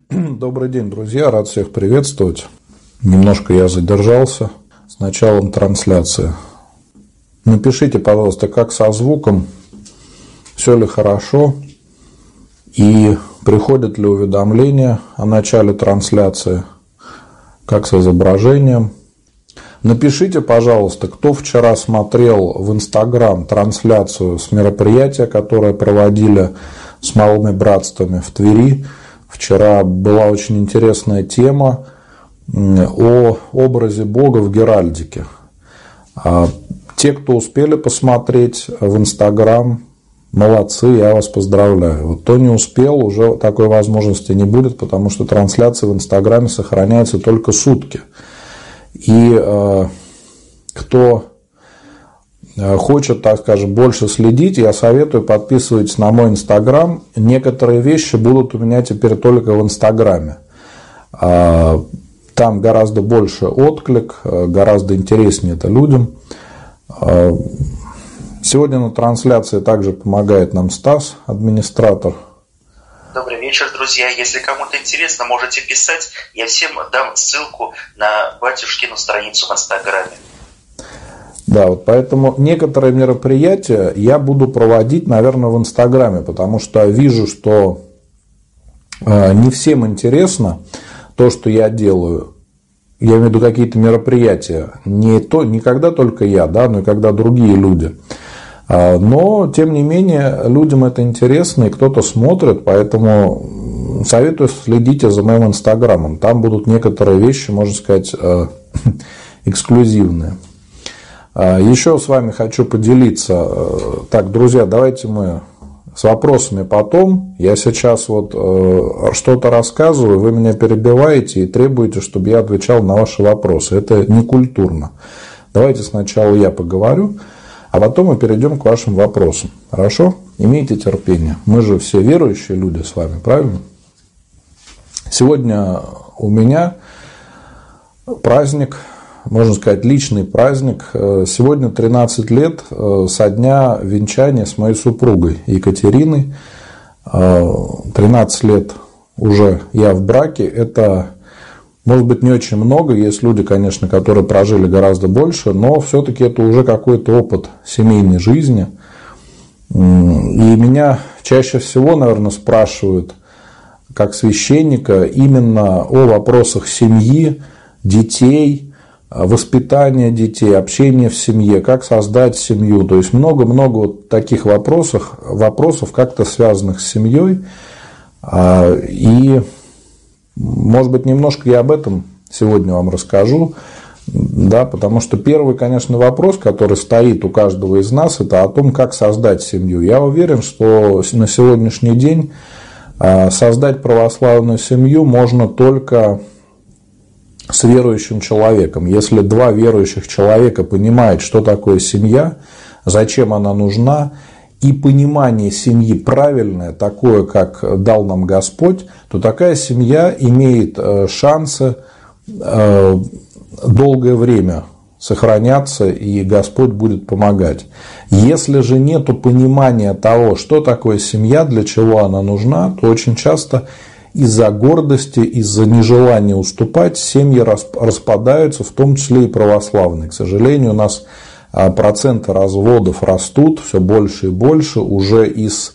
Добрый день, друзья, рад всех приветствовать. Немножко я задержался с началом трансляции. Напишите, пожалуйста, как со звуком, все ли хорошо и приходят ли уведомления о начале трансляции, как с изображением. Напишите, пожалуйста, кто вчера смотрел в Инстаграм трансляцию с мероприятия, которое проводили с малыми братствами в Твери. Вчера была очень интересная тема о образе Бога в геральдике. Те, кто успели посмотреть в Инстаграм, молодцы, я вас поздравляю. Вот кто не успел, уже такой возможности не будет, потому что трансляция в Инстаграме сохраняется только сутки. И кто хочет, так скажем, больше следить, я советую, подписывайтесь на мой Инстаграм. Некоторые вещи будут у меня теперь только в Инстаграме. Там гораздо больше отклик, гораздо интереснее это людям. Сегодня на трансляции также помогает нам Стас, администратор. Добрый вечер, друзья. Если кому-то интересно, можете писать. Я всем дам ссылку на батюшкину страницу в Инстаграме. Да, вот поэтому некоторые мероприятия я буду проводить, наверное, в Инстаграме, потому что вижу, что не всем интересно то, что я делаю. Я имею в виду какие-то мероприятия. Не когда только я, да, но и когда другие люди. Но, тем не менее, людям это интересно, и кто-то смотрит, поэтому советую следите за моим Инстаграмом. Там будут некоторые вещи, можно сказать, эксклюзивные. Еще с вами хочу поделиться. Так, друзья, давайте мы с вопросами потом. Я сейчас вот что-то рассказываю, вы меня перебиваете и требуете, чтобы я отвечал на ваши вопросы. Это некультурно. Давайте сначала я поговорю, а потом мы перейдем к вашим вопросам. Хорошо? Имейте терпение. Мы же все верующие люди с вами, правильно? Сегодня у меня праздник, можно сказать, личный праздник. Сегодня 13 лет со дня венчания с моей супругой Екатериной. 13 лет уже я в браке. Это, может быть, не очень много. Есть люди, конечно, которые прожили гораздо больше, но все-таки это уже какой-то опыт семейной жизни. И меня чаще всего, наверное, спрашивают, как священника, именно о вопросах семьи, детей, воспитание детей, общение в семье, как создать семью. То есть много-много вот таких вопросов как-то связанных с семьей. И, может быть, немножко я об этом сегодня вам расскажу. Да, потому что первый, конечно, вопрос, который стоит у каждого из нас, это о том, как создать семью. Я уверен, что на сегодняшний день создать православную семью можно только с верующим человеком. Если два верующих человека понимают, что такое семья, зачем она нужна, и понимание семьи правильное, такое, как дал нам Господь, то такая семья имеет шансы долгое время сохраняться, и Господь будет помогать. Если же нет понимания того, что такое семья, для чего она нужна, то очень часто из-за гордости, из-за нежелания уступать семьи распадаются, в том числе и православные. К сожалению, у нас проценты разводов растут все больше и больше. Уже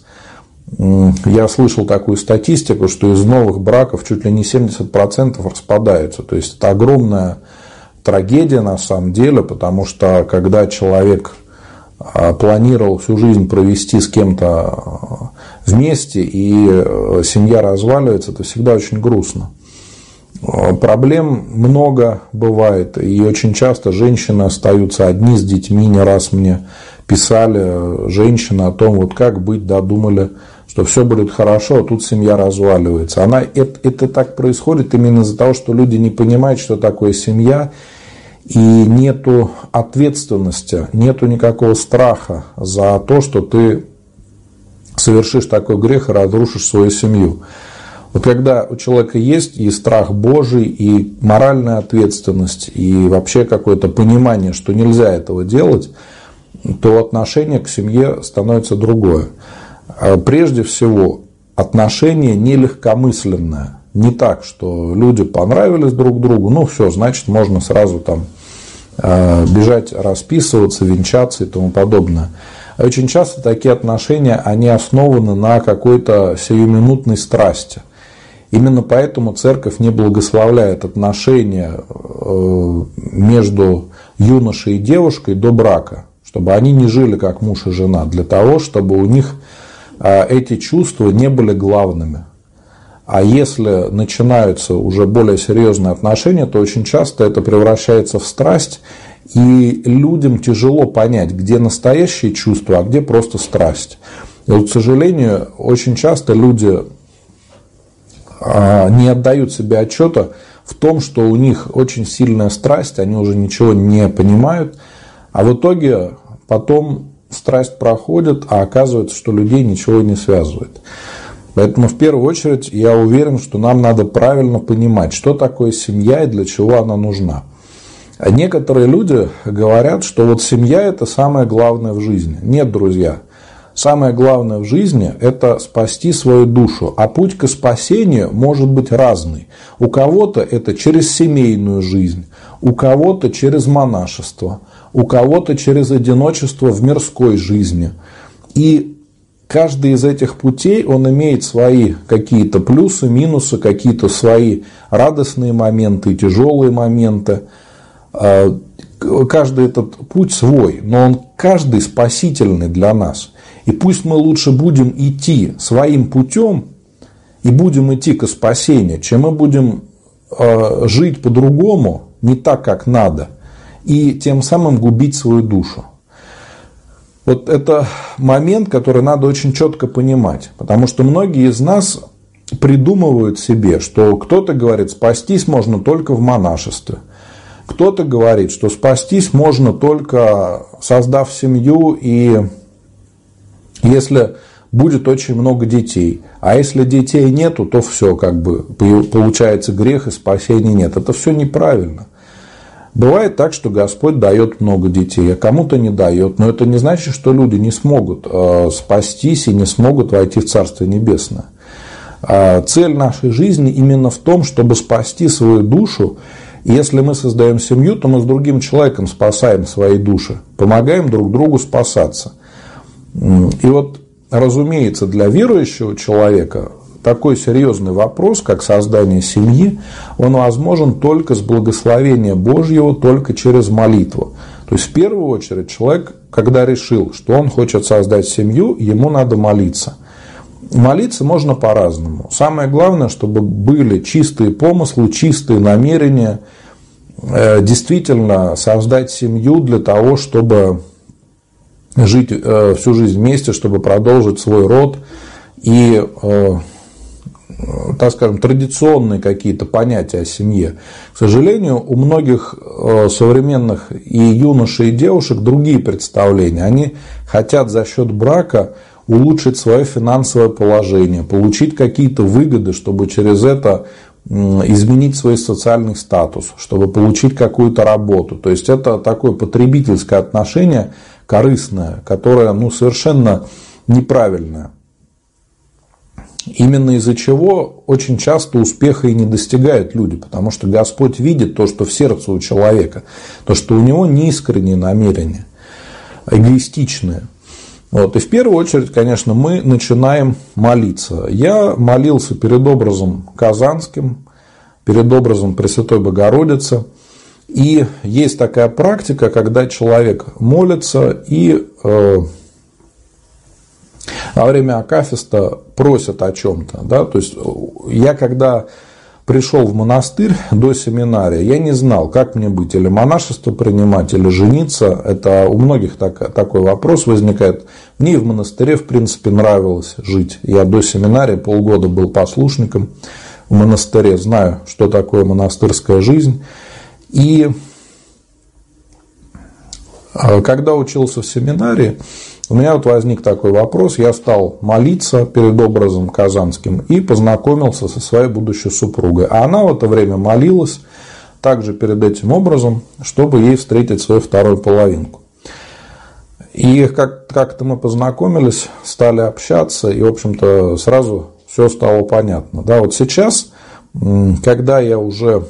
я слышал такую статистику, что из новых браков чуть ли не 70% распадаются. То есть это огромная трагедия на самом деле, потому что когда человек планировал всю жизнь провести с кем-то вместе, и семья разваливается, это всегда очень грустно. Проблем много бывает, и очень часто женщины остаются одни с детьми. Не раз мне писали женщины о том, вот как быть, да, думали, что все будет хорошо, а тут семья разваливается. Это так происходит именно из-за того, что люди не понимают, что такое семья, и нету ответственности, нету никакого страха за то, что ты совершишь такой грех и разрушишь свою семью. Вот когда у человека есть и страх Божий, и моральная ответственность, и вообще какое-то понимание, что нельзя этого делать, то отношение к семье становится другое. Прежде всего, отношение нелегкомысленное. не так, что люди понравились друг другу, ну все, значит, можно сразу там бежать, расписываться, венчаться и тому подобное. Очень часто такие отношения, они основаны на какой-то сиюминутной страсти. Именно поэтому церковь не благословляет отношения между юношей и девушкой до брака, чтобы они не жили как муж и жена, для того, чтобы у них эти чувства не были главными. А если начинаются уже более серьезные отношения, то очень часто это превращается в страсть, и людям тяжело понять, где настоящие чувства, а где просто страсть. И вот, к сожалению, очень часто люди не отдают себе отчета в том, что у них очень сильная страсть, они уже ничего не понимают, а в итоге потом страсть проходит, а оказывается, что людей ничего не связывает. Поэтому в первую очередь я уверен, что нам надо правильно понимать, что такое семья и для чего она нужна. А некоторые люди говорят, что вот семья – это самое главное в жизни. Нет, друзья. Самое главное в жизни – это спасти свою душу, а путь к спасению может быть разный. У кого-то это через семейную жизнь, у кого-то через монашество, у кого-то через одиночество в мирской жизни. И каждый из этих путей, он имеет свои какие-то плюсы, минусы, какие-то свои радостные моменты, тяжелые моменты. Каждый этот путь свой, но он каждый спасительный для нас. И пусть мы лучше будем идти своим путем и будем идти к спасению, чем мы будем жить по-другому, не так, как надо, и тем самым губить свою душу. Вот это момент, который надо очень четко понимать, потому что многие из нас придумывают себе, что кто-то говорит, спастись можно только в монашестве. Кто-то говорит, что спастись можно только создав семью и если будет очень много детей. А если детей нету, то все, как бы получается грех и спасения нет. Это все неправильно. Бывает так, что Господь дает много детей, а кому-то не дает. Но это не значит, что люди не смогут спастись и не смогут войти в Царствие Небесное. Цель нашей жизни именно в том, чтобы спасти свою душу. И если мы создаем семью, то мы с другим человеком спасаем свои души, помогаем друг другу спасаться. И вот, разумеется, для верующего человека такой серьезный вопрос, как создание семьи, он возможен только с благословения Божьего, только через молитву. То есть, в первую очередь, человек, когда решил, что он хочет создать семью, ему надо молиться. Молиться можно по-разному. Самое главное, чтобы были чистые помыслы, чистые намерения, действительно создать семью для того, чтобы жить всю жизнь вместе, чтобы продолжить свой род и, так скажем, традиционные какие-то понятия о семье. К сожалению, у многих современных и юношей, и девушек другие представления. Они хотят за счет брака улучшить свое финансовое положение, получить какие-то выгоды, чтобы через это изменить свой социальный статус, чтобы получить какую-то работу. То есть это такое потребительское отношение, корыстное, которое совершенно неправильное. Именно из-за чего очень часто успеха и не достигают люди, потому что Господь видит то, что в сердце у человека, то, что у него неискренние намерения, эгоистичные. Вот. И в первую очередь, конечно, мы начинаем молиться. Я молился перед образом Казанским, перед образом Пресвятой Богородицы. И есть такая практика, когда человек молится и во время акафиста просит о чем-то. Да? То есть я когда пришел в монастырь до семинария, я не знал, как мне быть, или монашество принимать, или жениться. Это у многих такой вопрос возникает. Мне в монастыре, в принципе, нравилось жить. Я до семинария полгода был послушником в монастыре, знаю, что такое монастырская жизнь. И когда учился в семинарии, у меня возник такой вопрос, я стал молиться перед образом Казанским и познакомился со своей будущей супругой. А она в это время молилась также перед этим образом, чтобы ей встретить свою вторую половинку. И как-то мы познакомились, стали общаться, и, в общем-то, сразу все стало понятно. Да, вот сейчас когда я уже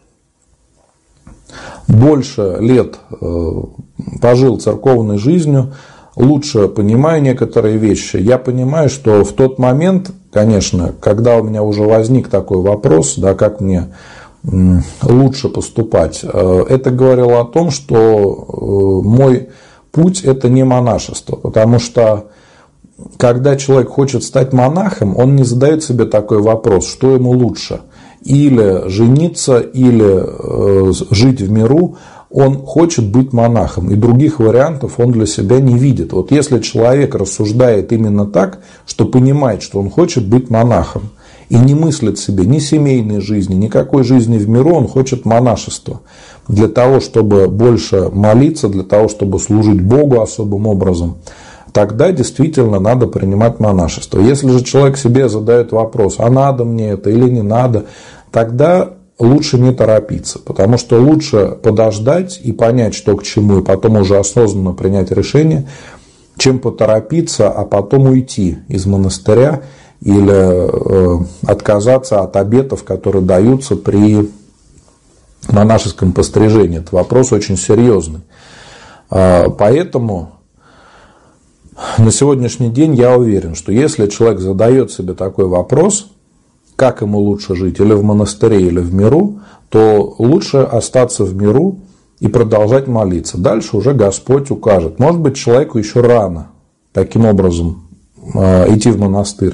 больше лет пожил церковной жизнью, лучше понимаю некоторые вещи. Я понимаю, что в тот момент, конечно, когда у меня уже возник такой вопрос, да, как мне лучше поступать, это говорило о том, что мой путь – это не монашество, потому что когда человек хочет стать монахом, он не задает себе такой вопрос, что ему лучше – или жениться, или жить в миру. Он хочет быть монахом, и других вариантов он для себя не видит. Вот если человек рассуждает именно так, что понимает, что он хочет быть монахом, и не мыслит себе ни семейной жизни, никакой жизни в миру, он хочет монашества. Для того, чтобы больше молиться, для того, чтобы служить Богу особым образом, тогда действительно надо принимать монашество. Если же человек себе задает вопрос, а надо мне это или не надо, тогда лучше не торопиться, потому что лучше подождать и понять, что к чему, и потом уже осознанно принять решение, чем поторопиться, а потом уйти из монастыря или отказаться от обетов, которые даются при монашеском пострижении. Это вопрос очень серьезный. Поэтому на сегодняшний день я уверен, что если человек задает себе такой вопрос, как ему лучше жить, или в монастыре, или в миру, то лучше остаться в миру и продолжать молиться. Дальше уже Господь укажет. Может быть, человеку еще рано таким образом идти в монастырь.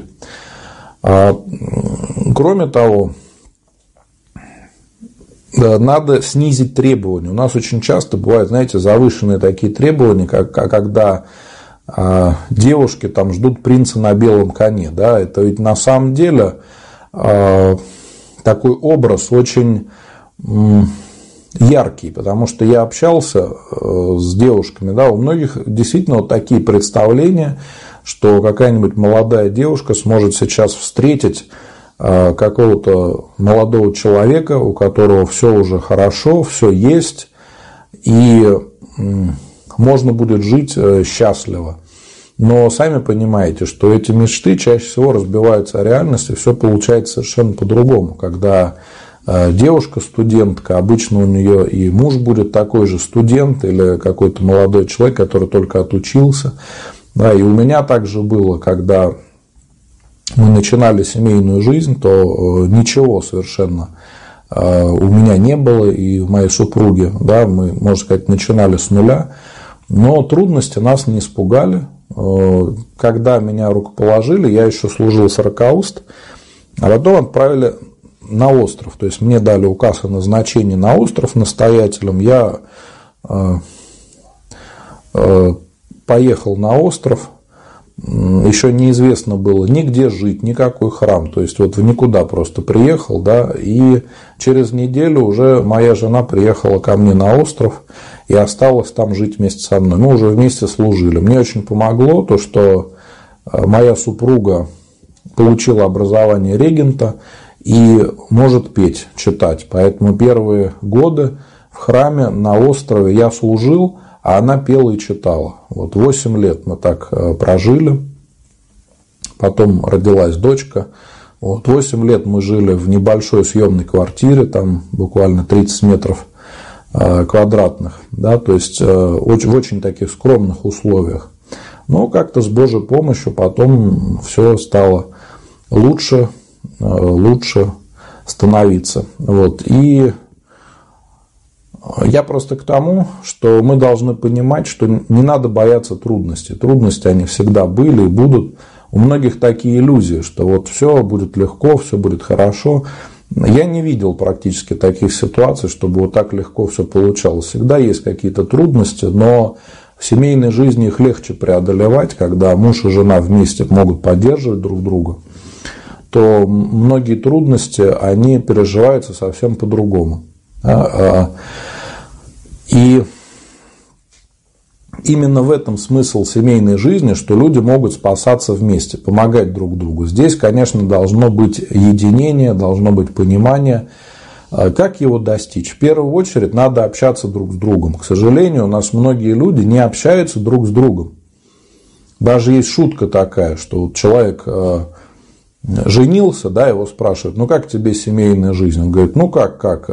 Кроме того, надо снизить требования. У нас очень часто бывают, знаете, завышенные такие требования, когда девушки там ждут принца на белом коне. Да? Это ведь на самом деле такой образ очень яркий, потому что я общался с девушками, да, у многих действительно вот такие представления, что какая-нибудь молодая девушка сможет сейчас встретить какого-то молодого человека, у которого все уже хорошо, все есть, и можно будет жить счастливо. Но сами понимаете, что эти мечты чаще всего разбиваются о реальность, и все получается совершенно по-другому. Когда девушка студентка, обычно у нее и муж будет такой же студент или какой-то молодой человек, который только отучился. Да, и у меня также было, когда мы начинали семейную жизнь, то ничего совершенно у меня не было, и у моей супруги, да, мы, можно сказать, начинали с нуля, но трудности нас не испугали. Когда меня рукоположили, я еще служил сорокауст, а потом отправили на остров. То есть мне дали указ о назначении на остров настоятелем. Я поехал на остров. Еще неизвестно было нигде жить, никакой храм. То есть вот в никуда просто приехал, да, и через неделю уже моя жена приехала ко мне на остров и осталась там жить вместе со мной. Мы уже вместе служили. Мне очень помогло то, что моя супруга получила образование регента и может петь, читать. Поэтому первые годы в храме на острове я служил, а она пела и читала. Вот 8 лет мы так прожили. Потом родилась дочка. Вот 8 лет мы жили в небольшой съемной квартире, там буквально 30 метров квадратных, да, то есть в очень таких скромных условиях. Но как-то с Божьей помощью потом все стало лучше становиться. Вот. И я просто к тому, что мы должны понимать, что не надо бояться трудностей. Трудности они всегда были и будут. У многих такие иллюзии, что вот все будет легко, все будет хорошо. Я не видел практически таких ситуаций, чтобы вот так легко все получалось. Всегда есть какие-то трудности, но в семейной жизни их легче преодолевать, когда муж и жена вместе могут поддерживать друг друга, то многие трудности, они переживаются совсем по-другому. И именно в этом смысл семейной жизни, что люди могут спасаться вместе, помогать друг другу. Здесь, конечно, должно быть единение, должно быть понимание. Как его достичь? В первую очередь надо общаться друг с другом. К сожалению, у нас многие люди не общаются друг с другом. Даже есть шутка такая, что человек женился, да, его спрашивают, ну как тебе семейная жизнь? Он говорит, ну как,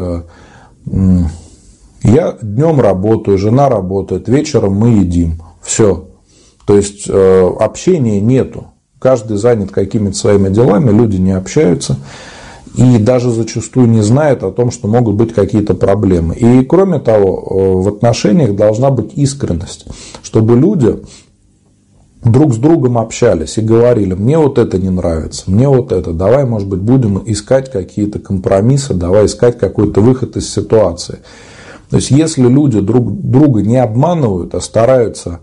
я днем работаю, жена работает, вечером мы едим, все. То есть общения нету, каждый занят какими-то своими делами, люди не общаются. И даже зачастую не знают о том, что могут быть какие-то проблемы. И кроме того, в отношениях должна быть искренность, чтобы люди друг с другом общались и говорили, мне вот это не нравится, мне вот это, давай, может быть, будем искать какие-то компромиссы, давай искать какой-то выход из ситуации. То есть, если люди друг друга не обманывают, а стараются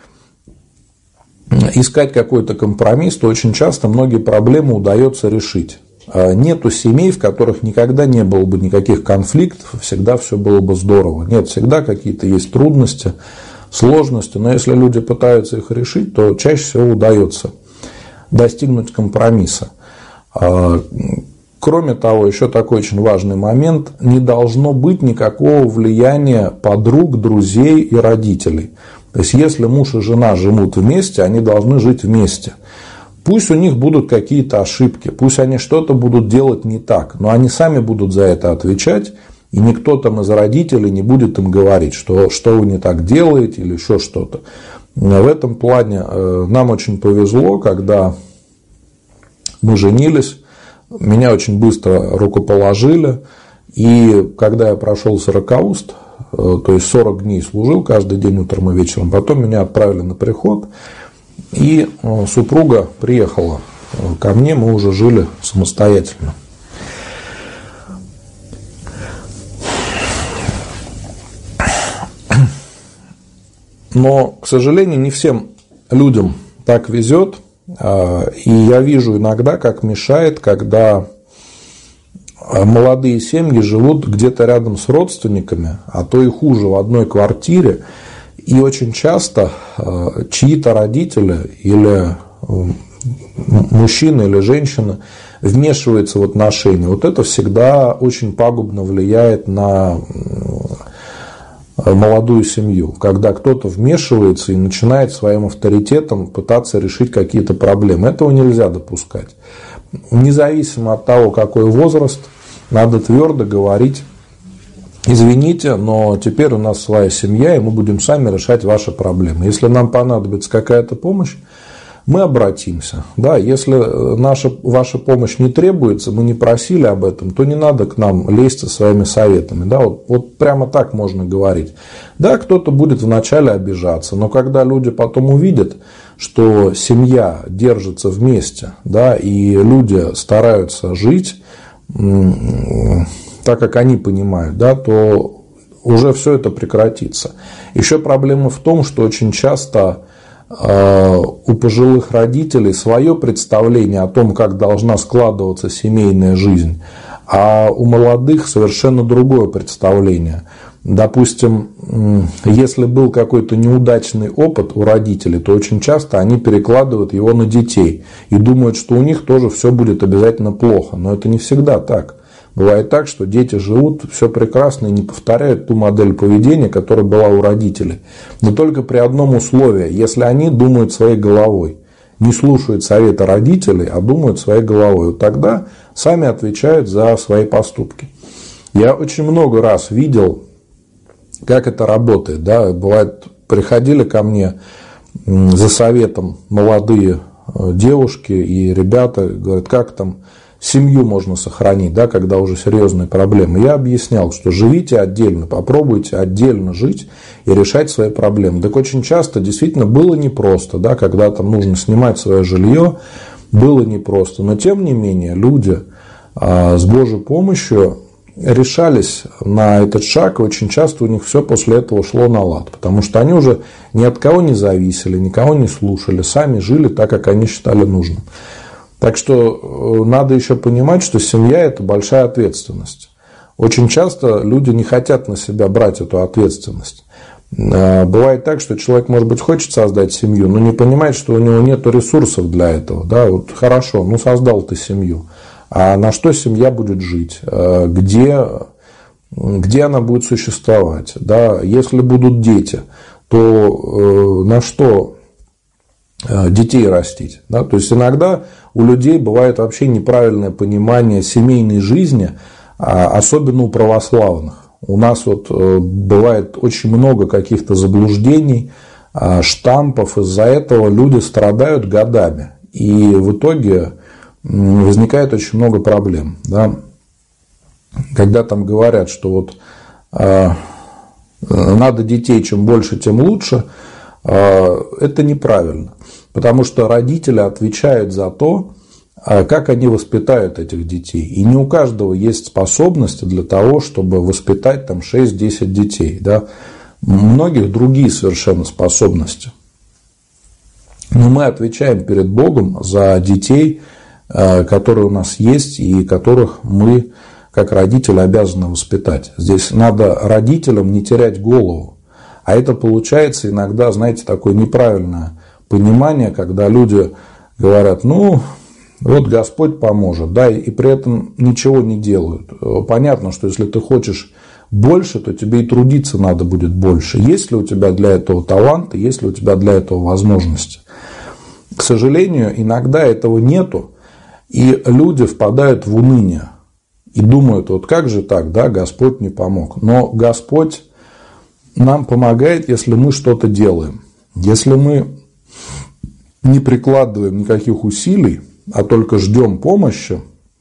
искать какой-то компромисс, то очень часто многие проблемы удается решить. Нету семей, в которых никогда не было бы никаких конфликтов, всегда все было бы здорово. Нет, всегда какие-то есть трудности, сложности, но если люди пытаются их решить, то чаще всего удается достигнуть компромисса. Кроме того, еще такой очень важный момент, не должно быть никакого влияния подруг, друзей и родителей. То есть, если муж и жена живут вместе, они должны жить вместе. Пусть у них будут какие-то ошибки, пусть они что-то будут делать не так, но они сами будут за это отвечать, и никто там из родителей не будет им говорить, что вы не так делаете или еще что-то. В этом плане нам очень повезло, когда мы женились, меня очень быстро рукоположили, и когда я прошел 40 уст, то есть 40 дней служил каждый день утром и вечером, потом меня отправили на приход. И супруга приехала ко мне, мы уже жили самостоятельно. Но, к сожалению, не всем людям так везет. И я вижу иногда, как мешает, когда молодые семьи живут где-то рядом с родственниками, а то и хуже, в одной квартире. И очень часто чьи-то родители или мужчина или женщина вмешиваются в отношения. Вот это всегда очень пагубно влияет на молодую семью, когда кто-то вмешивается и начинает своим авторитетом пытаться решить какие-то проблемы. Этого нельзя допускать. Независимо от того, какой возраст, надо твердо говорить: извините, но теперь у нас своя семья, и мы будем сами решать ваши проблемы. Если нам понадобится какая-то помощь, мы обратимся. Да, если ваша помощь не требуется, мы не просили об этом, то не надо к нам лезть со своими советами. Да, вот прямо так можно говорить. Да, кто-то будет вначале обижаться, но когда люди потом увидят, что семья держится вместе, да, и люди стараются жить так, как они понимают, да, то уже все это прекратится. Еще проблема в том, что очень часто у пожилых родителей свое представление о том, как должна складываться семейная жизнь, а у молодых совершенно другое представление. Допустим, если был какой-то неудачный опыт у родителей, то очень часто они перекладывают его на детей и думают, что у них тоже все будет обязательно плохо. Но это не всегда так. Бывает так, что дети живут все прекрасно и не повторяют ту модель поведения, которая была у родителей. Но только при одном условии: если они думают своей головой, не слушают совета родителей, а думают своей головой, вот тогда сами отвечают за свои поступки. Я очень много раз видел, как это работает. Да? Бывает, приходили ко мне за советом молодые девушки и ребята, говорят, как там семью можно сохранить, да, когда уже серьезные проблемы. Я объяснял, что живите отдельно, попробуйте отдельно жить и решать свои проблемы. Так очень часто действительно было непросто, да, когда там нужно снимать свое жилье, было непросто. Но тем не менее люди с Божьей помощью решались на этот шаг, и очень часто у них все после этого шло на лад, потому что они уже ни от кого не зависели, никого не слушали, сами жили так, как они считали нужным. Так что надо еще понимать, что семья – это большая ответственность. Очень часто люди не хотят на себя брать эту ответственность. Бывает так, что человек, может быть, хочет создать семью, но не понимает, что у него нет ресурсов для этого. Да, вот хорошо, ну создал ты семью, а на что семья будет жить? Где она будет существовать? Да, если будут дети, то на что детей растить? Да? То есть иногда у людей бывает вообще неправильное понимание семейной жизни, особенно у православных. У нас вот бывает очень много каких-то заблуждений, штампов. Из-за этого люди страдают годами. И в итоге возникает очень много проблем. Да? Когда там говорят, что вот надо детей, чем больше, тем лучше, это неправильно. Потому что родители отвечают за то, как они воспитают этих детей. И не у каждого есть способности для того, чтобы воспитать там 6-10 детей. Да? У многих другие совершенно способности. Но мы отвечаем перед Богом за детей, которые у нас есть и которых мы, как родители, обязаны воспитать. Здесь надо родителям не терять голову. А это получается иногда, знаете, такое неправильное понимание, когда люди говорят, ну, вот Господь поможет, да, и при этом ничего не делают. Понятно, что если ты хочешь больше, то тебе и трудиться надо будет больше. Есть ли у тебя для этого таланты, есть ли у тебя для этого возможности? К сожалению, иногда этого нету, и люди впадают в уныние и думают, вот как же так, да, Господь не помог. Но Господь нам помогает, если мы что-то делаем. Если мы не прикладываем никаких усилий, а только ждем помощи,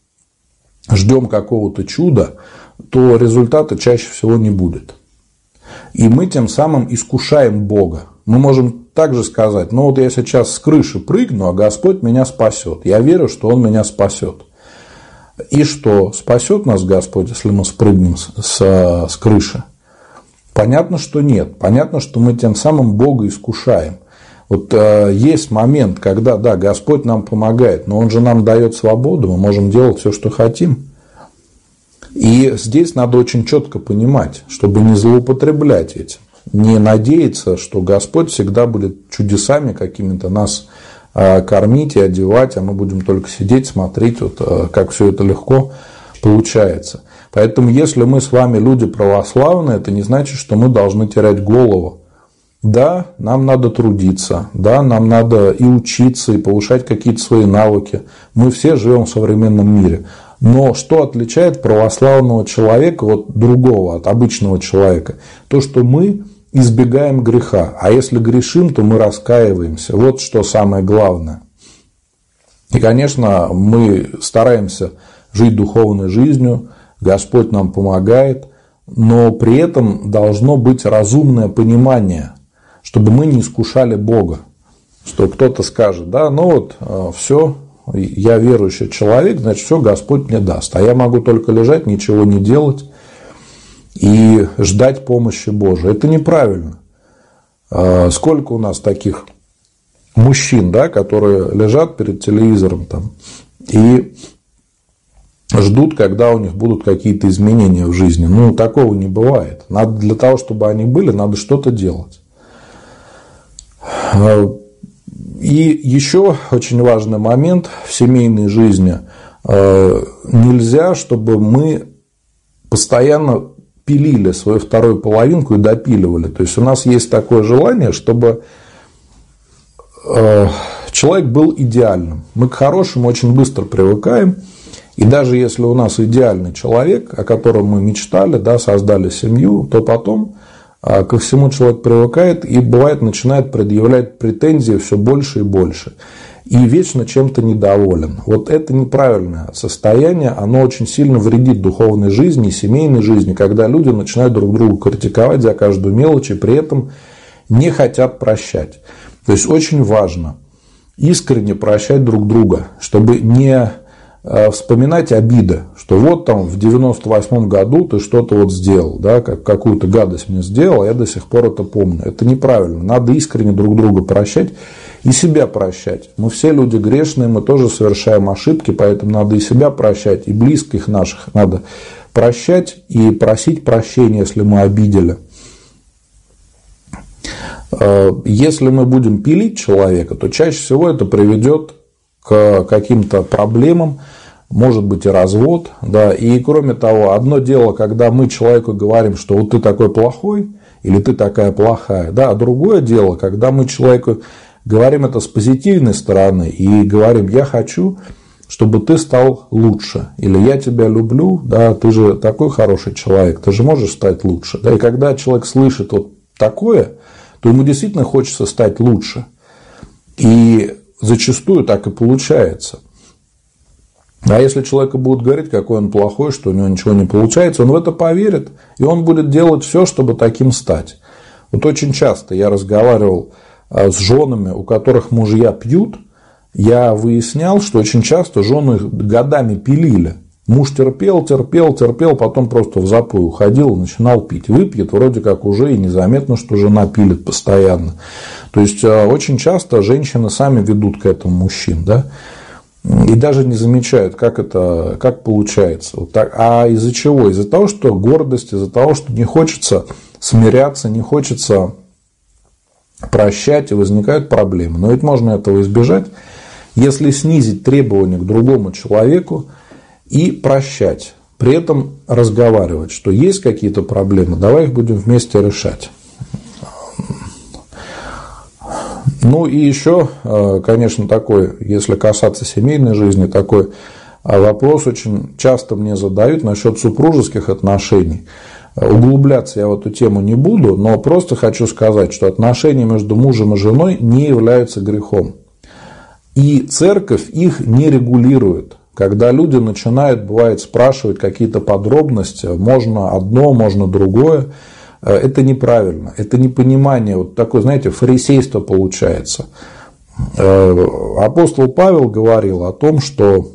ждем какого-то чуда, то результата чаще всего не будет. И мы тем самым искушаем Бога. Мы можем также сказать, ну вот я сейчас с крыши прыгну, а Господь меня спасет. Я верю, что Он меня спасет. И что, спасет нас Господь, если мы спрыгнем с крыши? Понятно, что нет. Понятно, что мы тем самым Бога искушаем. Вот есть момент, когда, да, Господь нам помогает, но Он же нам дает свободу, мы можем делать все, что хотим. И здесь надо очень четко понимать, чтобы не злоупотреблять этим, не надеяться, что Господь всегда будет чудесами какими-то нас кормить и одевать, а мы будем только сидеть, смотреть, вот, как все это легко получается. Поэтому, если мы с вами люди православные, это не значит, что мы должны терять голову. Да, нам надо трудиться, да, нам надо и учиться, и повышать какие-то свои навыки. Мы все живем в современном мире. Но что отличает православного человека от другого, от обычного человека? То, что мы избегаем греха. А если грешим, то мы раскаиваемся. Вот что самое главное. И, конечно, мы стараемся жить духовной жизнью, Господь нам помогает, но при этом должно быть разумное понимание, чтобы мы не искушали Бога. Что кто-то скажет, да, ну вот, все, я верующий человек, значит, все Господь мне даст. А я могу только лежать, ничего не делать и ждать помощи Божией. Это неправильно. Сколько у нас таких мужчин, да, которые лежат перед телевизором там, и ждут, когда у них будут какие-то изменения в жизни. Ну, такого не бывает. Надо, для того, чтобы они были, надо что-то делать. И еще очень важный момент в семейной жизни. Нельзя, чтобы мы постоянно пилили свою вторую половинку и допиливали. То есть у нас есть такое желание, чтобы человек был идеальным. Мы к хорошему очень быстро привыкаем. И даже если у нас идеальный человек, о котором мы мечтали, да, создали семью, то потом ко всему человек привыкает и, бывает, начинает предъявлять претензии все больше и больше. И вечно чем-то недоволен. Вот это неправильное состояние, оно очень сильно вредит духовной жизни и семейной жизни, когда люди начинают друг друга критиковать за каждую мелочь и при этом не хотят прощать. То есть очень важно искренне прощать друг друга, чтобы не вспоминать обиды, что вот там в 98 году ты что-то вот сделал, да, какую-то гадость мне сделал, а я до сих пор это помню. Это неправильно. Надо искренне друг друга прощать и себя прощать. Мы все люди грешные, мы тоже совершаем ошибки, поэтому надо и себя прощать, и близких наших надо прощать и просить прощения, если мы обидели. Если мы будем пилить человека, то чаще всего это приведет к каким-то проблемам, может быть и развод, да, и кроме того, одно дело, когда мы человеку говорим, что вот ты такой плохой или ты такая плохая, да, а другое дело, когда мы человеку говорим это с позитивной стороны и говорим: я хочу, чтобы ты стал лучше, или я тебя люблю, да, ты же такой хороший человек, ты же можешь стать лучше. Да, и когда человек слышит вот такое, то ему действительно хочется стать лучше. И зачастую так и получается. А если человеку будут говорить, какой он плохой, что у него ничего не получается, он в это поверит, и он будет делать все, чтобы таким стать. Вот очень часто я разговаривал с женами, у которых мужья пьют, я выяснял, что очень часто жены годами пилили. Муж терпел, потом просто в запой уходил и начинал пить. Выпьет, вроде как уже и незаметно, что жена пилит постоянно. То есть, очень часто женщины сами ведут к этому мужчин, да? И даже не замечают, как получается. Вот так. А из-за чего? Из-за того, что гордость, из-за того, что не хочется смиряться, не хочется прощать, и возникают проблемы. Но ведь можно этого избежать, если снизить требования к другому человеку и прощать. При этом разговаривать, что есть какие-то проблемы, давай их будем вместе решать. Ну и еще, конечно, такой, если касаться семейной жизни, такой вопрос очень часто мне задают насчет супружеских отношений. Углубляться я в эту тему не буду, но просто хочу сказать, что отношения между мужем и женой не являются грехом. И церковь их не регулирует. Когда люди начинают, бывает, спрашивать какие-то подробности, можно одно, можно другое, это неправильно, это непонимание, вот такое, знаете, фарисейство получается. Апостол Павел говорил о том, что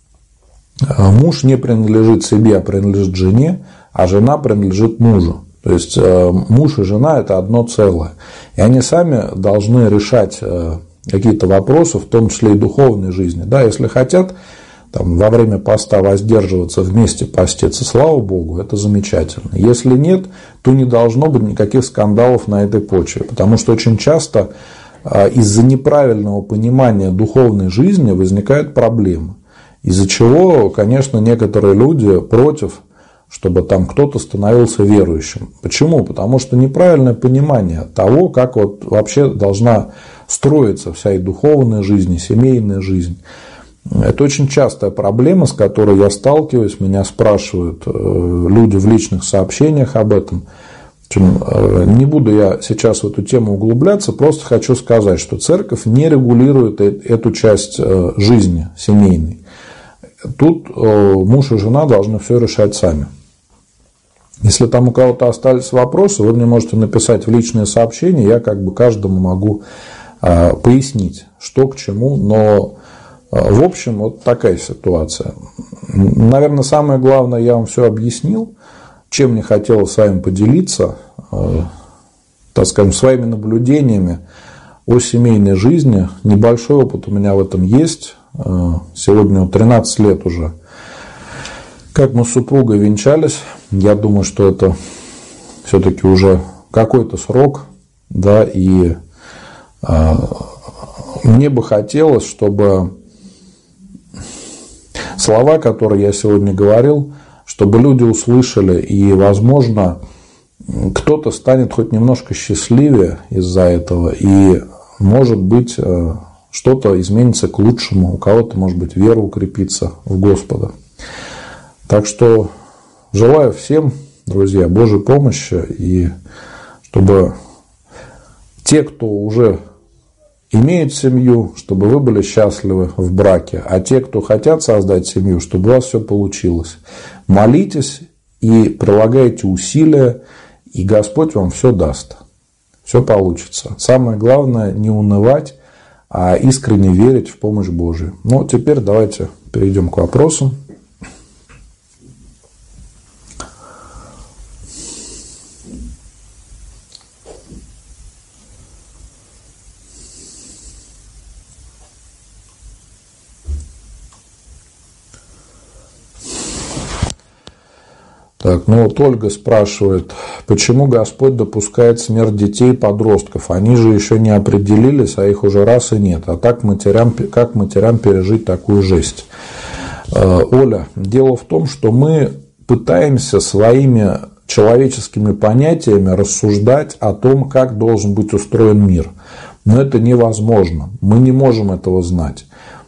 муж не принадлежит себе, а принадлежит жене, а жена принадлежит мужу. То есть муж и жена – это одно целое. И они сами должны решать какие-то вопросы, в том числе и духовной жизни. Да, если хотят там, во время поста воздерживаться, вместе поститься, слава Богу, это замечательно. Если нет, то не должно быть никаких скандалов на этой почве. Потому что очень часто из-за неправильного понимания духовной жизни возникают проблемы. Из-за чего, конечно, некоторые люди против, чтобы там кто-то становился верующим. Почему? Потому что неправильное понимание того, как вот вообще должна строиться вся и духовная жизнь, и семейная жизнь. Это очень частая проблема, с которой я сталкиваюсь, меня спрашивают люди в личных сообщениях об этом. Не буду я сейчас в эту тему углубляться, просто хочу сказать, что церковь не регулирует эту часть жизни семейной. Тут муж и жена должны все решать сами. Если там у кого-то остались вопросы, вы мне можете написать в личные сообщения, я как бы каждому могу пояснить, что к чему, но в общем вот такая ситуация. Наверное, самое главное, я вам все объяснил, чем мне хотелось с вами поделиться, так скажем, своими наблюдениями о семейной жизни. Небольшой опыт у меня в этом есть. Сегодня 13 лет уже, как мы с супругой венчались. Я думаю, что это все-таки уже какой-то срок, да, и мне бы хотелось, чтобы слова, которые я сегодня говорил, чтобы люди услышали, и, возможно, кто-то станет хоть немножко счастливее из-за этого, и, может быть, что-то изменится к лучшему, у кого-то, может быть, вера укрепится в Господа. Так что желаю всем, друзья, Божьей помощи, и чтобы те, кто уже имеют семью, чтобы вы были счастливы в браке, а те, кто хотят создать семью, чтобы у вас все получилось. Молитесь и прилагайте усилия, и Господь вам все даст. Все получится. Самое главное не унывать, а искренне верить в помощь Божию. Ну, теперь давайте перейдем к вопросам. Так, ну вот Ольга спрашивает, почему Господь допускает смерть детей и подростков? Они же еще не определились, а их уже раз и нет. А так как матерям пережить такую жесть? Оля, дело в том, что мы пытаемся своими человеческими понятиями рассуждать о том, как должен быть устроен мир. Но это невозможно. Мы не можем этого знать.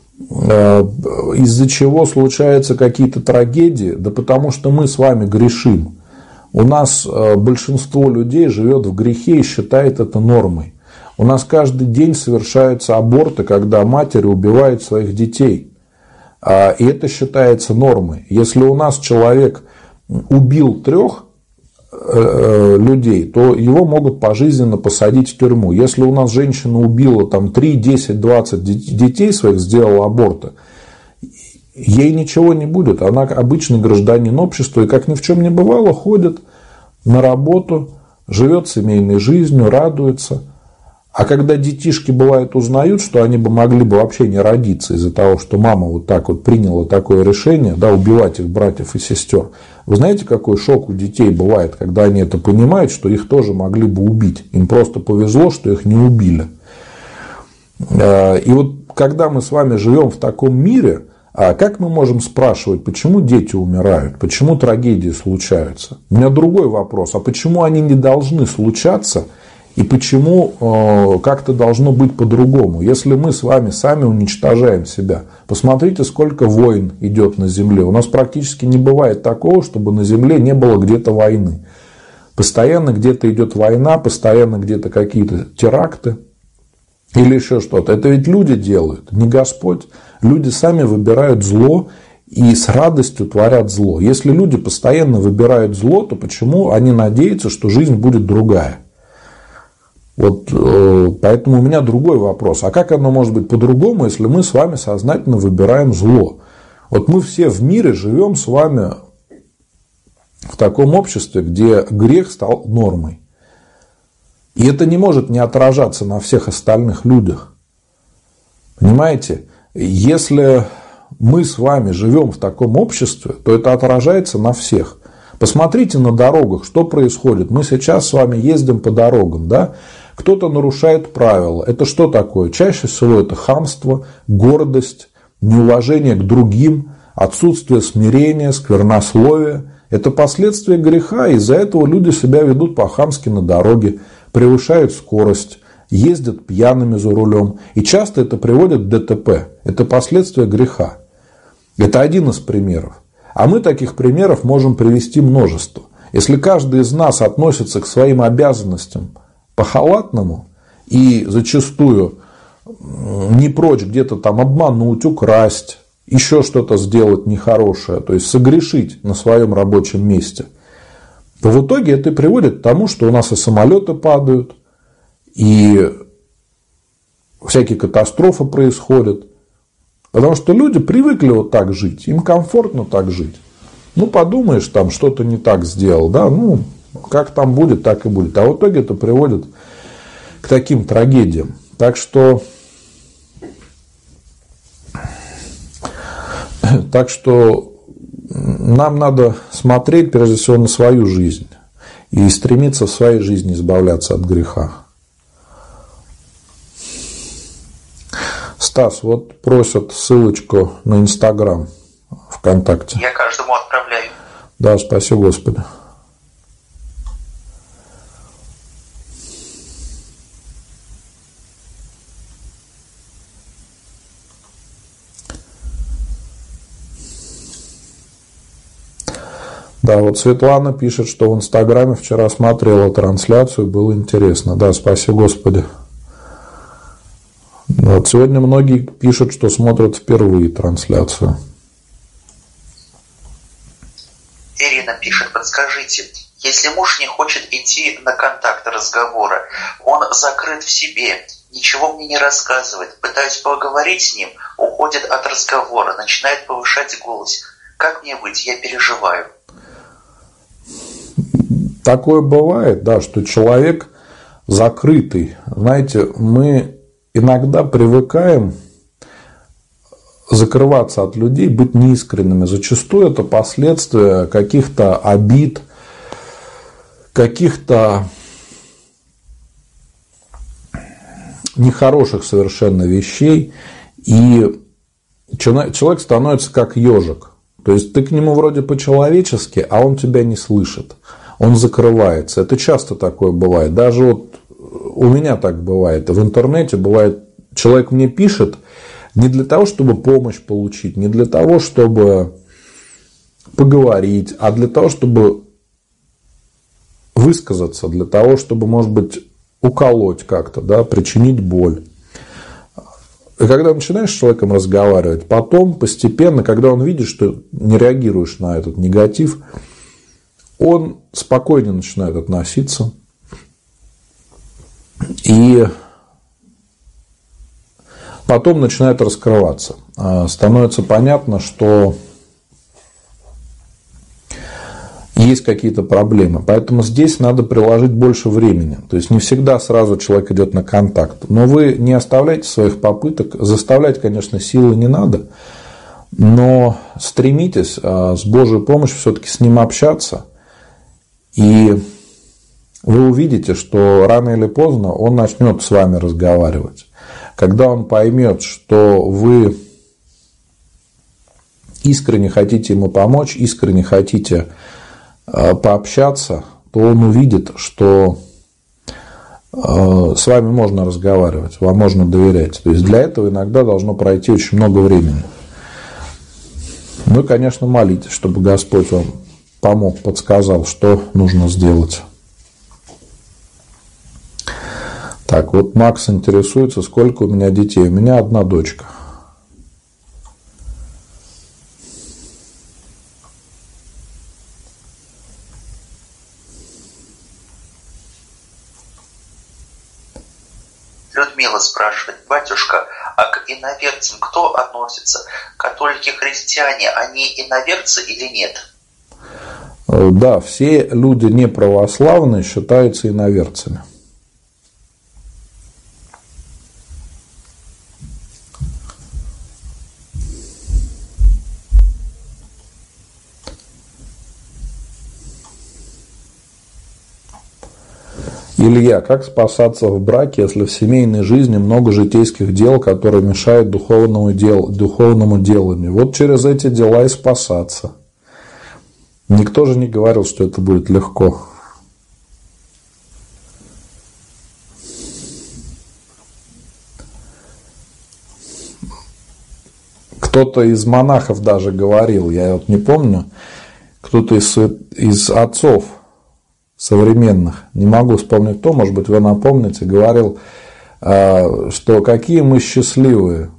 Из-за чего случаются какие-то трагедии? Да потому что мы с вами грешим. У нас большинство людей живет в грехе и считает это нормой. У нас каждый день совершаются аборты, когда матери убивают своих детей. И это считается нормой. Если у нас человек убил 3 людей, то его могут пожизненно посадить в тюрьму. Если у нас женщина убила 3, 10, 20 детей своих, сделала аборты, ей ничего не будет. Она обычный гражданин общества и, как ни в чем не бывало, ходит на работу, живет семейной жизнью, радуется. А когда детишки, бывает, узнают, что они бы могли бы вообще не родиться из-за того, что мама вот так вот приняла такое решение, да, убивать их братьев и сестер. Вы знаете, какой шок у детей бывает, когда они это понимают, что их тоже могли бы убить. Им просто повезло, что их не убили. И вот когда мы с вами живем в таком мире, как мы можем спрашивать, почему дети умирают, почему трагедии случаются? У меня другой вопрос. А почему они не должны случаться? И почему как-то должно быть по-другому? Если мы с вами сами уничтожаем себя. Посмотрите, сколько войн идет на Земле. У нас практически не бывает такого, чтобы на Земле не было где-то войны. Постоянно где-то идет война, постоянно где-то какие-то теракты или еще что-то. Это ведь люди делают, не Господь. Люди сами выбирают зло и с радостью творят зло. Если люди постоянно выбирают зло, то почему они надеются, что жизнь будет другая? Вот, поэтому у меня другой вопрос. А как оно может быть по-другому, если мы с вами сознательно выбираем зло? Вот мы все в мире живем с вами в таком обществе, где грех стал нормой. И это не может не отражаться на всех остальных людях. Понимаете? Если мы с вами живем в таком обществе, то это отражается на всех. Посмотрите на дорогах, что происходит. Мы сейчас с вами ездим по дорогам, да? Кто-то нарушает правила. Это что такое? Чаще всего это хамство, гордость, неуважение к другим, отсутствие смирения, сквернословие. Это последствия греха, и из-за этого люди себя ведут по-хамски на дороге, превышают скорость, ездят пьяными за рулем. И часто это приводит к ДТП. Это последствия греха. Это один из примеров. А мы таких примеров можем привести множество. Если каждый из нас относится к своим обязанностям по-халатному и зачастую не прочь где-то там обмануть, украсть, еще что-то сделать нехорошее, то есть согрешить на своем рабочем месте, то в итоге это приводит к тому, что у нас и самолеты падают, и всякие катастрофы происходят. Потому что люди привыкли вот так жить, им комфортно так жить. Ну, подумаешь, там что-то не так сделал, да, ну, как там будет, так и будет. А в итоге это приводит к таким трагедиям. Так что нам надо смотреть, прежде всего, на свою жизнь и стремиться в своей жизни избавляться от греха. Стас, вот просят ссылочку на Инстаграм ВКонтакте. Я каждому отправляю. Да, спасибо, Господи. Да, вот Светлана пишет, что в Инстаграме вчера смотрела трансляцию, было интересно. Да, спасибо, Господи. Вот сегодня многие пишут, что смотрят впервые трансляцию. Ирина пишет, подскажите, если муж не хочет идти на контакт разговора, он закрыт в себе, ничего мне не рассказывает, пытаюсь поговорить с ним, уходит от разговора, начинает повышать голос. Как мне быть? Я переживаю. Такое бывает, да, что человек закрытый. Знаете, мы иногда привыкаем закрываться от людей, быть неискренними. Зачастую это последствия каких-то обид, каких-то нехороших совершенно вещей. И человек становится как ежик. То есть ты к нему вроде по-человечески, а он тебя не слышит. Он закрывается. Это часто такое бывает. Даже вот у меня так бывает. В интернете бывает, человек мне пишет не для того, чтобы помощь получить, не для того, чтобы поговорить, а для того, чтобы высказаться, для того, чтобы, может быть, уколоть как-то, да, причинить боль. И когда начинаешь с человеком разговаривать, потом постепенно, когда он видит, что не реагируешь на этот негатив, он спокойнее начинает относиться. И потом начинает раскрываться. Становится понятно, что есть какие-то проблемы. Поэтому здесь надо приложить больше времени. То есть не всегда сразу человек идет на контакт. Но вы не оставляйте своих попыток. Заставлять, конечно, силы не надо. Но стремитесь с Божьей помощью все-таки с ним общаться. И вы увидите, что рано или поздно он начнет с вами разговаривать. Когда он поймет, что вы искренне хотите ему помочь, искренне хотите пообщаться, то он увидит, что с вами можно разговаривать, вам можно доверять. То есть для этого иногда должно пройти очень много времени. Ну и, конечно, молитесь, чтобы Господь вам помог, подсказал, что нужно сделать. Так, вот Макс интересуется, сколько у меня детей. У меня одна дочка. Людмила спрашивает: батюшка, а к иноверцам кто относится? Католики-христиане, они иноверцы или нет? Да, все люди неправославные считаются иноверцами. Илья, как спасаться в браке, если в семейной жизни много житейских дел, которые мешают духовному деланию? Вот через эти дела и спасаться. Никто же не говорил, что это будет легко. Кто-то из монахов даже говорил, я вот не помню, кто-то из отцов современных, не могу вспомнить кто, может быть, вы напомните, говорил, что какие мы счастливые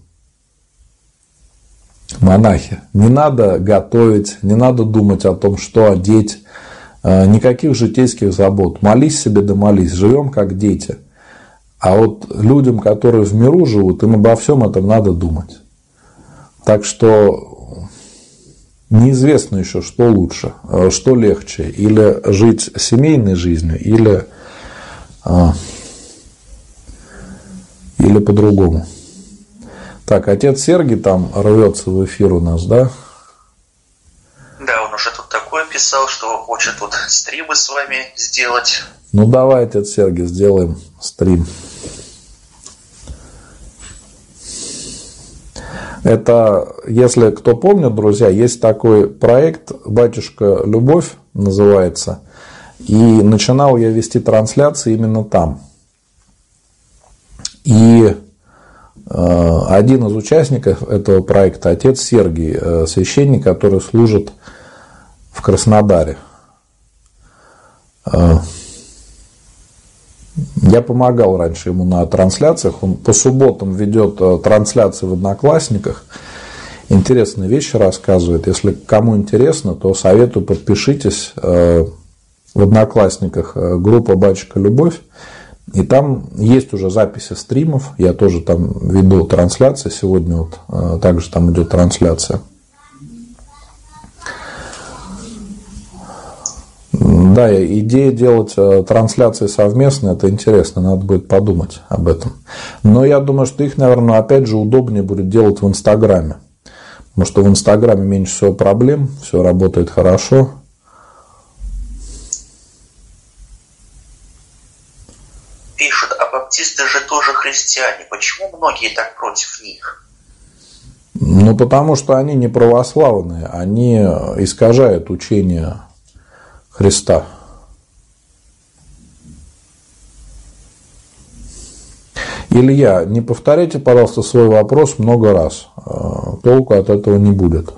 монахи. Не надо готовить, не надо думать о том, что одеть, никаких житейских забот. Молись себе да молись, живем как дети. А вот людям, которые в миру живут, им обо всем этом надо думать. Так что неизвестно еще, что лучше, что легче, или жить семейной жизнью, или по-другому. Так, отец Сергий там рвется в эфир у нас, да? Да, он уже тут такое писал, что хочет вот стримы с вами сделать. Ну, давай, отец Сергий, сделаем стрим. Это, если кто помнит, друзья, есть такой проект «Батюшка Любовь» называется. И начинал я вести трансляции именно там. И один из участников этого проекта, отец Сергий, священник, который служит в Краснодаре. Я помогал раньше ему на трансляциях. Он по субботам ведет трансляции в Одноклассниках. Интересные вещи рассказывает. Если кому интересно, то советую, подпишитесь в Одноклассниках группа «Батюшка Любовь». И там есть уже записи стримов. Я тоже там веду трансляции. Сегодня вот также там идет трансляция. Да, идея делать трансляции совместно, это интересно, надо будет подумать об этом. Но я думаю, что их, наверное, опять же удобнее будет делать в Инстаграме. Потому что в Инстаграме меньше всего проблем, все работает хорошо. Пишут, а баптисты же тоже христиане. Почему многие так против них? Ну, потому что они не православные, они искажают учение Христа. Илья, не повторяйте, пожалуйста, свой вопрос много раз. Толку от этого не будет.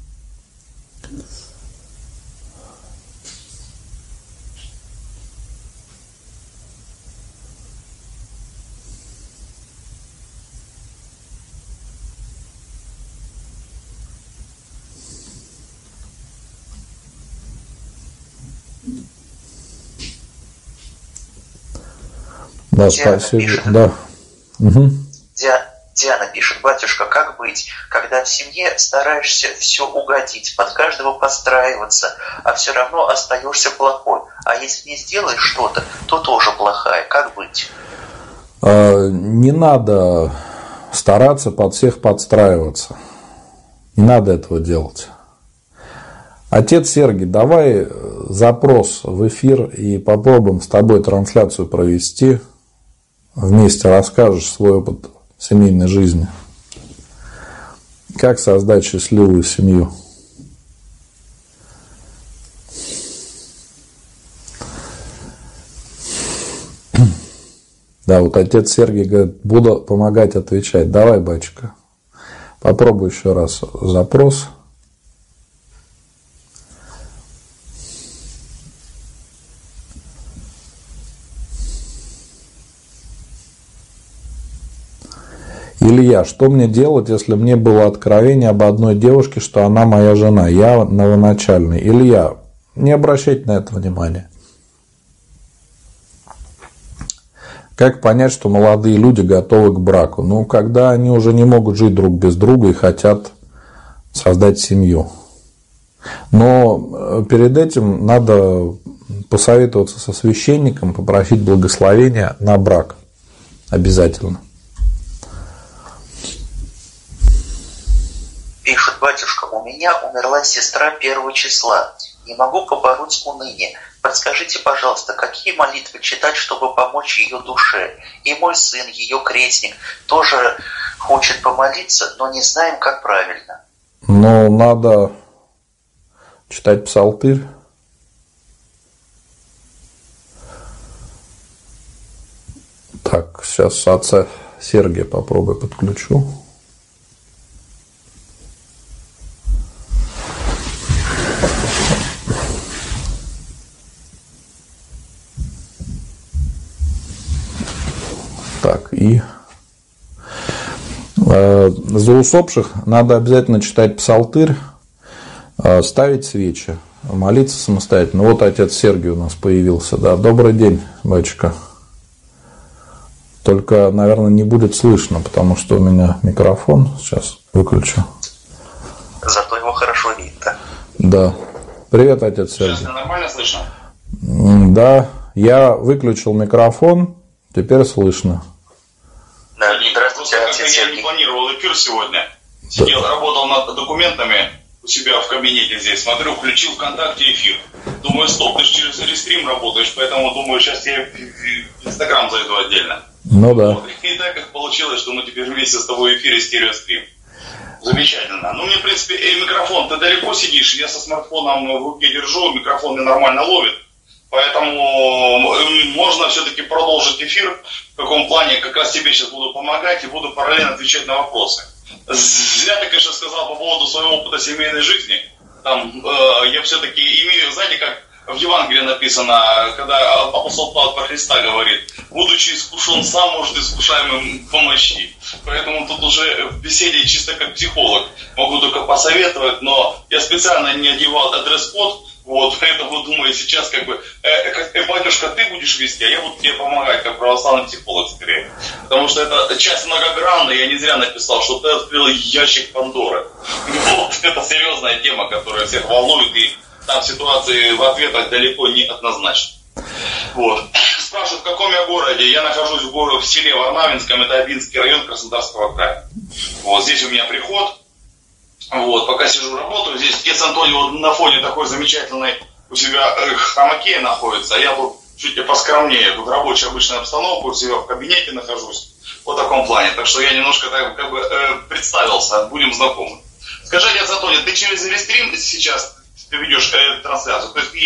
Да, спасибо. Да. Угу. Диана пишет: батюшка, как быть, когда в семье стараешься все угодить, под каждого подстраиваться, а все равно остаешься плохой, а если не сделаешь что-то, то тоже плохая, как быть? Не надо стараться под всех подстраиваться, не надо этого делать. Отец Сергий, давай запрос в эфир и попробуем с тобой трансляцию провести. Вместе расскажешь свой опыт семейной жизни. Как создать счастливую семью. Да, вот отец Сергий говорит, буду помогать отвечать. Давай, батюшка, попробуй еще раз запрос. Илья, что мне делать, если мне было откровение об одной девушке, что она моя жена, я новоначальный? Илья, не обращайте на это внимания. Как понять, что молодые люди готовы к браку? Ну, когда они уже не могут жить друг без друга и хотят создать семью. Но перед этим надо посоветоваться со священником, попросить благословения на брак. Обязательно. Пишет: батюшка, у меня умерла сестра 1 числа. Не могу побороть уныние. Подскажите, пожалуйста, какие молитвы читать, чтобы помочь ее душе? И мой сын, ее крестник, тоже хочет помолиться, но не знаем, как правильно. Ну, надо читать псалтырь. Так, сейчас отца Сергия попробую подключу. Так, и за усопших надо обязательно читать псалтырь, ставить свечи, молиться самостоятельно. Вот отец Сергий у нас появился. Да. Добрый день, батюшка. Только, наверное, не будет слышно, потому что у меня микрофон. Сейчас выключу. Зато его хорошо видно. Да. Привет, отец Сергий. Сейчас нормально слышно? Да, я выключил микрофон, теперь слышно. Да, здравствуйте, отец Я Сергий. не планировал эфир сегодня. Сидел, работал над документами у себя в кабинете здесь. Смотрю, включил ВКонтакте эфир. Думаю, стоп, ты же через рестрим работаешь, поэтому думаю, сейчас я в Инстаграм зайду отдельно. Ну да. Вот. И так как получилось, что мы теперь вместе с тобой в эфире стереострим. Замечательно. Ну, мне, в принципе, микрофон, ты далеко сидишь, я со смартфоном в руке держу, микрофон мне нормально ловит. Поэтому можно все-таки продолжить эфир. В каком плане как раз тебе сейчас буду помогать и буду параллельно отвечать на вопросы. Зря ты, конечно, сказал по поводу своего опыта семейной жизни. Там я все-таки имею, знаете, как в Евангелии написано, когда апостол Павел про Христа говорит, будучи искушен сам, может искушаемым помощи. Поэтому тут уже в беседе чисто как психолог могу только посоветовать, но я специально не одевал дресс-код. Вот, поэтому думаю, сейчас как бы, батюшка, ты будешь вести, а я буду тебе помогать, как православный психолог скорее. Потому что это часть многогранная, я не зря написал, что ты открыл ящик Пандоры. Вот, это серьезная тема, которая всех волнует, и там ситуации в ответах далеко не однозначны. Вот. Спрашивают, в каком я городе? Я нахожусь в селе Варнавинском, это Абинский район Краснодарского края. Вот, здесь у меня приход. Вот, пока сижу, работаю, здесь отец Антоний вот на фоне такой замечательной у себя хамакея находится, а я тут чуть поскромнее, тут рабочая обычная обстановка, у себя в кабинете нахожусь, в таком плане, так что я немножко так как бы представился, будем знакомы. Скажи, отец Антоний, ты через рестрим сейчас ты ведешь трансляцию, то есть есть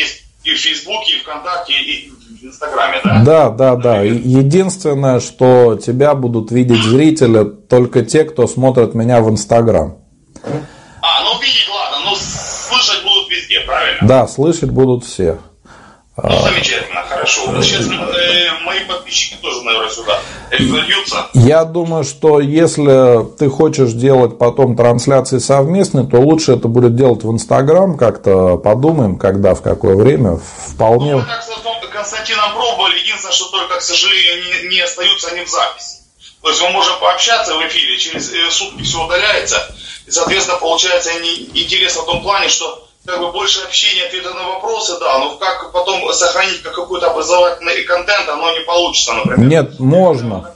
И в Фейсбуке, и ВКонтакте, и в Инстаграме, да? Да. Единственное, что тебя будут видеть зрители только те, кто смотрит меня в Инстаграм. Ну видеть, ладно, но слышать будут везде, правильно? Да, слышать будут все. Замечательно, хорошо. Сейчас мои подписчики тоже, наверное, сюда зайдутся. Я думаю, что если ты хочешь делать потом трансляции совместные, то лучше это будет делать в Инстаграм. Как-то подумаем, когда, в какое время. Вполне. Мы так с Константином пробовали. Единственное, что только, к сожалению, не остаются они в записи. То есть мы можем пообщаться в эфире, через сутки все удаляется. И, соответственно, получается интересно в том плане, что как бы больше общения, ответа на вопросы, да, но как потом сохранить какой-то образовательный контент, оно не получится, например. Нет, можно.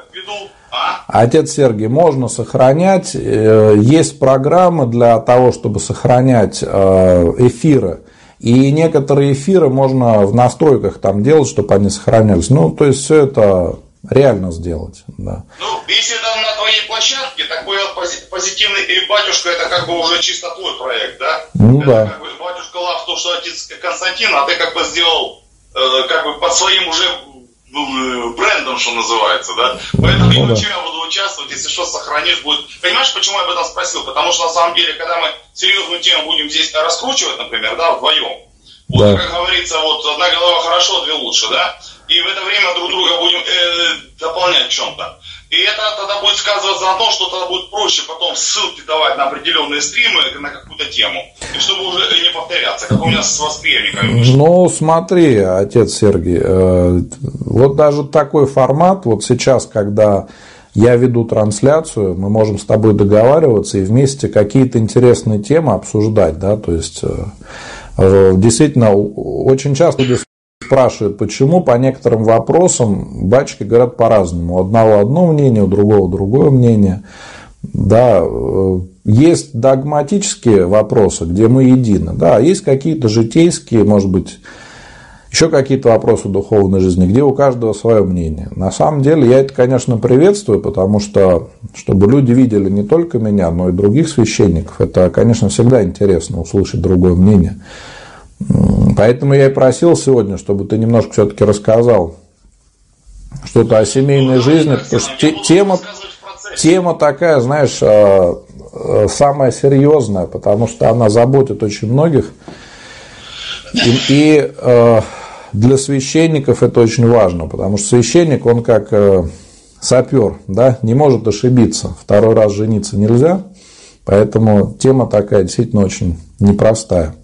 Отец Сергий, можно сохранять. Есть программы для того, чтобы сохранять эфиры. И некоторые эфиры можно в настройках там делать, чтобы они сохранялись. Ну, то есть все это реально сделать. Да. Ну, если это на твоей площадке, такой позитивный батюшка, это как бы уже чисто твой проект, да? Ну это да. Как бы батюшка Лав, то, что отец Константин, а ты как бы сделал как бы под своим уже брендом, что называется, да? Поэтому я у тебя буду участвовать, если что, сохранишь, будет. Понимаешь, почему я об этом спросил? Потому что на самом деле, когда мы серьезную тему будем здесь раскручивать, например, да, вдвоем, вот, как говорится, вот одна голова хорошо, две лучше, да? И в это время друг друга будем дополнять в чем-то. И это тогда будет сказываться на том, что тогда будет проще потом ссылки давать на определенные стримы, на какую-то тему. И чтобы уже не повторяться, как у меня с восприемниками. Ну, смотри, отец Сергий, вот даже такой формат, вот сейчас, когда я веду трансляцию, мы можем с тобой договариваться и вместе какие-то интересные темы обсуждать, да, то есть действительно очень часто люди спрашивают, почему по некоторым вопросам батюшки говорят по-разному. У одного одно мнение, у другого другое мнение. Да, есть догматические вопросы, где мы едины. Да, есть какие-то житейские, может быть, еще какие-то вопросы духовной жизни, где у каждого свое мнение. На самом деле я это, конечно, приветствую, потому что, чтобы люди видели не только меня, но и других священников, это, конечно, всегда интересно услышать другое мнение. Поэтому я и просил сегодня, чтобы ты немножко все-таки рассказал что-то о семейной жизни, потому что тема такая, знаешь, самая серьезная, потому что она заботит очень многих. И для священников это очень важно, потому что священник, он как сапер, да, не может ошибиться. Второй раз жениться нельзя, поэтому тема такая действительно очень непростая.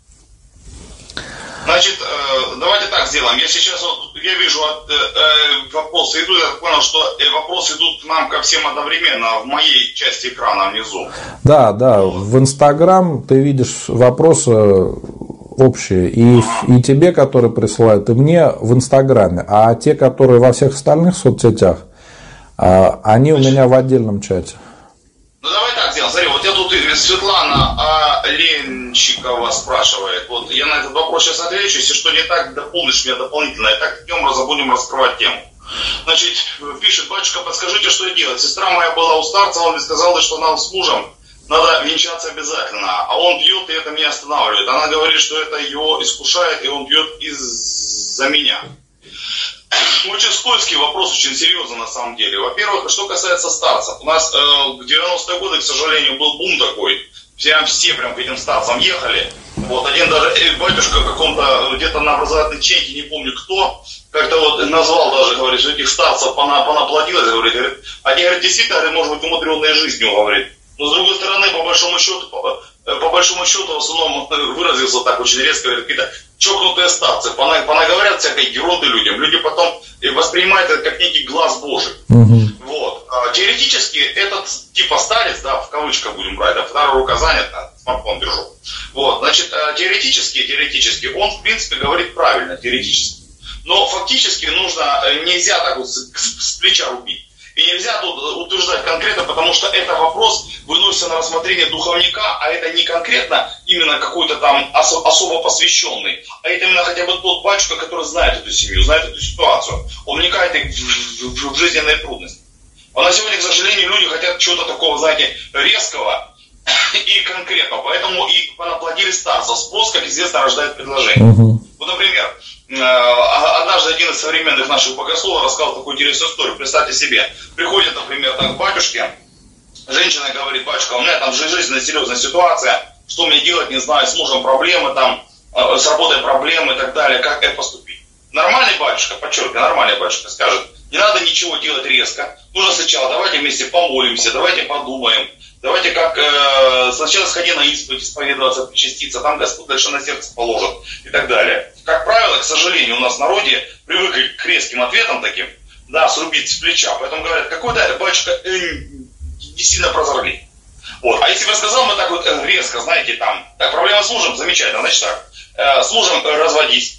Значит, давайте так сделаем. Я сейчас я вижу вопросы идут, я понял, что вопросы идут к нам ко всем одновременно в моей части экрана внизу. Да, в Инстаграм ты видишь вопросы общие, и тебе, которые присылают, и мне в Инстаграме, а те, которые во всех остальных соцсетях, они у меня в отдельном чате. Ну давай так сделаем. Смотри, вот я тут Светлана Ленчикова спрашивает. Вот я на этот вопрос сейчас отвечу. Если что не так, дополнишь меня дополнительно. И так таким образом будем раскрывать тему. Значит, пишет: батюшка, подскажите, что делать. Сестра моя была у старца, он мне сказал, что нам с мужем надо венчаться обязательно. А он пьет, и это меня останавливает. Она говорит, что это его искушает, и он пьет из-за меня. Очень скользкий вопрос, очень серьезный на самом деле. Во-первых, что касается старцев. У нас в 90-е годы, к сожалению, был бум такой. Все прям к этим старцам ехали. Вот один даже батюшка в каком-то где-то на образовательной ячейке, не помню кто, как-то вот назвал даже, говорит, что этих старцев понаплодилось, говорит, они, говорит, действительно, говорит, может быть, умудренные жизнью, говорит. Но с другой стороны, по большому счету, в основном выразился так очень резко, говорит, какие-то чокнутые старцы, понаговорят всякой ерунды людям. Люди потом воспринимают это как некий глаз Божий. Вот. Теоретически этот типа старец, да, в кавычках будем брать, да, вторая рука занята, смартфон держу. Вот, значит, теоретически он, в принципе, говорит правильно, теоретически. Но фактически нельзя так вот с плеча рубить. И нельзя тут утверждать конкретно, потому что это вопрос выносится на рассмотрение духовника, а это не конкретно именно какой-то там особо посвященный, а это именно хотя бы тот батюшка, который знает эту семью, знает эту ситуацию. Он вникает в жизненные трудности. А на сегодня, к сожалению, люди хотят чего-то такого, знаете, резкого И конкретно, поэтому и понаплодили старцев. Спрос, как известно, рождает предложение. Вот, например, однажды один из современных наших богословов рассказал такую интересную историю. Представьте себе, приходит, например, к батюшке, женщина говорит: батюшка, у меня там жизненная серьезная ситуация, что мне делать, не знаю, с мужем проблемы, там, с работой проблемы и так далее, как это поступить? Нормальный батюшка, подчеркиваю, нормальный батюшка скажет: не надо ничего делать резко, нужно сначала давайте вместе помолимся, давайте подумаем, давайте как сначала сходи на исповедь, исповедоваться, причаститься, там Господь дальше на сердце положит и так далее. Как правило, к сожалению, у нас в народе привыкли к резким ответам таким, да, срубить с плеча, поэтому говорят: какой-то батюшка не сильно прозорлив. Вот. А если бы сказал мы так вот резко, знаете, там, так, проблема с мужем, замечательно, значит так, с мужем разводись,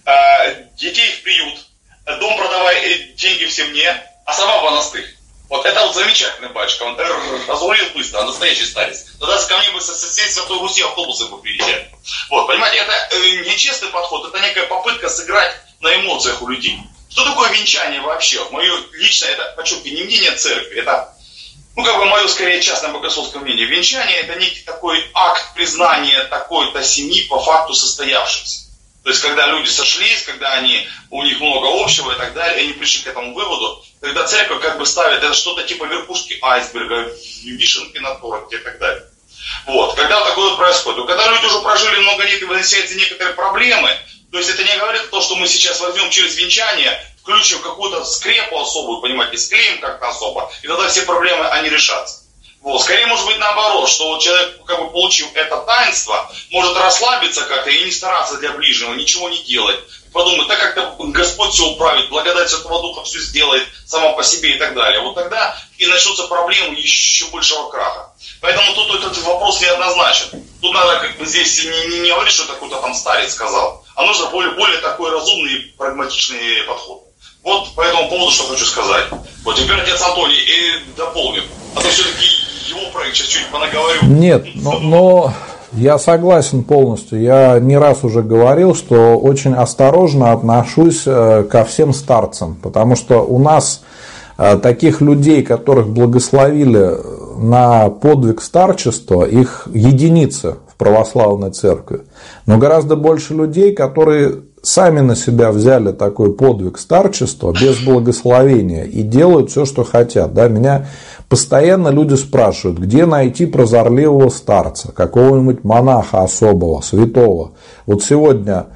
детей в приют, дом продавай, деньги все мне, а сама в монастырь. Вот это вот замечательный батюшка, он разрулил быстро, он настоящий старец. Тогда ко мне бы со всей Святой Руси автобусы бы приезжали. Вот, понимаете, это нечестный подход, это некая попытка сыграть на эмоциях у людей. Что такое венчание вообще? Мое личное, это, подчеркиваю, не мнение церкви, это, мое скорее частное богословское мнение. Венчание это некий такой акт признания такой-то семьи по факту состоявшейся. То есть, когда люди сошлись, когда у них много общего и так далее, и они пришли к этому выводу, тогда церковь как бы ставит это что-то типа верхушки айсберга, вишенки на торте и так далее. Вот. Когда вот такое вот происходит, когда люди уже прожили много лет и выносятся некоторые проблемы, то есть это не говорит то, что мы сейчас возьмем через венчание, включим какую-то скрепу особую, понимаете, склеим как-то особо, и тогда все проблемы, они решатся. Вот. Скорее, может быть, наоборот, что вот человек, как бы получив это таинство, может расслабиться как-то и не стараться для ближнего, ничего не делать. Подумать, так как-то Господь все управит, благодать Святого Духа все сделает сама по себе и так далее. Вот тогда и начнутся проблемы еще большего краха. Поэтому тут этот вопрос неоднозначен. Тут надо как бы здесь не говорить, что это какой-то там старец сказал, а нужно более такой разумный и прагматичный подход. Вот по этому поводу что хочу сказать. Вот теперь отец Антоний и дополнит. А то все-таки его проект сейчас чуть понаговорю. Нет, но я согласен полностью. Я не раз уже говорил, что очень осторожно отношусь ко всем старцам, потому что у нас таких людей, которых благословили на подвиг старчества, их единицы в православной церкви. Но гораздо больше людей, которые сами на себя взяли такой подвиг старчества без благословения и делают все, что хотят. Да? Меня постоянно люди спрашивают, где найти прозорливого старца, какого-нибудь монаха особого, святого. Вот сегодня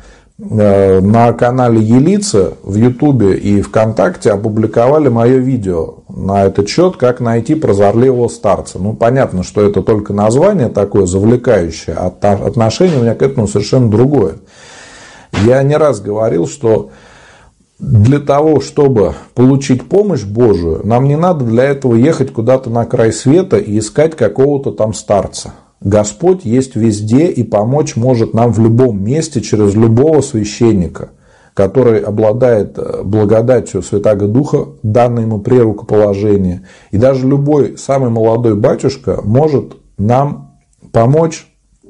на канале Елицы в Ютубе и ВКонтакте опубликовали мое видео на этот счет, как найти прозорливого старца. Ну, понятно, что это только название такое завлекающее, а отношение у меня к этому совершенно другое. Я не раз говорил, что для того, чтобы получить помощь Божию, нам не надо для этого ехать куда-то на край света и искать какого-то там старца. Господь есть везде и помочь может нам в любом месте через любого священника, который обладает благодатью Святаго Духа, данной ему при рукоположении. И даже любой самый молодой батюшка может нам помочь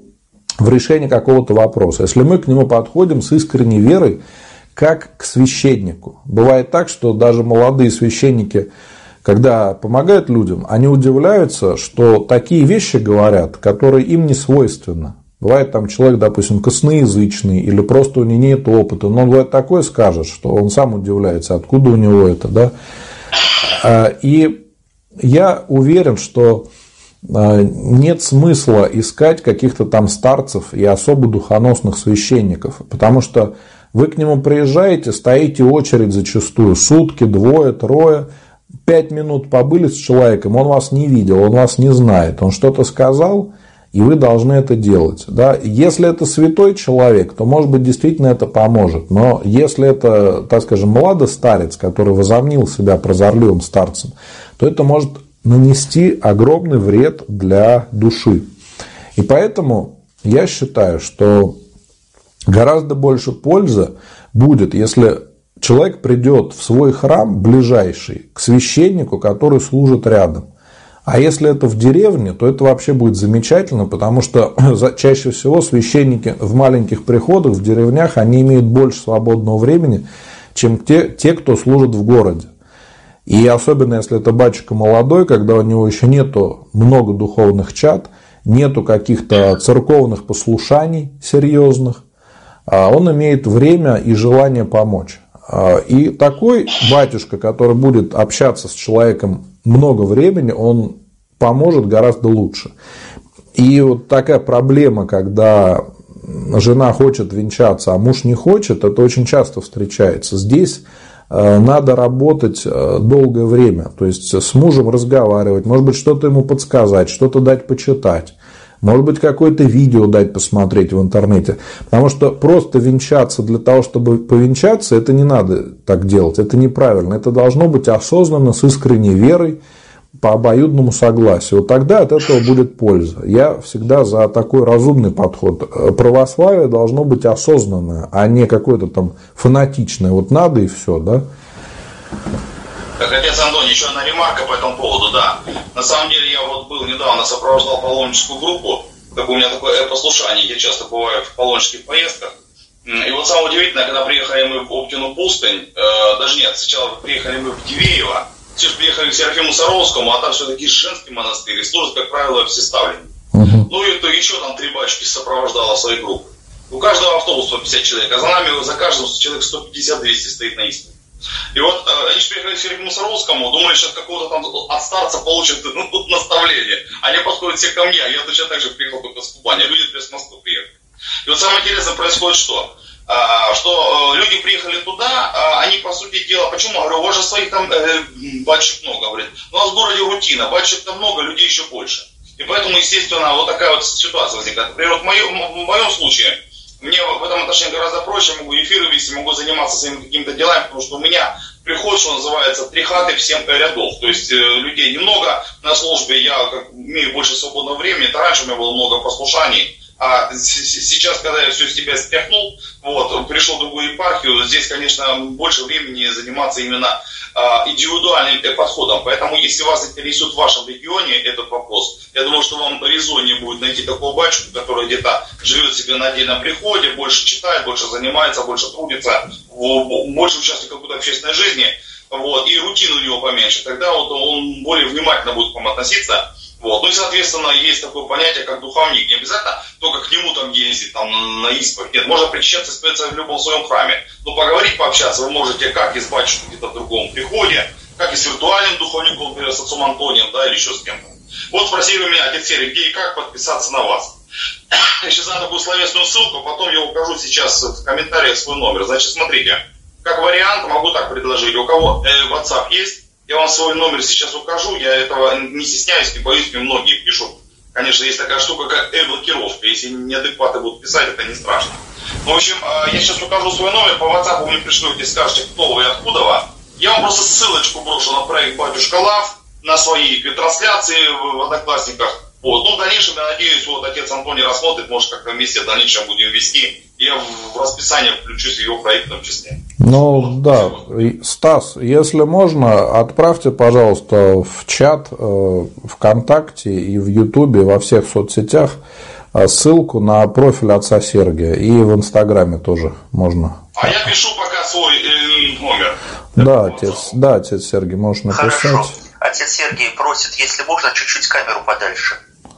в решении какого-то вопроса, если мы к нему подходим с искренней верой, как к священнику. Бывает так, что даже молодые священники, когда помогают людям, они удивляются, что такие вещи говорят, которые им не свойственны. Бывает там человек, допустим, косноязычный или просто у него нет опыта, но он бывает такое скажет, что он сам удивляется, откуда у него это. Да? И я уверен, что нет смысла искать каких-то там старцев и особо духоносных священников, потому что вы к нему приезжаете, стоите очередь зачастую, сутки, двое, трое, 5 минут побыли с человеком, он вас не видел, он вас не знает, он что-то сказал, и вы должны это делать. Да? Если это святой человек, то, может быть, действительно это поможет. Но если это, так скажем, младостарец, который возомнил себя прозорливым старцем, то это может нанести огромный вред для души. И поэтому я считаю, что гораздо больше пользы будет, если человек придет в свой храм ближайший к священнику, который служит рядом. А если это в деревне, то это вообще будет замечательно, потому что чаще всего священники в маленьких приходах, в деревнях, они имеют больше свободного времени, чем те, кто служит в городе. И особенно, если это батюшка молодой, когда у него еще нету много духовных чад, нету каких-то церковных послушаний серьезных, он имеет время и желание помочь. И такой батюшка, который будет общаться с человеком много времени, он поможет гораздо лучше. И вот такая проблема, когда жена хочет венчаться, а муж не хочет, это очень часто встречается. Здесь надо работать долгое время, то есть с мужем разговаривать, может быть, что-то ему подсказать, что-то дать почитать. Может быть, какое-то видео дать посмотреть в интернете. Потому что просто венчаться для того, чтобы повенчаться, это не надо так делать. Это неправильно. Это должно быть осознанно, с искренней верой, по обоюдному согласию. Вот тогда от этого будет польза. Я всегда за такой разумный подход. Православие должно быть осознанное, а не какое-то там фанатичное. Вот надо и все, да? Так, отец Антоний, еще одна ремарка по этому поводу, да. На самом деле, я вот был недавно, сопровождал паломническую группу, у меня такое послушание, я часто бываю в паломнических поездках. И вот самое удивительное, когда приехали мы в Оптину пустынь, даже нет, сначала приехали мы в Дивеево, все же приехали к Серафиму Саровскому, а там все-таки женский монастырь, и служат, как правило, всеставленники. Ну и то еще там 3 батюшки сопровождало своей группы. У каждого автобуса по 50 человек, а за нами за каждым человек 150-200 стоит на истине. И вот они же приехали к Серафиму Саровскому, думали, что какого-то там от старца получат наставление. Они подходят все ко мне, а я точно так же приехал только с Кубани, а люди с Москвы приехали. И вот самое интересное происходит что? Что люди приехали туда, они, по сути дела, почему? Говорю, у вас же своих там батюшек много, говорит. У нас в городе рутина, батюшек там много, людей еще больше. И поэтому, естественно, вот такая вот ситуация возникает. Например, вот в моем случае, мне в этом отношении гораздо проще, могу эфиры вести, могу заниматься своими какими-то делами, потому что у меня приход, что называется, 3 хаты в 7 рядов. То есть людей немного на службе, я имею больше свободного времени. Это раньше у меня было много послушаний. А сейчас, когда я все с себя стряхнул, вот, пришел в другую епархию, здесь, конечно, больше времени заниматься именно индивидуальным подходом. Поэтому, если вас интересует в вашем регионе этот вопрос, я думаю, что вам резоннее будет найти такого батюшку, который где-то живет себе на отдельном приходе, больше читает, больше занимается, больше трудится, больше участвует в какой-то общественной жизни, вот, и рутина у него поменьше. Тогда вот он более внимательно будет к вам относиться. Вот. Ну и, соответственно, есть такое понятие, как духовник. Не обязательно только к нему там ездить, там, на исповедь. Нет, можно причащаться, исповедаться в любом своем храме. Но поговорить, пообщаться вы можете как и с батюшкой где-то в другом приходе, как и с виртуальным духовником, например, с отцом Антонием, да, или еще с кем-то. Вот спросили у меня, отец Серый, где и как подписаться на вас. Я сейчас дам такую словесную ссылку, потом я укажу сейчас в комментариях свой номер. Значит, смотрите, как вариант могу так предложить. У кого WhatsApp есть, я вам свой номер сейчас укажу, я этого не стесняюсь, не боюсь, мне многие пишут. Конечно, есть такая штука, как блокировка. Если неадекваты будут писать, это не страшно. В общем, я сейчас укажу свой номер, по WhatsApp вы мне пришлете, скажете, кто вы и откуда вы. Я вам просто ссылочку брошу на проект «Батюшка Лав», на свои трансляции в Одноклассниках. Вот. Ну, в дальнейшем, я надеюсь, вот отец Антоний рассмотрит, может, как-то вместе в дальнейшем будем вести. Я в расписание включусь в его проектном числе. Ну, да. Стас, если можно, отправьте, пожалуйста, в чат ВКонтакте и в Ютубе, во всех соцсетях ссылку на профиль отца Сергия. И в Инстаграме тоже можно. А я пишу пока свой номер. Да, отец Сергий, можешь написать. Хорошо. Отец Сергий просит, если можно, чуть-чуть камеру подальше.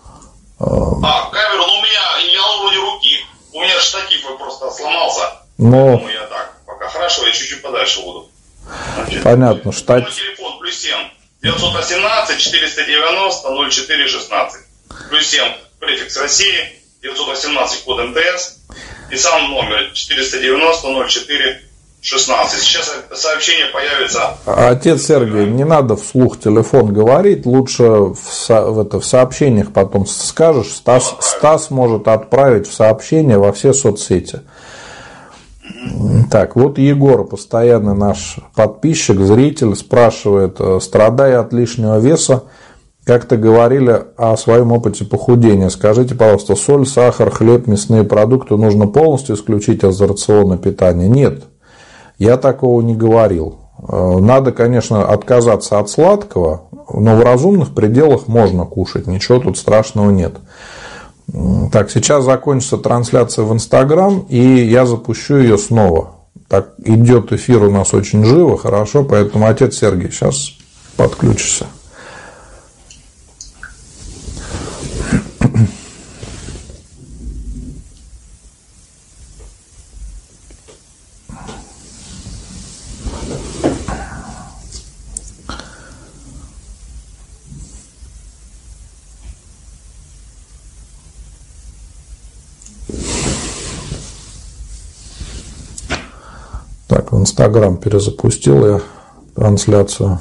Камеру, у меня, я на уровне руки. У меня штатив просто сломался. Но... Я так, пока хорошо, я чуть-чуть подальше буду. Значит, понятно, штатив. Мой телефон +7 918 490 0416. +7 префикс России, 918 код МТС. И сам номер 490 04 16. Сейчас сообщение появится. Отец Сергий, не надо вслух телефон говорить, лучше в сообщениях потом скажешь. Стас может отправить в сообщение во все соцсети. Так, вот Егор, постоянный наш подписчик, зритель, спрашивает, страдая от лишнего веса, как-то говорили о своем опыте похудения. Скажите, пожалуйста, соль, сахар, хлеб, мясные продукты нужно полностью исключить из рациона питания? Нет. Я такого не говорил. Надо, конечно, отказаться от сладкого, но в разумных пределах можно кушать, ничего тут страшного нет. Так, сейчас закончится трансляция в Инстаграм, и я запущу ее снова. Так, идет эфир у нас очень живо, хорошо, поэтому, отец Сергий, сейчас подключишься. Так, в Инстаграм перезапустил я трансляцию.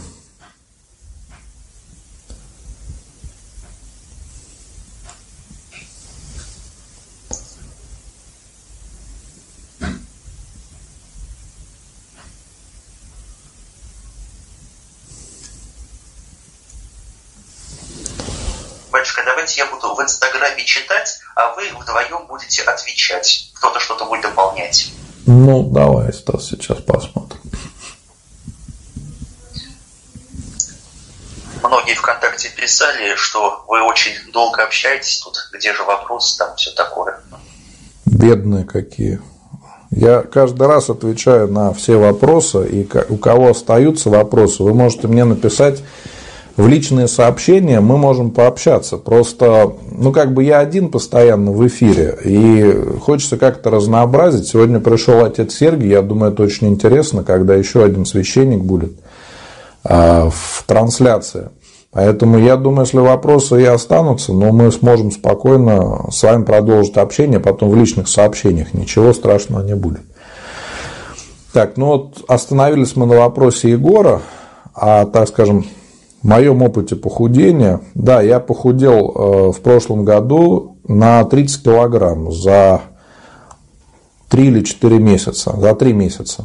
Батюшка, давайте я буду в Инстаграме читать, а вы вдвоем будете отвечать. Кто-то что-то будет дополнять. Ну, давай, Стас, сейчас посмотрим. Многие ВКонтакте писали, что вы очень долго общаетесь тут. Где же вопрос, там все такое. Бедные какие. Я каждый раз отвечаю на все вопросы, и у кого остаются вопросы, вы можете мне написать в личные сообщения, мы можем пообщаться. Просто, я один постоянно в эфире, и хочется как-то разнообразить. Сегодня пришел отец Сергий, я думаю, это очень интересно, когда еще один священник будет в трансляции. Поэтому я думаю, если вопросы и останутся, мы сможем спокойно с вами продолжить общение, потом в личных сообщениях, ничего страшного не будет. Так, остановились мы на вопросе Егора, так скажем, в моем опыте похудения, да, я похудел в прошлом году на 30 килограмм за 3 или 4 месяца, за 3 месяца.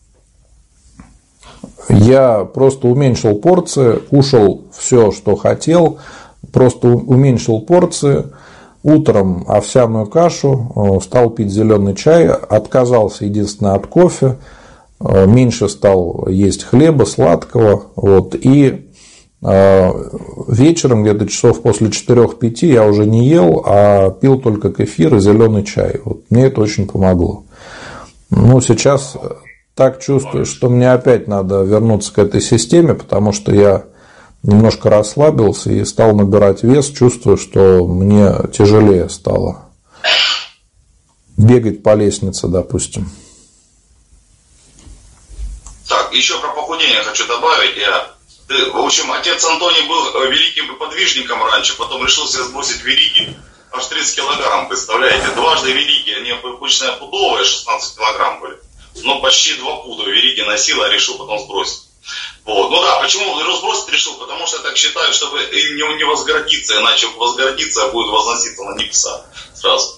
Я просто уменьшил порции, кушал все, что хотел, просто уменьшил порции, утром овсяную кашу, стал пить зеленый чай, отказался единственное от кофе, меньше стал есть хлеба, сладкого, и вечером, где-то часов после 4-5 я уже не ел, а пил только кефир и зеленый чай. Мне это очень помогло. Сейчас так чувствую, что мне опять надо вернуться к этой системе, потому что я немножко расслабился и стал набирать вес. Чувствую, что мне тяжелее стало бегать по лестнице, допустим. Так, еще про похудение хочу добавить. В общем, отец Антоний был великим подвижником раньше, потом решил себе сбросить великий, аж 30 килограмм, представляете? Дважды великий, они обычно пудовые, 16 килограмм были. Почти 2 пуда великий носил, а решил потом сбросить. Почему сбросить решил? Потому что я так считаю, чтобы не возгордиться, иначе возгордиться будет возноситься на небеса сразу.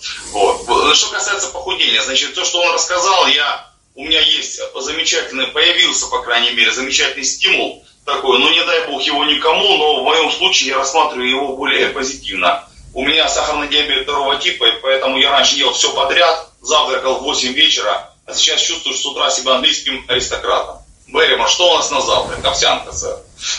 Что касается похудения, значит, то, что он рассказал, у меня есть появился, по крайней мере, замечательный стимул такой, не дай бог его никому, но в моем случае я рассматриваю его более позитивно. У меня сахарный диабет 2 типа, и поэтому я раньше ел все подряд, завтракал в 8 вечера, а сейчас чувствую, что с утра себя английским аристократом. Берримор, что у нас на завтрак? Овсянка, сэр.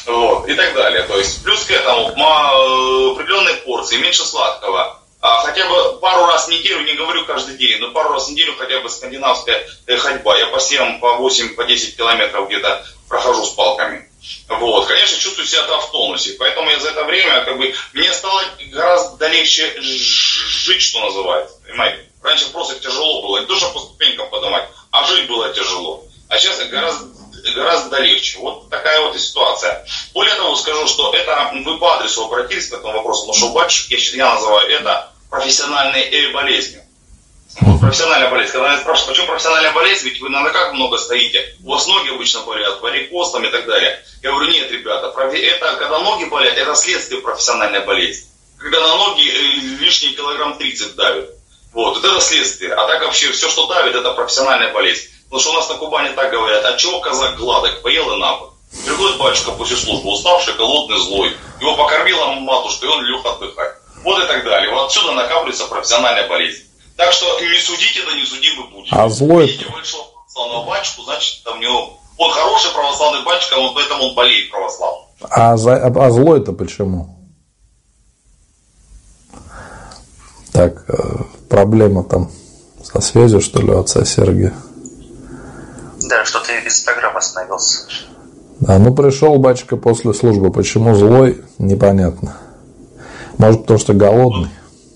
И так далее. То есть, плюс к этому определенные порции, меньше сладкого. Хотя бы пару раз в неделю, не говорю каждый день, но пару раз в неделю хотя бы скандинавская ходьба. Я по 7, по 8, по 10 километров где-то прохожу с палками. Конечно, чувствую себя в тонусе. Поэтому я за это время, мне стало гораздо легче жить, что называется. Понимаете? Раньше просто тяжело было. Не то, что по ступенькам поднимать, а жить было тяжело. А сейчас гораздо легче. Такая и ситуация. Более того, скажу, что это вы по адресу обратились к этому вопросу, потому что батюшки, я называю это профессиональной болезнью. Профессиональная болезнь. Когда меня спрашивают, почему профессиональная болезнь, ведь вы на ногах много стоите, у вас ноги обычно болят, варикоз и так далее. Я говорю, нет, ребята, это когда ноги болят, это следствие профессиональной болезни. Когда на ноги лишний килограмм 30 давит. Это следствие. А так вообще все, что давит, это профессиональная болезнь. Потому что у нас на Кубани так говорят, а чего казак гладок, поел и напад. Приходит батюшка после службы, уставший, голодный, злой. Его покормила матушка, и он лег отдыхать. И так далее. Отсюда накапливается профессиональная болезнь. Так что не судите, да не судимы будете. А злой... Видите, вышел православного батюшку, значит, там у него... Он хороший православный батюшка, поэтому он болеет православным. А злой-то почему? Так, проблема там со связью, что ли, у отца Сергия? Да, что-то Инстаграм остановился. Да, пришел батюшка после службы. Почему злой, непонятно. Может, потому что голодный.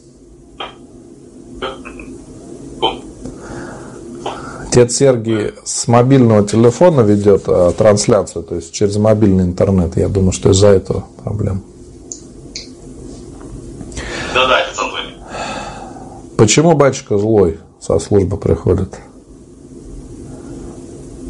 Отец Сергий с мобильного телефона ведет трансляцию, то есть через мобильный интернет. Я думаю, что из-за этого проблема. Да, отец Антоний. Почему батюшка злой со службы приходит?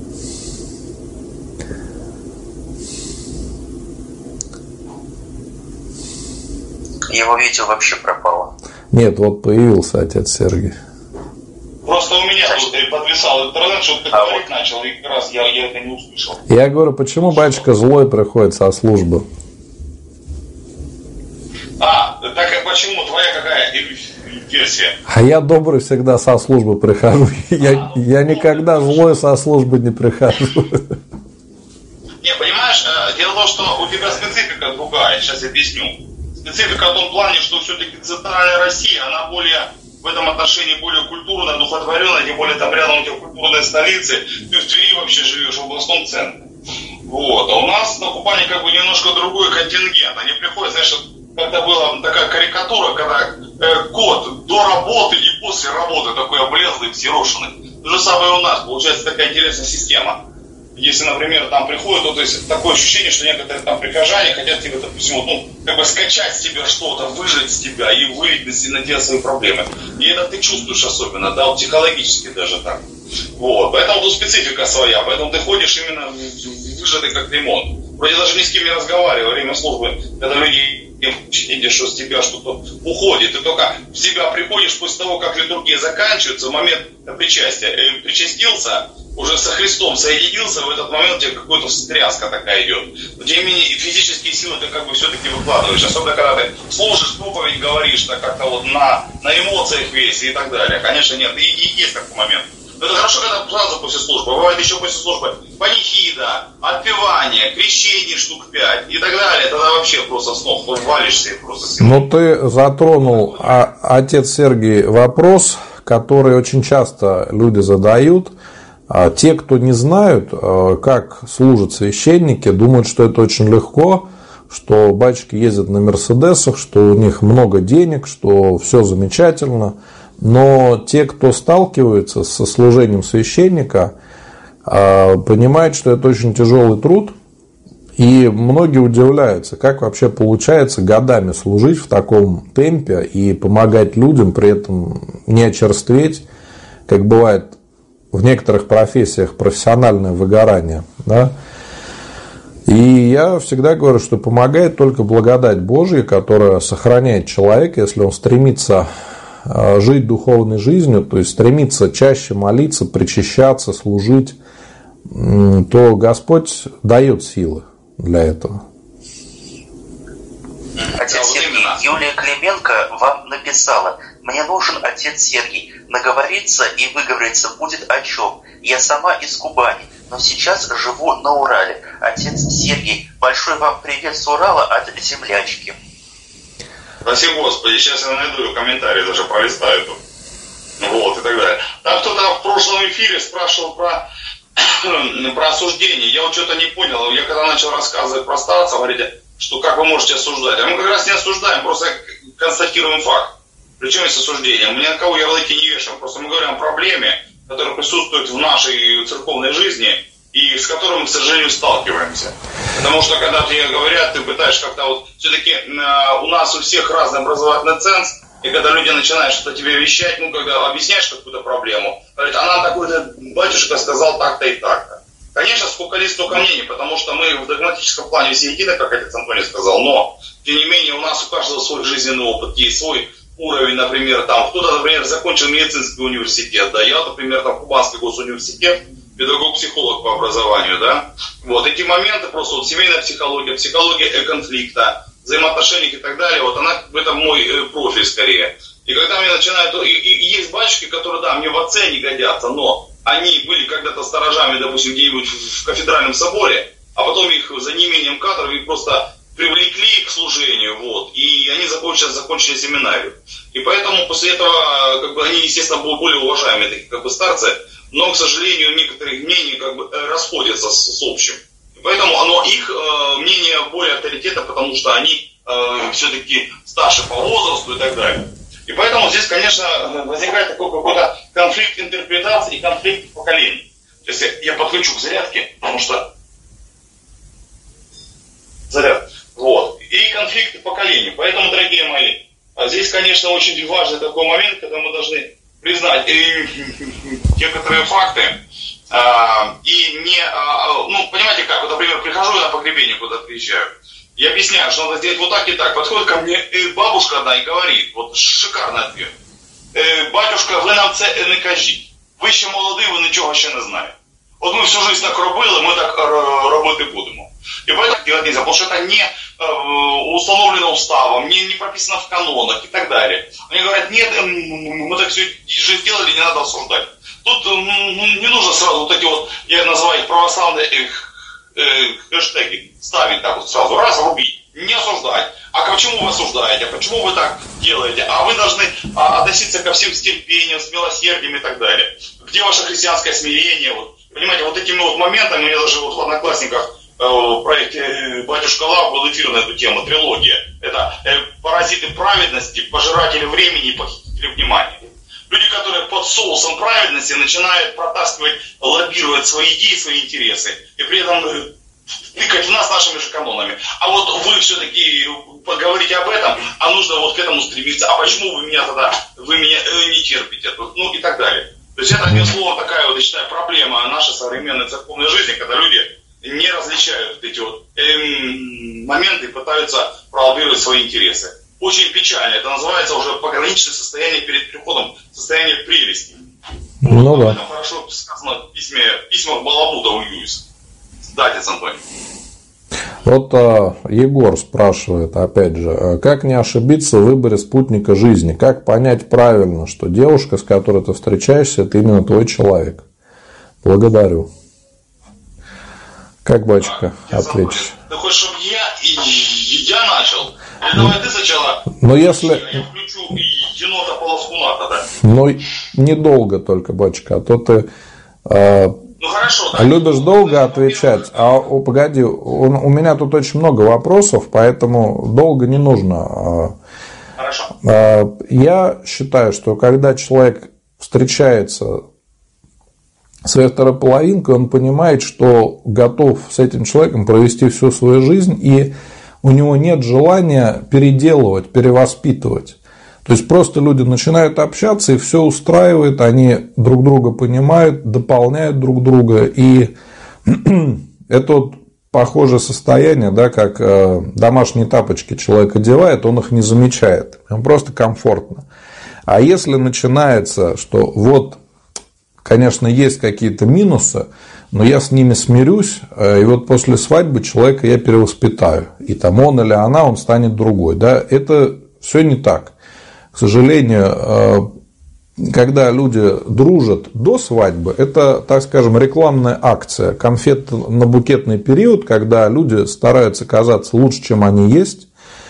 Его видео вообще пропало. Нет, вот появился отец Сергий. Просто у меня тут подвисал интернет, что ты говорить начал, и как раз я это не услышал. Я говорю, почему батюшка злой приходит со службы? Так и почему? Твоя какая версия? А я добрый всегда со службы прихожу. Я никогда злой со службы не прихожу. Не, понимаешь, дело в том, что у тебя специфика другая, сейчас я объясню. Специфика в том плане, что все-таки центральная Россия, она более в этом отношении более культурная, духотворенная, тем более там рядом у тебя культурные столицы, ты в Твери вообще живешь, в областном центре. Вот. А у нас на Кубани как бы немножко другой контингент. Они приходят, знаешь, когда была такая карикатура, когда кот до работы и после работы такой облезлый, взъерошенный. То же самое у нас, получается такая интересная система. Если, например, там приходят, то есть такое ощущение, что некоторые там прихожане хотят тебе, допустим, как бы скачать с тебя что-то, выжать с тебя и вылить на тебя свои проблемы. И это ты чувствуешь особенно, да, психологически даже так. Вот, поэтому тут специфика своя, поэтому ты ходишь именно выжатый как лимон. Вроде даже ни с кем не разговариваю во время службы, когда люди видишь, что с тебя что-то уходит, ты только в себя приходишь после того, как литургия заканчивается, в момент причастия, причастился, уже со Христом соединился, в этот момент у тебя какая-то встряска такая идет. Но тем не менее физические силы ты как бы все-таки выкладываешь, особенно когда ты слушаешь проповедь, говоришь так как-то вот на эмоциях весь и так далее. Конечно, нет, и есть такой момент. Но это хорошо, когда сразу после службы. Бывает еще после службы панихида, отпевание, крещение штук 5 и так далее. Тогда вообще просто с ног валишься и просто силой. Ну, ты затронул, отец Сергий, вопрос, который очень часто люди задают. Те, кто не знают, как служат священники, думают, что это очень легко, что батюшки ездят на Мерседесах, что у них много денег, что все замечательно. Но те, кто сталкивается со служением священника, понимают, что это очень тяжелый труд. И многие удивляются, как вообще получается годами служить в таком темпе и помогать людям, при этом не очерстветь, как бывает в некоторых профессиях профессиональное выгорание. Да? И я всегда говорю, что помогает только благодать Божья, которая сохраняет человека, если он стремится жить духовной жизнью, то есть стремиться чаще молиться, причащаться, служить, то Господь дает силы для этого. Отец Сергий, Юлия Клименко вам написала: «Мне нужен отец Сергий. Наговориться и выговориться будет о чем. Я сама из Кубани, но сейчас живу на Урале. Отец Сергий, большой вам привет с Урала от землячки». Спасибо, Господи, сейчас я найду комментарий, даже пролистаю тут. Вот, и так далее. Там кто-то в прошлом эфире спрашивал про осуждение. Я вот что-то не понял. Я когда начал рассказывать про старца, говорите, что как вы можете осуждать. А мы как раз не осуждаем, просто констатируем факт. Причем есть осуждение. Мы ни на кого ярлыки не вешаем. Просто мы говорим о проблеме, которая присутствует в нашей церковной жизни и с которым мы, к сожалению, сталкиваемся. Потому что, когда тебе говорят, ты пытаешься как-то вот... Все-таки у нас у всех разный образовательный ценз, и когда люди начинают что-то тебе вещать, когда объясняешь какую-то проблему, говорят, а нам такой-то батюшка сказал так-то и так-то. Конечно, сколько лет, столько мнений, потому что мы в догматическом плане все едины, как отец Антоний сказал, но, тем не менее, у нас у каждого свой жизненный опыт, есть свой уровень, например, там, кто-то, например, закончил медицинский университет, да, я, например, там, Кубанский госуниверситет, педагог-психолог по образованию, да, вот, эти моменты просто, вот, семейная психология, психология конфликта, взаимоотношений и так далее, вот, она, это мой профиль скорее, и когда мне начинают, и есть батюшки, которые, да, мне в отце не годятся, но они были когда-то сторожами, допустим, где-нибудь в кафедральном соборе, а потом их за неимением кадров их просто привлекли к служению, вот, и они сейчас закончили семинарию. И поэтому после этого, как бы, они, естественно, будут более уважаемые такие, как бы, старцы, но, к сожалению, некоторые мнения, как бы, расходятся с общим. И поэтому их мнение более авторитетно, потому что они все-таки старше по возрасту и так далее. И поэтому здесь, конечно, возникает такой какой-то конфликт интерпретации и конфликт поколений. То есть я подключу к зарядке, потому что заряд. Вот. И конфликты поколений. Поэтому, дорогие мои, здесь, конечно, очень важный такой момент, когда мы должны признать некоторые факты и не... понимаете как, вот, например, прихожу я на погребение, куда приезжаю, Я объясняю, что надо сделать вот так и так. Подходит ко мне бабушка одна и говорит, вот шикарный ответ. Батюшка, ви нам це не кажіть. Ви ще молодий, ви нічого ще не знаєте. От ми всю жизнь так робили, ми так робити будемо. И поэтому делать нельзя, потому что это не установлено уставом, не прописано в канонах и так далее. Они говорят, нет, мы так всю жизнь делали, не надо осуждать. Тут не нужно сразу вот эти вот, я называю их православные хэштеги, ставить так вот сразу, раз, рубить, не осуждать. А почему вы осуждаете, а почему вы так делаете? А вы должны относиться ко всем с терпением, с милосердием и так далее. Где ваше христианское смирение? Вот, понимаете, вот этими вот моментами, у меня даже вот в Одноклассниках в проекте «Батюшка Лав» был эфир на эту тему, трилогия. Это паразиты праведности, пожиратели времени и похитители внимания. Люди, которые под соусом праведности начинают протаскивать, лоббировать свои идеи, свои интересы, и при этом тыкать в нас нашими же канонами. А вот вы все-таки поговорите об этом, а нужно вот к этому стремиться. А почему вы меня тогда, вы меня не терпите? Ну и так далее. То есть это, безусловно, такая вот, я считаю, проблема нашей современной церковной жизни, когда люди не различают эти вот моменты и пытаются пролоббировать свои интересы. Очень печально. Это называется уже пограничное состояние перед переходом в состояние прелести. Ну да. Это хорошо сказано в письмах Балабута у Льюиса. Да, отец Антоний. Вот Егор спрашивает, опять же, как не ошибиться в выборе спутника жизни? Как понять правильно, что девушка, с которой ты встречаешься, это именно твой человек? Благодарю. Как, батюшка, ответишь? Ты хочешь, чтобы я начал? Или давай ты сначала? Но если... Я включу енота полоскуна тогда. Ну, недолго только, батюшка, а то ты... Ну, хорошо, да. Любишь долго отвечать, погоди, у меня тут очень много вопросов, поэтому долго не нужно. Хорошо. Я считаю, что когда человек встречается с своей второй половинкой, он понимает, что готов с этим человеком провести всю свою жизнь, и у него нет желания переделывать, перевоспитывать. То есть просто люди начинают общаться, и все устраивает, они друг друга понимают, дополняют друг друга. И это вот похожее состояние, да, как домашние тапочки человек одевает, он их не замечает, ему просто комфортно. А если начинается, что вот, конечно, есть какие-то минусы, но я с ними смирюсь, и вот после свадьбы человека я перевоспитаю, и там он или она, он станет другой. Да? Это все не так. К сожалению, когда люди дружат до свадьбы, это, так скажем, рекламная акция, конфетно-букетный период, когда люди стараются казаться лучше, чем они есть,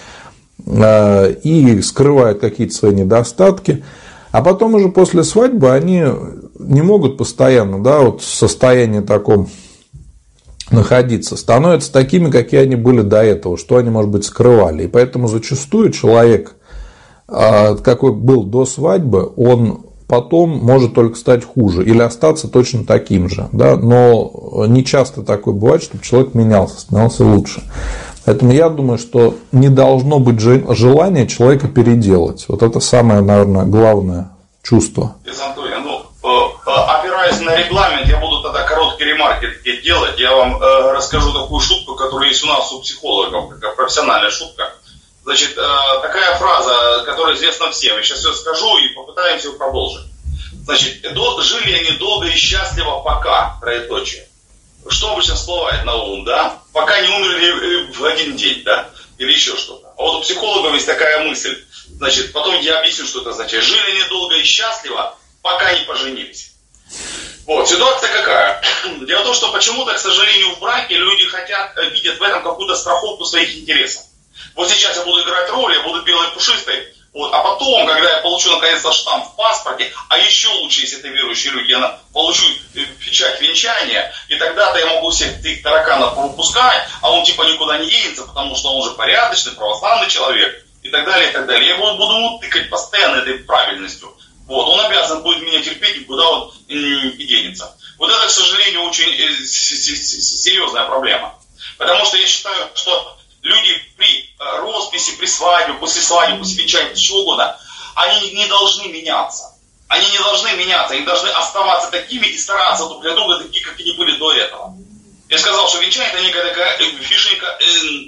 и скрывают какие-то свои недостатки. А потом уже после свадьбы они не могут постоянно, да, вот в состоянии таком находиться, становятся такими, какие они были до этого, что они, может быть, скрывали. И поэтому зачастую человек, какой был до свадьбы, он потом может только стать хуже или остаться точно таким же. Да? Но не часто такое бывает, чтобы человек менялся, становился лучше. Поэтому я думаю, что не должно быть желания человека переделать. Вот это самое, наверное, главное чувство. Анатолий, опираясь на регламент, я буду тогда короткие ремарки такие делать. Я вам расскажу такую шутку, которая есть у нас у психологов, такая профессиональная шутка. Значит, такая фраза, которая известна всем. Я сейчас все скажу и попытаемся ее продолжить. Значит, жили они долго и счастливо, пока, троеточие. Что обычно всплывает на ум, да? Пока не умерли в один день, да? Или еще что-то. А вот у психологов есть такая мысль. Значит, потом я объясню, что это значит. Жили они долго и счастливо, пока не поженились. Вот, ситуация какая? Дело в том, что почему-то, к сожалению, в браке люди видят в этом какую-то страховку своих интересов. Вот сейчас я буду играть роль, я буду белой пушистой, вот, а потом, когда я получу наконец-то штамп в паспорте, а еще лучше, если это верующие люди, я получу печать венчания, и тогда-то я могу всех этих тараканов выпускать, а он типа никуда не денется, потому что он уже порядочный, православный человек, и так далее, и так далее. Я буду ему тыкать постоянно этой правильностью. Вот, он обязан будет меня терпеть, никуда он и денется. Вот это, к сожалению, очень серьезная проблема. Потому что я считаю, что люди при росписи, при свадьбе, после венчания, чего угодно, они не должны меняться. Они не должны меняться, они должны оставаться такими и стараться друг для друга такие, как они были до этого. Я сказал, что венчание это некая такая фишенька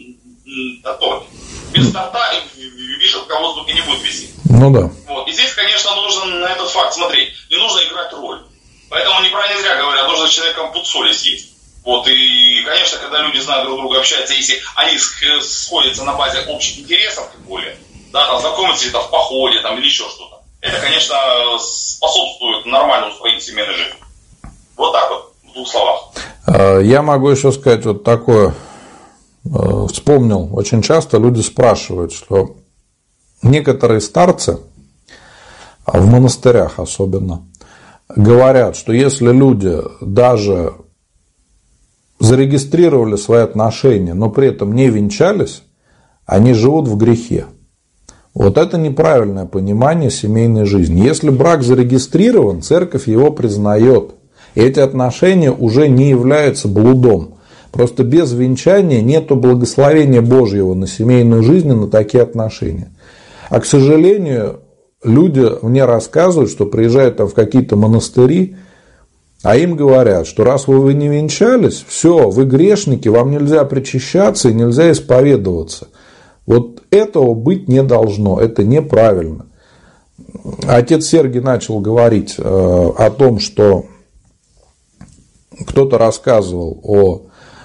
на торте. Без торта вишенка в воздухе не будет висеть. Ну да. Вот. И здесь, конечно, нужно на этот факт смотреть. Не нужно играть роль. Поэтому неправильно зря говорят, нужно с человеком пуд соли съесть. Вот. И, конечно, когда люди знают друг друга, общаются, если они сходятся на базе общих интересов, тем более, да, там, знакомятся где-то в походе там, или еще что-то, это, конечно, способствует нормальному устроению семейной жизни. Вот так вот, в двух словах. Я могу еще сказать вот такое. Вспомнил, очень часто люди спрашивают, что некоторые старцы, в монастырях особенно, говорят, что если люди даже зарегистрировали свои отношения, но при этом не венчались, они живут в грехе. Вот это неправильное понимание семейной жизни. Если брак зарегистрирован, церковь его признает. И эти отношения уже не являются блудом. Просто без венчания нет благословения Божьего на семейную жизнь и на такие отношения. А, к сожалению, люди мне рассказывают, что приезжают там в какие-то монастыри, а им говорят, что раз вы не венчались, все, вы грешники, вам нельзя причащаться и нельзя исповедоваться. Вот этого быть не должно, это неправильно. Отец Сергий начал говорить о том, что кто-то рассказывал о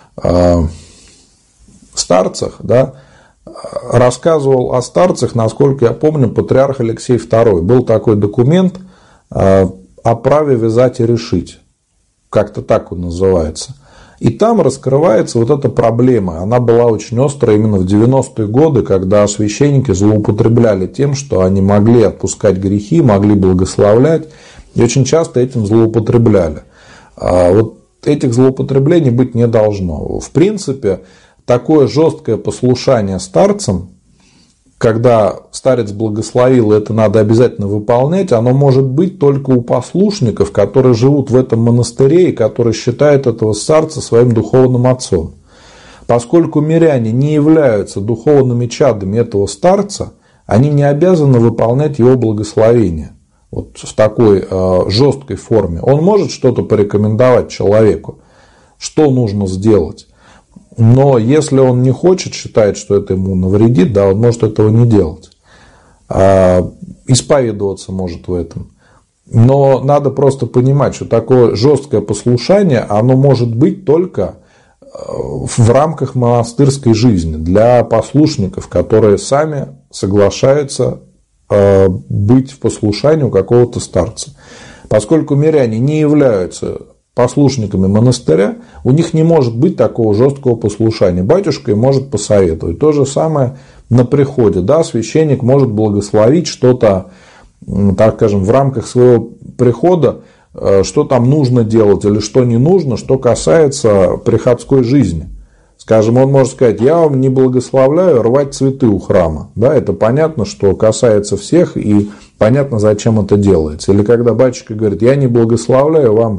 старцах, да, рассказывал о старцах, насколько я помню, патриарх Алексей II. Был такой документ о праве вязать и решить. Как-то так он называется. И там раскрывается вот эта проблема. Она была очень острая именно в 90-е годы, когда священники злоупотребляли тем, что они могли отпускать грехи, могли благословлять. И очень часто этим злоупотребляли. Вот этих злоупотреблений быть не должно. В принципе, такое жесткое послушание старцам, когда старец благословил, и это надо обязательно выполнять, оно может быть только у послушников, которые живут в этом монастыре и которые считают этого старца своим духовным отцом. Поскольку миряне не являются духовными чадами этого старца, они не обязаны выполнять его благословение. Вот в такой жесткой форме. Он может что-то порекомендовать человеку, что нужно сделать. Но если он не хочет, считает, что это ему навредит, да, он может этого не делать. Исповедоваться может в этом. Но надо просто понимать, что такое жесткое послушание, оно может быть только в рамках монастырской жизни для послушников, которые сами соглашаются быть в послушании у какого-то старца. Поскольку миряне не являются послушниками монастыря, у них не может быть такого жесткого послушания. Батюшка им может посоветовать. То же самое на приходе. Да, священник может благословить что-то, так скажем, в рамках своего прихода, что там нужно делать или что не нужно, что касается приходской жизни. Скажем, он может сказать: я вам не благословляю рвать цветы у храма. Да, это понятно, что касается всех, и понятно, зачем это делается. Или когда батюшка говорит: я не благословляю вам,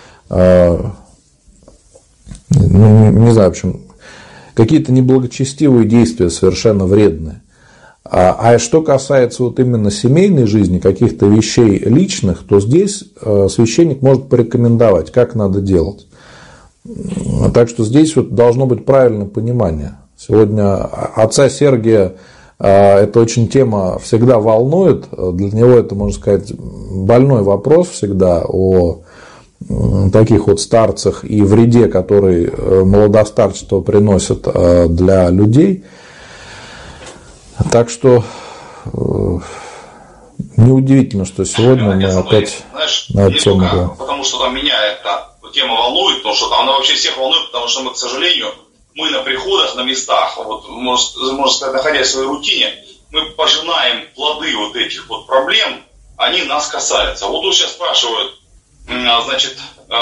не знаю, в общем, какие-то неблагочестивые действия совершенно вредные. А что касается вот именно семейной жизни, каких-то вещей личных, то здесь священник может порекомендовать, как надо делать. Так что здесь вот должно быть правильное понимание. Сегодня отца Сергия эта очень тема всегда волнует. Для него это, можно сказать, больной вопрос всегда о таких вот старцах и вреде, который молодостарчество приносит для людей. Так что неудивительно, что сегодня мы опять на эту тему говорим. Потому что там меня эта тема волнует, потому что она вообще всех волнует, потому что мы, к сожалению, мы на приходах, на местах, вот, можно сказать, находясь в своей рутине, мы пожинаем плоды вот этих вот проблем, они нас касаются. Вот тут сейчас спрашивают, значит,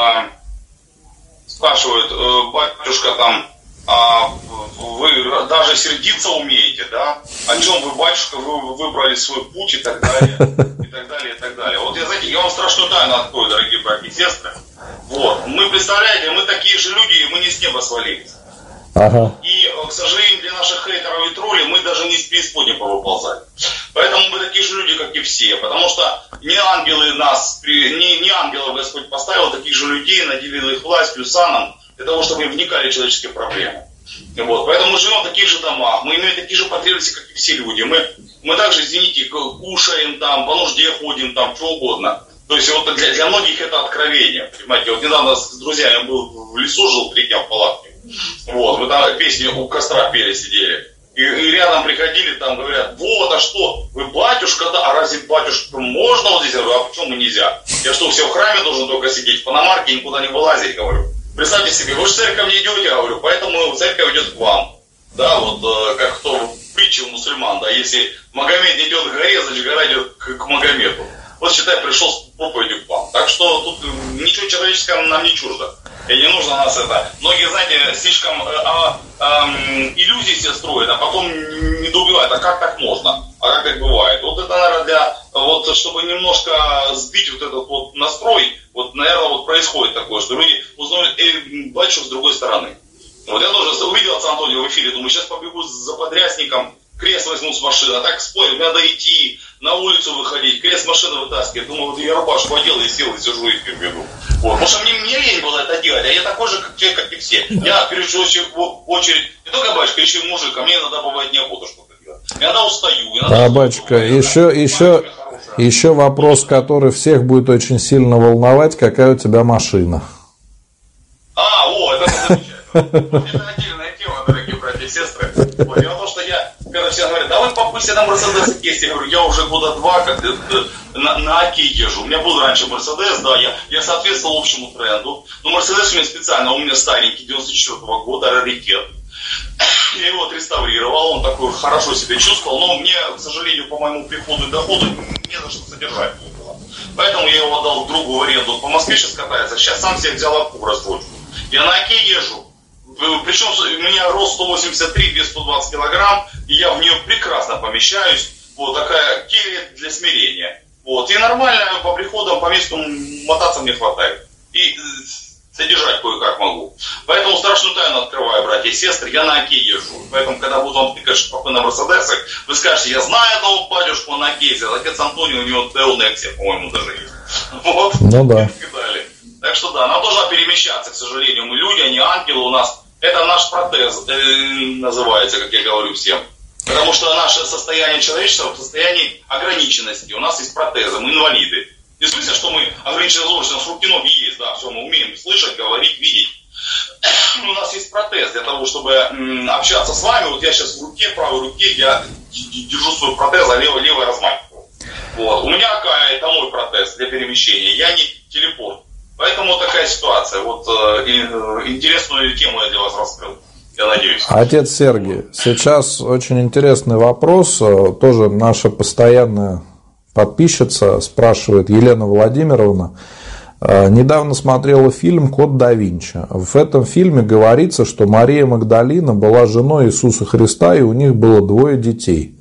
батюшка, там, вы даже сердиться умеете, да? О чем вы, батюшка, вы выбрали свой путь и так далее, и так далее, и так далее. Вот знаете, я вам страшную тайну открою, дорогие братья и сестры. Вот, мы, представляете, мы такие же люди, мы не с неба свалились. Ага. И, к сожалению, для наших хейтеров и троллей мы даже не с преисподней повыползали. Поэтому мы такие же люди, как и все. Потому что не ангелы нас, не ангелов Господь поставил, таких же людей, наделил их властью, саном, для того, чтобы вникали в человеческие проблемы. Вот, поэтому мы живем в таких же домах, мы имеем такие же потребности, как и все люди. Мы также, извините, кушаем там, по нужде ходим там, что угодно. То есть вот для многих это откровение, понимаете. Вот недавно с друзьями был в лесу, жил 3 дня в палатке. Вот, мы там песни у костра пели, сидели. И рядом приходили, там говорят, вот, а что, вы батюшка, да, а разве батюшка можно вот здесь? Я говорю, а почему нельзя? Я что, все в храме должен только сидеть, в паномарке, никуда не вылазить, говорю. Представьте себе, вы же в церковь не идете, я говорю, поэтому церковь идет к вам. Да, вот как кто в притче у мусульман, да, если Магомед идет к горе, значит гора идет к Магомету. Вот считай, пришел с проповедью к вам. Так что тут ничего человеческого нам не чуждо. И не нужно нас это. Многие, знаете, слишком иллюзии себе строят, а потом недоумевают, а как так можно? А как так бывает? Вот это, наверное, для, вот, чтобы немножко сбить вот этот вот настрой, вот, наверное, вот происходит такое, что люди узнают батюшку с другой стороны. Вот я тоже увидел отца Антония в эфире, думаю, сейчас побегу за подрясником, крест возьму с машины, а так спорю, надо идти, на улицу выходить, крест с машины вытаскивать. Думаю, вот я рубашку одел и сел, и сижу, и эфир веду. Вот. Потому что мне лень было это делать, а я такой же человек, как и все. Я перейду в очередь, не только батюшка, еще и мужик, а мне иногда бывает неохота что-то делать. Иногда устаю. Да, батюшка, еще вопрос, который всех будет очень сильно волновать, какая у тебя машина. Это замечательно. Это отдельная тема, дорогие братья и сестры. Вот. Дело в том, что когда все говорят, давай попусть на Мерседес есть, я говорю, я уже года 2 как на Оке езжу. У меня был раньше Мерседес, да, я соответствовал общему тренду. Но Мерседес у меня специально, у меня старенький, 94-го года, раритет. Я его отреставрировал, он такой хорошо себя чувствовал, но мне, к сожалению, по моему приходу и доходу не за что содержать было. Поэтому я его отдал другу в аренду. По Москве сейчас катается, сейчас сам себе взял Аку рассрочку. Я на Оке езжу. Причем у меня рост 183, вес 120 килограмм, и я в нее прекрасно помещаюсь. Вот такая келья для смирения. Вот. И нормально по приходам, по месту мотаться мне хватает. И содержать кое-как могу. Поэтому страшную тайну открываю, братья и сестры, я на Оке езжу. Поэтому, когда буду вам тыкать шпапы на Мерседесах, вы скажете, я знаю одного батюшку на Оке ездил, отец Антоний, у него Тео Нексия, по-моему, даже есть. Вот. Ну да. Так что да, нам должна перемещаться, к сожалению. Мы люди, они ангелы у нас. Это наш протез называется, как я говорю всем. Потому что наше состояние человечества в состоянии ограниченности. У нас есть протезы, мы инвалиды. Не в смысле, что мы ограничены возможностью, у нас руки-ноги есть, да, все, мы умеем слышать, говорить, видеть. У нас есть протез для того, чтобы общаться с вами. Вот я сейчас в руке, в правой руке, я держу свой протез, а левой размахиваю. Вот. У меня это мой протез для перемещения, я не телепорт. Поэтому такая ситуация. Вот интересную тему я для вас раскрыл. Я надеюсь. Отец Сергий, сейчас очень интересный вопрос. Тоже наша постоянная подписчица спрашивает, Елена Владимировна. Недавно смотрела фильм «Код да Винчи». В этом фильме говорится, что Мария Магдалина была женой Иисуса Христа, и у них было 2 детей.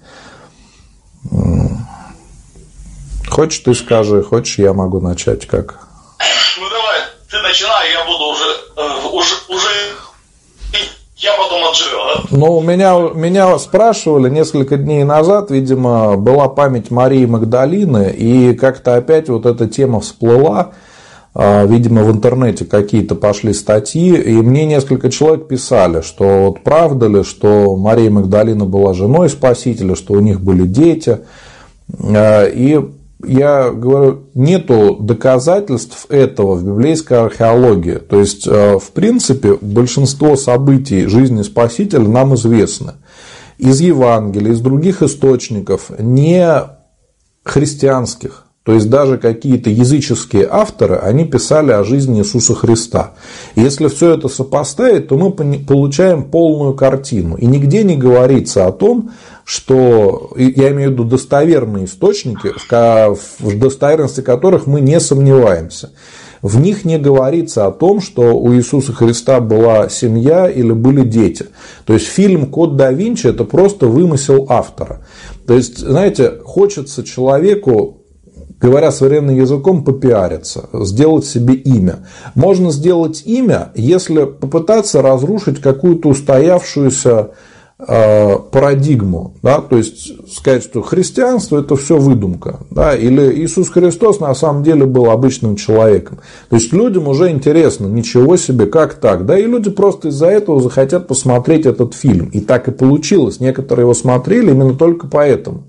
Хочешь ты скажи, хочешь я могу начать как? Ну давай, ты начинай, я буду уже я потом отживу. Ну, меня спрашивали несколько дней назад, видимо, была память Марии Магдалины, и как-то опять вот эта тема всплыла, видимо, в интернете какие-то пошли статьи, и мне несколько человек писали, что вот правда ли, что Мария Магдалина была женой Спасителя, что у них были дети, и я говорю, нету доказательств этого в библейской археологии. То есть, в принципе, большинство событий жизни Спасителя нам известны. Из Евангелия, из других источников, не христианских. То есть, даже какие-то языческие авторы, они писали о жизни Иисуса Христа. И если все это сопоставить, то мы получаем полную картину. И нигде не говорится о том, что, я имею в виду достоверные источники, в достоверности которых мы не сомневаемся. В них не говорится о том, что у Иисуса Христа была семья или были дети. То есть, фильм «Код да Винчи» – это просто вымысел автора. То есть, знаете, хочется человеку, говоря современным языком, попиариться, сделать себе имя. Можно сделать имя, если попытаться разрушить какую-то устоявшуюся парадигму, да, то есть сказать, что христианство это все выдумка, да, или Иисус Христос на самом деле был обычным человеком. То есть людям уже интересно, ничего себе, как так, да, и люди просто из-за этого захотят посмотреть этот фильм. И так и получилось. Некоторые его смотрели именно только поэтому.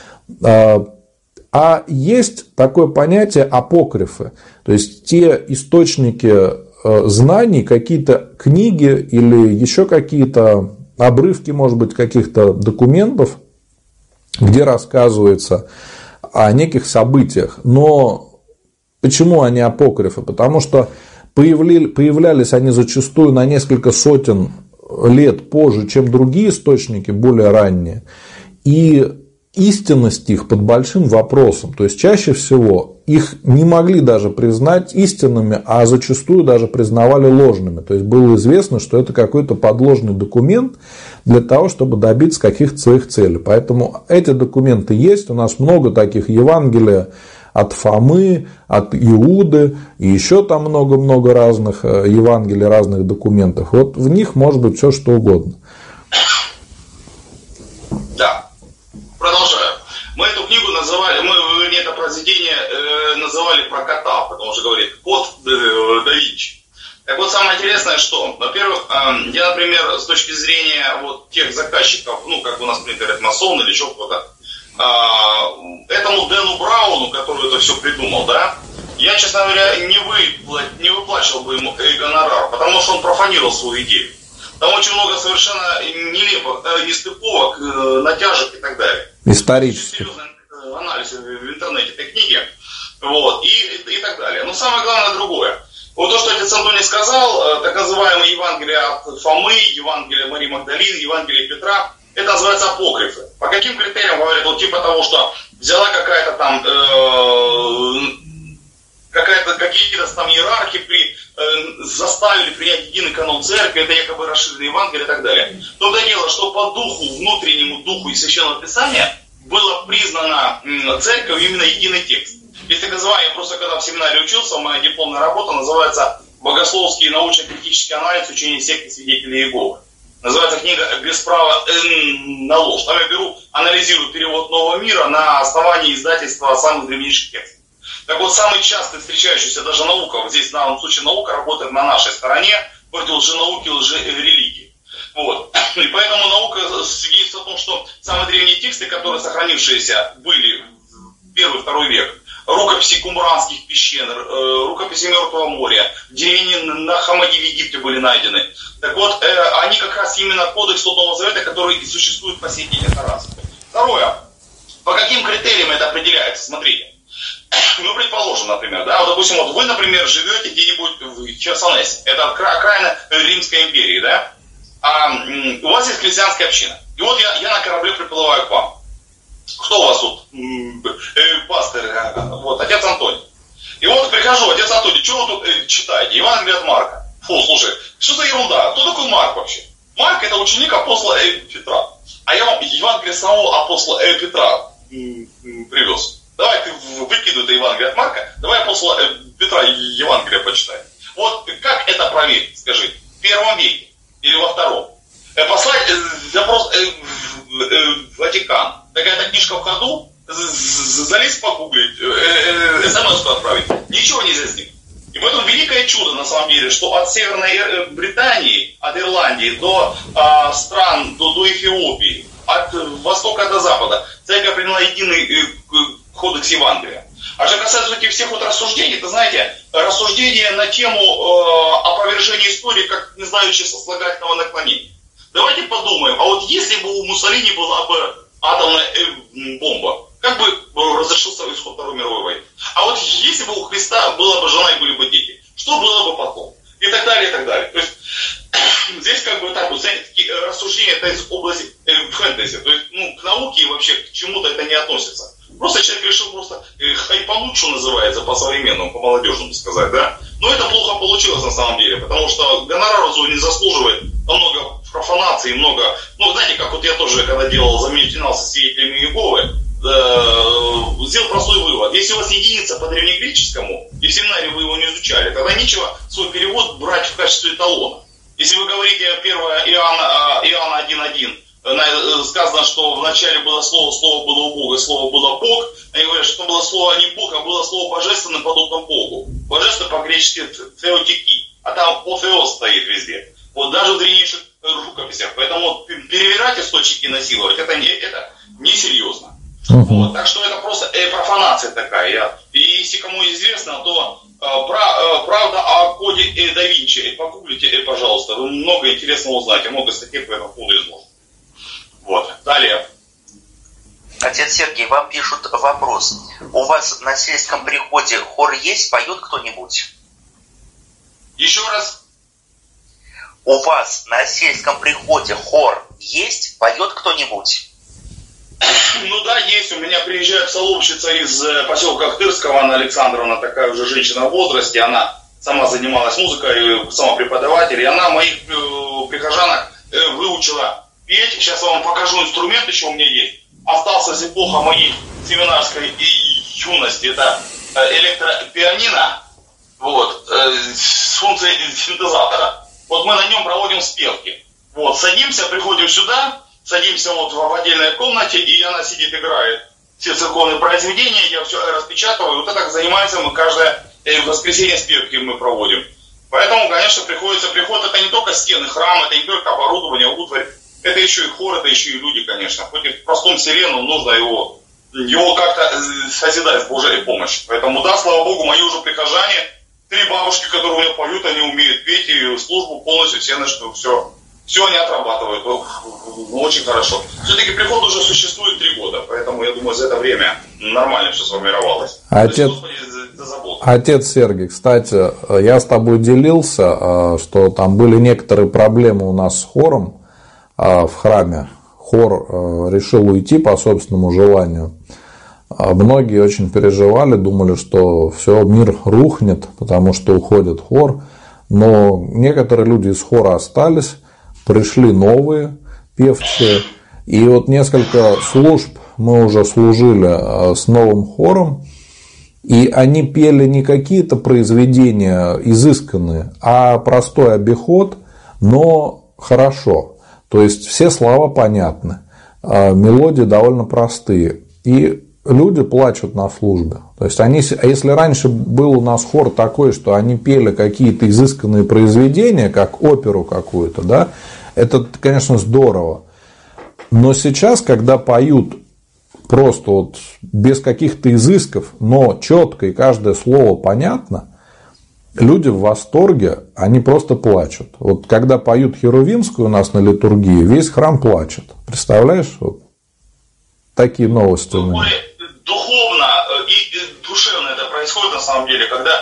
А есть такое понятие апокрифы, то есть те источники знаний, какие-то книги или еще какие-то обрывки, может быть, каких-то документов, где рассказывается о неких событиях. Но почему они апокрифы? Потому что появлялись они зачастую на несколько сотен лет позже, чем другие источники, более ранние. И истинность их под большим вопросом. То есть чаще всего их не могли даже признать истинными, а зачастую даже признавали ложными. То есть было известно, что это какой-то подложный документ для того, чтобы добиться каких-то своих целей. Поэтому эти документы есть. У нас много таких Евангелий от Фомы, от Иуды и еще там много-много разных Евангелий, разных документов. Вот в них может быть все что угодно. Да. Продолжаю. Мы эту книгу называли, это произведение называли про кота, потому что говорит кот да Винчи. Так вот, самое интересное, что, во-первых, я, например, с точки зрения вот тех заказчиков, как у нас принято говорить, масоны или еще кто-то, этому Дэну Брауну, который это все придумал, да, я, честно говоря, не выплачивал бы ему гонорар, потому что он профанировал свою идею. Там очень много совершенно нелепых нестыковок, натяжек и так далее. Исторически. Серьезный анализ в интернете этой книги. Вот, и так далее. Но самое главное другое. Вот то, что отец Антоний сказал, так называемые Евангелия от Фомы, Евангелие Марии Магдалины, Евангелие Петра, это называется апокрифы. По каким критериям говорят? Вот типа того, что взяла какая-то там какие-то там иерархи заставили принять единый канон церкви, это якобы расширенный Евангелие и так далее. То дело, что по духу, внутреннему духу и Священного Писания было признано церковью именно единый текст. Если называю, я просто когда в семинаре учился, моя дипломная работа называется «Богословский и научно-критический анализ учения секты свидетелей Иеговы». Называется книга «Без права на ложь». Там я анализирую перевод Нового мира на основании издательства самых древнейших текстов. Так вот, самый часто встречающийся даже наука, вот здесь в данном случае наука работает на нашей стороне против лженауки, лжерелигии. Вот. И поэтому наука свидетельствует о том, что самые древние тексты, которые сохранившиеся были в 1-2 век, рукописи кумранских пещер, рукописи Мертвого моря, деревни на Хамаде в Египте были найдены. Так вот, они как раз именно кодекс Нового Завета, который и существует по сей день, это раз. Второе. По каким критериям это определяется? Смотрите. Предположим, например, да, вот, допустим, вот вы, например, живете где-нибудь в Херсонесе, это окраина Римской империи, да, а у вас есть христианская община. И вот я на корабле приплываю к вам. Кто у вас тут? Пастор, вот, отец Антоний. И вот прихожу, отец Антоний, что вы тут читаете? Евангелие от Марка. Фу, слушай, что за ерунда? Кто такой Марк вообще? Марк это ученик апостола Петра. А я вам Евангелие самого апостола Петра привез. Давай ты выкидывай это Евангелие от Марка, давай апостола Петра Евангелие почитай. Вот как это проверить, скажи, в 1 веке или во 2? Послать запрос в Ватикан. Какая-то книжка в ходу, залезть погуглить, смс-ку отправить. Ничего нельзя сделать. И в этом великое чудо, на самом деле, что от Северной Британии, от Ирландии до стран, до Эфиопии, от востока до запада, церковь приняла единый кодекс Евангелия. А что касается этих всех вот рассуждений, то знаете, рассуждения на тему опровержения истории, как не знающие сослагательного наклонения. Давайте подумаем, а вот если бы у Муссолини была бы атомная бомба, как бы разрешился исход Второй мировой войны? А вот если бы у Христа была бы жена и были бы дети, что было бы потом? И так далее, и так далее. То есть здесь как бы так вот, знаете, такие рассуждения это из области фэнтези. То есть, к науке и вообще к чему-то это не относится. Просто человек решил просто хайпануть, что называется, по-современному, по-молодежному сказать, да? Но это плохо получилось на самом деле, потому что гонорар не заслуживает, много профанации, много... знаете, как вот я тоже, когда занимался свидетелями Иеговы, сделал простой вывод. Если у вас единица по древнегреческому, и в семинаре вы его не изучали, тогда нечего свой перевод брать в качестве эталона. Если вы говорите 1 Иоанна 1.1, сказано, что вначале было слово, слово было у Бога, слово было Бог. Они говорят, что было слово не Бог, а было слово божественное, подобно Богу. Божественно по-гречески теотики, а там пофеос стоит везде. Вот даже в древнейших рукописях. Поэтому перевирать источники и насиловать, это несерьезно. Вот. Так что это просто профанация такая. И если кому известно, то правда о коде да Винчи. Погуглите, пожалуйста. Вы много интересного узнаете, много статей по этому поводу изложено. Вот. Далее. Отец Сергей, вам пишут вопрос. У вас на сельском приходе хор есть? Поет кто-нибудь? Еще раз. У вас на сельском приходе хор есть? Поет кто-нибудь? Ну да, есть. У меня приезжает псаломщица из поселка Ахтырского, Анна Александровна, такая уже женщина в возрасте. Она сама занималась музыкой, сама преподаватель. И она моих прихожанок выучила петь. Сейчас я вам покажу инструмент, еще у меня есть. Остался с эпоха моей семинарской юности. Это электропианино, вот, с функцией синтезатора. Вот мы на нем проводим спевки. Вот, садимся, приходим сюда, садимся вот в отдельной комнате, и она сидит, играет все церковные произведения, я все распечатываю. Вот это занимаемся мы каждое воскресенье спевки мы проводим. Поэтому, конечно, приход это не только стены храма, это не только оборудование, утварь. Это еще и хор, это еще и люди, конечно. Хоть и в простом селе, но нужно его как-то созидать с Божьей помощью. Поэтому, да, слава Богу, мои уже прихожане, 3 бабушки, которые у меня поют, они умеют петь, и службу полностью все начнут, все они отрабатывают. Очень хорошо. Все-таки приход уже существует 3 года, поэтому, я думаю, за это время нормально все сформировалось. Отец Сергий, кстати, я с тобой делился, что там были некоторые проблемы у нас с хором в храме. Хор решил уйти по собственному желанию. Многие очень переживали, думали, что все, мир рухнет, потому что уходит хор. Но некоторые люди из хора остались, пришли новые певчие. И вот несколько служб мы уже служили с новым хором. И они пели не какие-то произведения изысканные, а простой обиход, но хорошо. То есть все слова понятны, мелодии довольно простые. И люди плачут на службе. То есть если раньше был у нас хор такой, что они пели какие-то изысканные произведения, как оперу какую-то, да, это, конечно, здорово. Но сейчас, когда поют просто вот без каких-то изысков, но четко и каждое слово понятно, люди в восторге, они просто плачут. Вот когда поют Херувимскую у нас на литургии, весь храм плачет. Представляешь? Вот такие новости. Духовно и душевно это происходит на самом деле, когда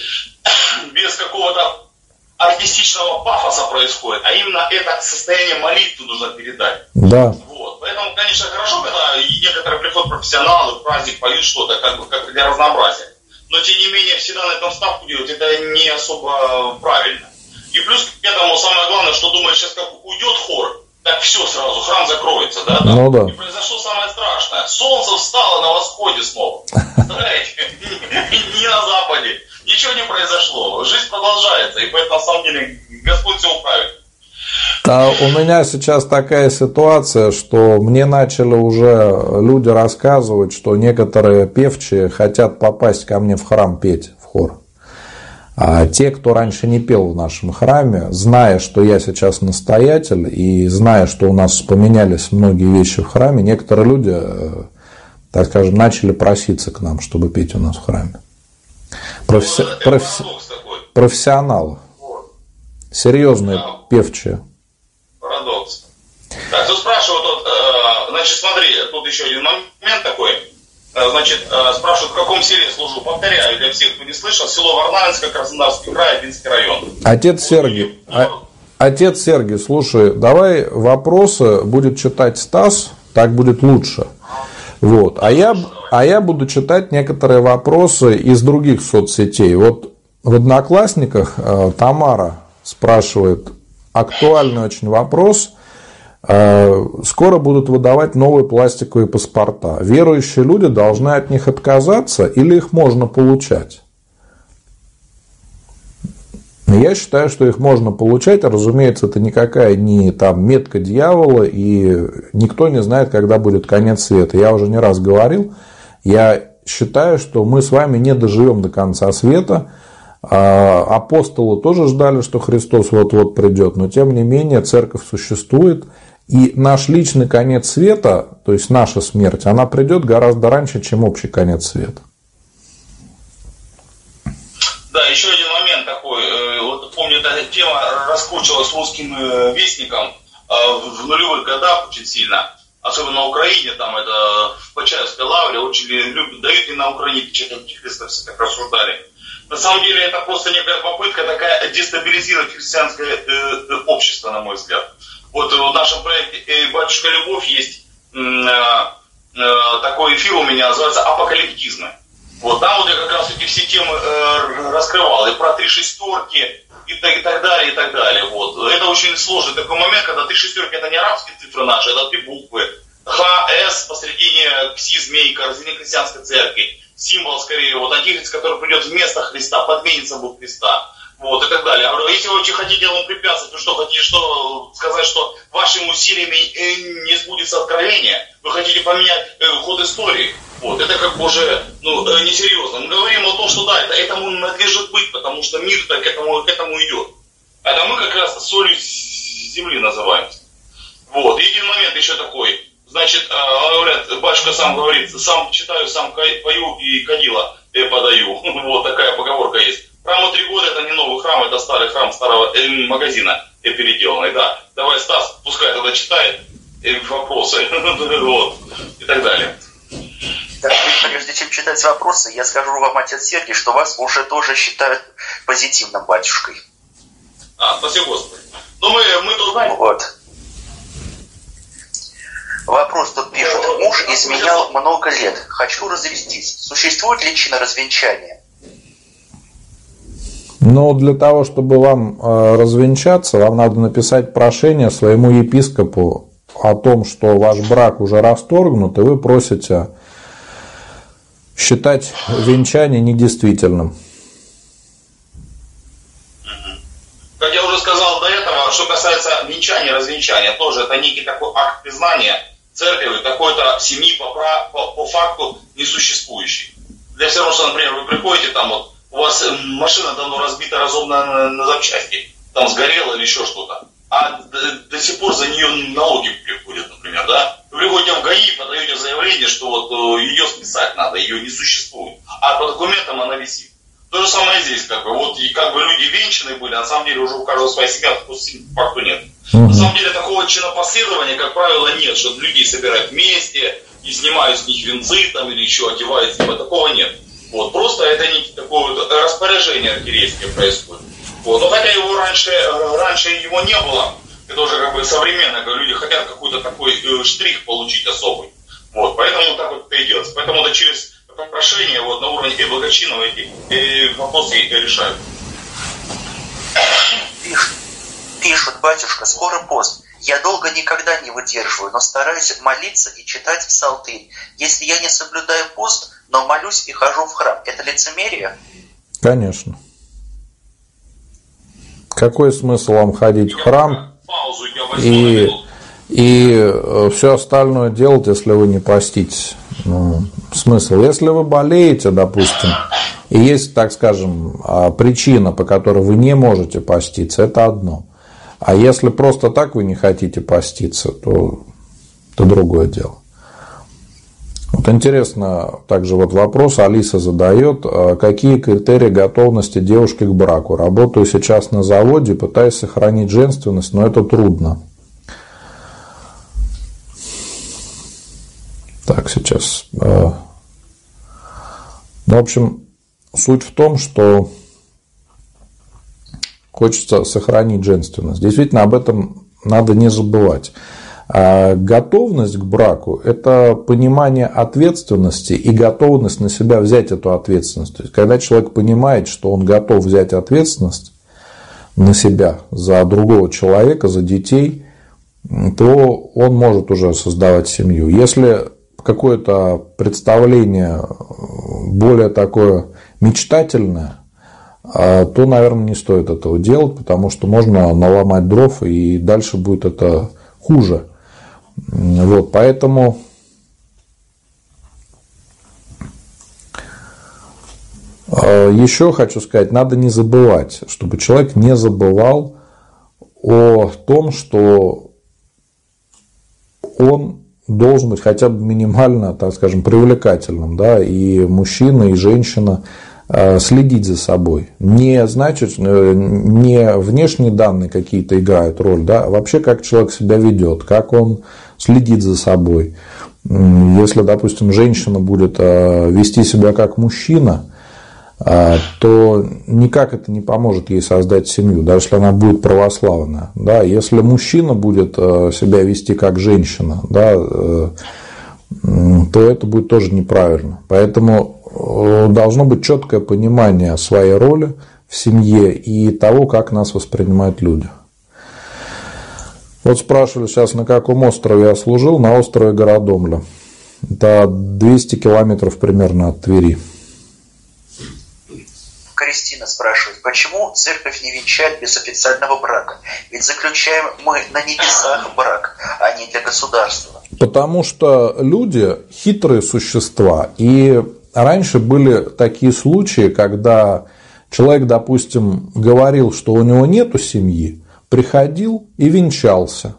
без какого-то артистичного пафоса происходит, а именно это состояние молитвы нужно передать. Да. Вот. Поэтому, конечно, хорошо, когда некоторые приходят профессионалы, в праздник поют что-то, как для разнообразия. Но, тем не менее, всегда на этом ставку делать, это не особо правильно. И плюс к этому самое главное, что думаешь, сейчас как уйдет хор, так все сразу, храм закроется, да? Ну, да. И произошло самое страшное. Солнце встало на восходе снова. Представляете? Не на западе. Ничего не произошло. Жизнь продолжается. И поэтому, на самом деле, Господь все управит. Да, у меня сейчас такая ситуация, что мне начали уже люди рассказывать, что некоторые певчие хотят попасть ко мне в храм петь, в хор. А те, кто раньше не пел в нашем храме, зная, что я сейчас настоятель, и зная, что у нас поменялись многие вещи в храме, некоторые люди, так скажем, начали проситься к нам, чтобы петь у нас в храме. Профессионалы. Серьезные певчие. Парадокс. Так, тут спрашивают, значит, смотри, тут еще один момент такой. Значит, спрашивают, в каком селе служу. Повторяю для всех, кто не слышал, село Варнавинское, Краснодарский край, Одинский район. Отец Сергий, слушай, давай вопросы будет читать Стас, так будет лучше. Вот. А я буду читать некоторые вопросы из других соцсетей. Вот в Одноклассниках Тамара спрашивает актуальный очень вопрос. Скоро будут выдавать новые пластиковые паспорта. Верующие люди должны от них отказаться или их можно получать? Я считаю, что их можно получать, разумеется, это никакая не там метка дьявола, и никто не знает, когда будет конец света. Я уже не раз говорил, я считаю, что мы с вами не доживем до конца света. Апостолы тоже ждали, что Христос вот-вот придет, но тем не менее церковь существует, и наш личный конец света, то есть наша смерть, она придет гораздо раньше, чем общий конец света. Да, еще один момент такой. Вот помню, эта тема раскручивалась русским вестником в нулевых годах очень сильно. Особенно на Украине, там это в Почаевской лавре очень любят, дают и на Украине печать антихриста, все так рассуждали. На самом деле это просто некая попытка такая дестабилизировать христианское общество, на мой взгляд. Вот в нашем проекте «Батюшка Любовь» есть такой эфир у меня, называется «Апокалиптизмы». Вот там вот я как раз эти все темы раскрывал, и про 3 шестерки, и так далее, и так далее. Вот. Это очень сложный такой момент, когда 3 шестерки это не арабские цифры наши, это 3 буквы. Х, С, посредине пси, змейка, разделение христианской церкви. Символ, скорее, вот антихрист, который придет вместо Христа, подменит собой Христа. Вот, и так далее. Я говорю, если вы очень хотите ему препятствовать, вы что, хотите сказать, что вашими усилиями не сбудется откровение? Вы хотите поменять ход истории? Вот, это как бы уже несерьезно. Мы говорим о том, что да, этому надлежит быть, потому что мир-то к этому идет. Это мы как раз солью земли называемся. Вот, и один момент еще такой. Значит, говорят, батюшка сам говорит, сам читаю, сам пою и кадила подаю. Вот такая поговорка есть. Храму 3 года, это не новый храм, это старый храм старого магазина переделанный, да. Давай, Стас, пускай тогда читает вопросы, вот, и так далее. Так, прежде чем читать вопросы, я скажу вам, отец Сергий, что вас уже тоже считают позитивным батюшкой. Спасибо, Господи. Ну, мы тут знаем. Вот. Вопрос тут пишут. Муж изменял много лет. Хочу развестись. Существует ли чиноразвенчание? Но для того, чтобы вам развенчаться, вам надо написать прошение своему епископу о том, что ваш брак уже расторгнут, и вы просите считать венчание недействительным. Как я уже сказал до этого, что касается венчания, развенчания, тоже это некий такой акт признания церкви, какой-то семьи по факту несуществующей. Для все равно, что, например, вы приходите, там вот, у вас машина давно разбита, разобрана на запчасти, там сгорела или еще что-то, а до сих пор за нее налоги приходят, например, да? Вы приходите в ГАИ, подаете заявление, что вот ее списать надо, ее не существует, а по документам она висит. То же самое здесь, как бы, вот, и как бы люди венчанные были, а на самом деле уже у каждого своя семья, по факту нет. На самом деле такого чинопоследования, как правило, нет, что людей собирают вместе и снимают с них венцы там или еще одевают, типа такого нет. Вот, просто это не такое вот распоряжение архиерейское происходит. Вот, но хотя его раньше его не было, это уже как бы современно, когда люди хотят какой-то такой штрих получить особый. Вот, поэтому так вот это и делается. Поэтому это через прошение вот, на уровне благочинного эти вопросы решают. Пишут, батюшка, скоро пост. Я долго никогда не выдерживаю, но стараюсь молиться и читать псалтырь. Если я не соблюдаю пост, но молюсь и хожу в храм, это лицемерие? Конечно. Какой смысл вам ходить в храм и все остальное делать, если вы не поститесь? Ну, смысл? Если вы болеете, допустим, и есть, так скажем, причина, по которой вы не можете поститься, это одно. А если просто так вы не хотите поститься, то это другое дело. Вот интересно, также вот вопрос Алиса задает, какие критерии готовности девушки к браку? Работаю сейчас на заводе, пытаюсь сохранить женственность, но это трудно. Так, сейчас. В общем, суть в том, что хочется сохранить женственность. Действительно, об этом надо не забывать. А готовность к браку – это понимание ответственности и готовность на себя взять эту ответственность. То есть, когда человек понимает, что он готов взять ответственность на себя за другого человека, за детей, то он может уже создавать семью. Если какое-то представление более такое мечтательное, то, наверное, не стоит этого делать, потому что можно наломать дров, и дальше будет это хуже. Вот, поэтому еще хочу сказать, надо не забывать, чтобы человек не забывал о том, что он должен быть хотя бы минимально, так скажем, привлекательным, да, и мужчина, и женщина следить за собой. Не значит, не внешние данные какие-то играют роль, да, а вообще как человек себя ведет, как он следит за собой. Если, допустим, женщина будет вести себя как мужчина, то никак это не поможет ей создать семью, даже если она будет православная. Да, если мужчина будет себя вести как женщина, да, то это будет тоже неправильно. Поэтому должно быть четкое понимание своей роли в семье и того, как нас воспринимают люди. Вот спрашивали сейчас, на каком острове я служил. На острове Городомля. Это 200 километров примерно от Твери. Кристина спрашивает, почему церковь не венчает без официального брака? Ведь заключаем мы на небесах брак, а не для государства. Потому что люди хитрые существа. И раньше были такие случаи, когда человек, допустим, говорил, что у него нету семьи, приходил и венчался.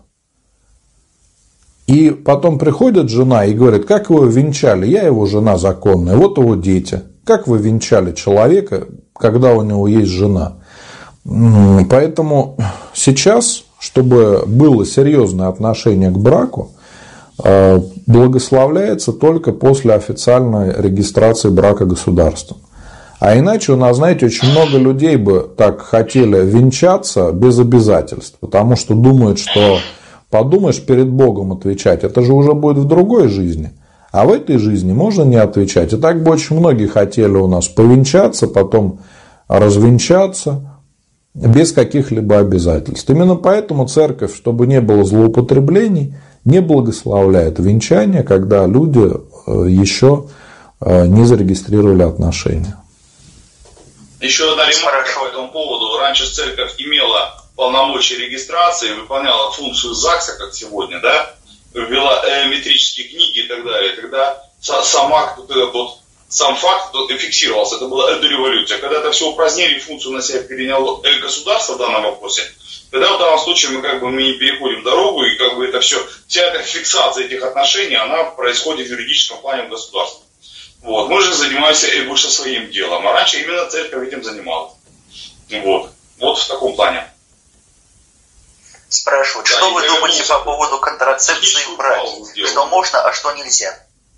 И потом приходит жена и говорит, как вы его венчали? Я его жена законная, вот его дети. Как вы венчали человека, когда у него есть жена? Поэтому сейчас, чтобы было серьезное отношение к браку, благословляется только после официальной регистрации брака государством. А иначе у нас, знаете, очень много людей бы так хотели венчаться без обязательств, потому что думают, что подумаешь, перед Богом отвечать, это же уже будет в другой жизни. А в этой жизни можно не отвечать. И так бы очень многие хотели у нас повенчаться, потом развенчаться без каких-либо обязательств. Именно поэтому церковь, чтобы не было злоупотреблений, не благословляет венчание, когда люди еще не зарегистрировали отношения. Еще одна ремарка по этому поводу. Раньше церковь имела полномочия регистрации, выполняла функцию ЗАГСа, как сегодня, да? Ввела метрические книги и так далее. Тогда сам факт фиксировался. Это была революция. Когда это все упразднили, функцию на себя переняло государство в данном вопросе, тогда в данном случае мы не переходим дорогу, и это все, вся эта фиксация этих отношений, она происходит в юридическом плане в государстве. Вот. Мы же занимаемся больше своим делом. А раньше именно церковь этим занималась. Вот в таком плане. Спрашивают, да, что вы думаете по поводу контрацепции в браке? Что можно, а что нельзя?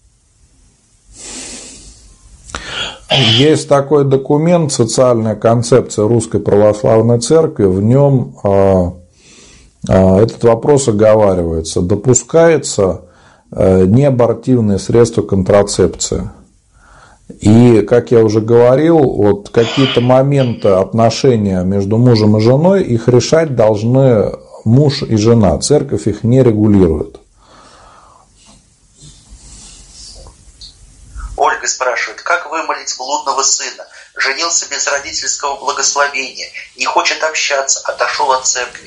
Есть такой документ, социальная концепция Русской Православной Церкви, в нем этот вопрос оговаривается. Допускается неабортивные средства контрацепции. И, как я уже говорил, вот какие-то моменты отношения между мужем и женой, их решать должны муж и жена. Церковь их не регулирует. Ольга спрашивает, как вымолить блудного сына? Женился без родительского благословения, не хочет общаться, отошел от церкви.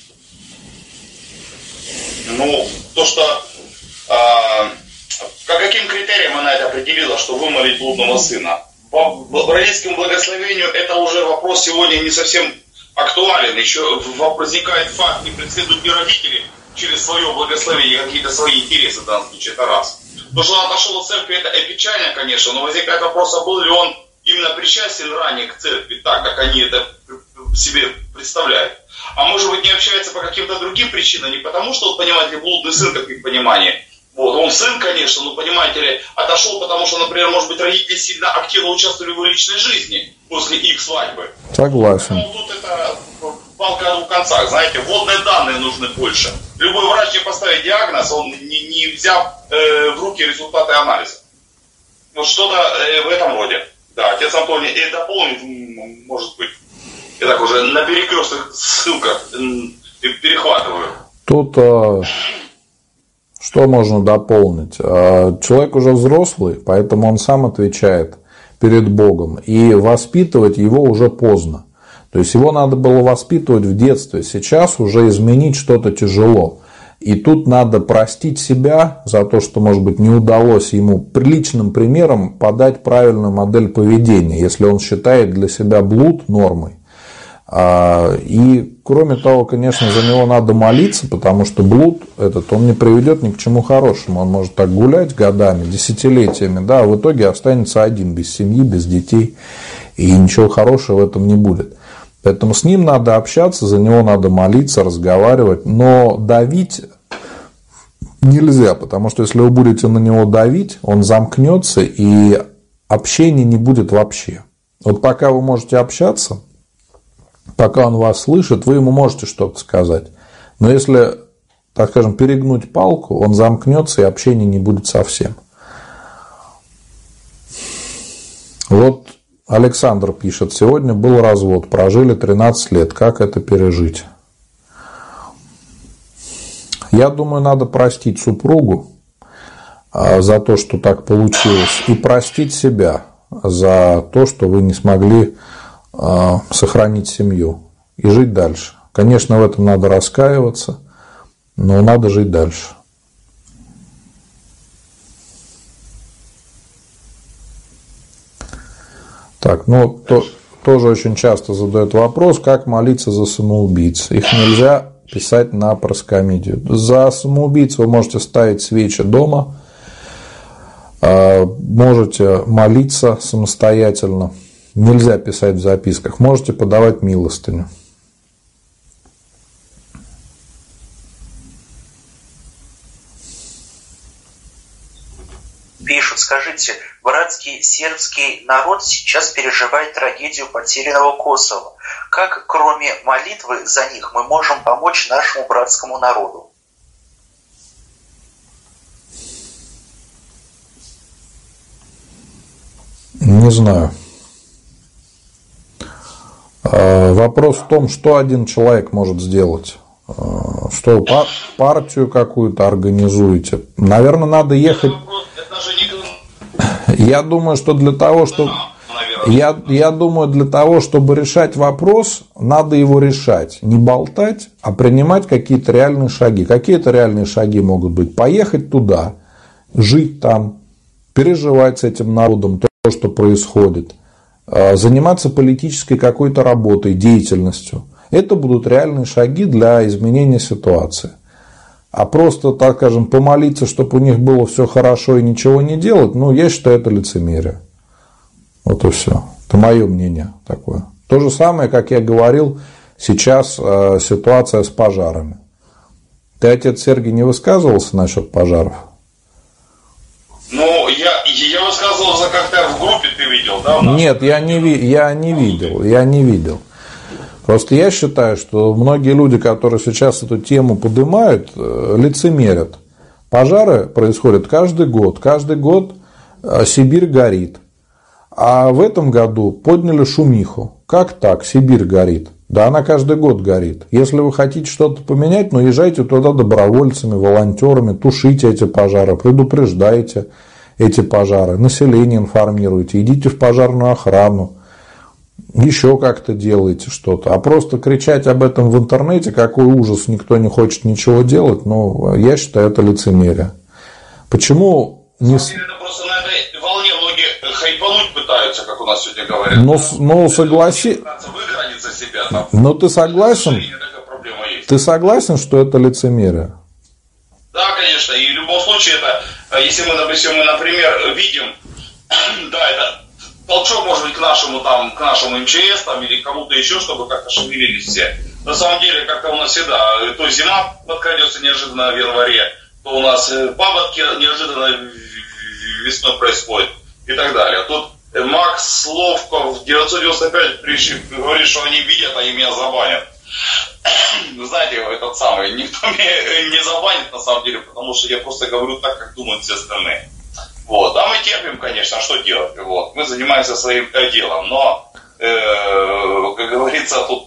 По каким критериям она это определила, что вымолить блудного сына? По родительскому благословению это уже вопрос сегодня не совсем актуален. Еще возникает факт, не преследуют ли родители через свое благословение какие-то свои интересы в данном случае, это раз. То, что он отошел от церкви, это печально, конечно, но возникает вопрос, а был ли он именно причастен ранее к церкви, так, как они это себе представляют. А может быть, не общается по каким-то другим причинам, не потому, что, понимаете, блудный сын, как их понимание. Он сын, конечно, но, понимаете ли, отошел, потому что, например, может быть, родители сильно активно участвовали в его личной жизни после их свадьбы. Согласен. Поэтому тут это палка о двух концах, знаете, вводные данные нужны больше. Любой врач не поставит диагноз, он не взяв в руки результаты анализа. Вот что-то в этом роде. Да, отец Антоний и дополнит, может быть. Я так уже на перекрестных ссылках перехватываю. Тут что можно дополнить? Человек уже взрослый, поэтому он сам отвечает перед Богом, и воспитывать его уже поздно. То есть его надо было воспитывать в детстве, сейчас уже изменить что-то тяжело. И тут надо простить себя за то, что, может быть, не удалось ему приличным примером подать правильную модель поведения, если он считает для себя блуд нормой. И, кроме того, конечно, за него надо молиться, потому что блуд этот, он не приведет ни к чему хорошему. Он может так гулять годами, десятилетиями, да, а в итоге останется один, без семьи, без детей, и ничего хорошего в этом не будет. Поэтому с ним надо общаться, за него надо молиться, разговаривать, но давить нельзя, потому что если вы будете на него давить, он замкнется, и общения не будет вообще. Вот пока вы можете общаться, пока он вас слышит, вы ему можете что-то сказать. Но если, так скажем, перегнуть палку, он замкнется, и общения не будет совсем. Вот Александр пишет: сегодня был развод, прожили 13 лет, как это пережить? Я думаю, надо простить супругу за то, что так получилось, и простить себя за то, что вы не смогли сохранить семью и жить дальше. Конечно, в этом надо раскаиваться, но надо жить дальше. Так, ну, тоже очень часто задают вопрос, как молиться за самоубийц. Их нельзя писать на проскомидию. За самоубийц вы можете ставить свечи дома, можете молиться самостоятельно. Нельзя писать в записках. Можете подавать милостыню. Пишут: скажите, братский сербский народ сейчас переживает трагедию потерянного Косово. Как, кроме молитвы за них, мы можем помочь нашему братскому народу? Не знаю. Вопрос в том, что один человек может сделать. Что партию какую-то организуете. Наверное, надо ехать. Я думаю, что для того, чтобы решать вопрос, надо его решать. Не болтать, а принимать какие-то реальные шаги. Какие-то реальные шаги могут быть? Поехать туда, жить там, переживать с этим народом то, что происходит, заниматься политической какой-то работой, деятельностью. Это будут реальные шаги для изменения ситуации. А просто, так скажем, помолиться, чтобы у них было все хорошо и ничего не делать, ну, я считаю, это лицемерие. Вот и все. Это мое мнение такое. То же самое, как я говорил, сейчас ситуация с пожарами. Ты, отец Сергий, не высказывался насчет пожаров? Ну, я высказывался как-то в группе, ты видел, да? Нет, я не видел. Просто я считаю, что многие люди, которые сейчас эту тему поднимают, лицемерят. Пожары происходят каждый год. Каждый год Сибирь горит. А в этом году подняли шумиху. Как так? Сибирь горит. Да она каждый год горит. Если вы хотите что-то поменять, ну езжайте туда добровольцами, волонтерами, тушите эти пожары, предупреждайте эти пожары, население информируйте, идите в пожарную охрану. Еще как-то делайте что-то. А просто кричать об этом в интернете, какой ужас, никто не хочет ничего делать, ну, я считаю, это лицемерие. Почему не... Это просто на этой волне многие хайпануть пытаются, как у нас сегодня говорят. Ну согласи... Но ты согласен? Ты согласен, что это лицемерие? Да, конечно. И в любом случае, это, если мы, например, видим, да, это толчок, может быть, к нашему МЧС там, или кому-то еще, чтобы как-то шевелились все. На самом деле, как-то у нас всегда, то зима подкрадется неожиданно в январе, то у нас паводки неожиданно весной происходят и так далее. Тут Макс Ловков 995 говорит, что они видят, они меня забанят. Знаете, этот самый, никто меня не забанит на самом деле, потому что я просто говорю так, как думают все остальные. Вот. А мы терпим, конечно, что делать? Вот. Мы занимаемся своим делом, но, как говорится, тут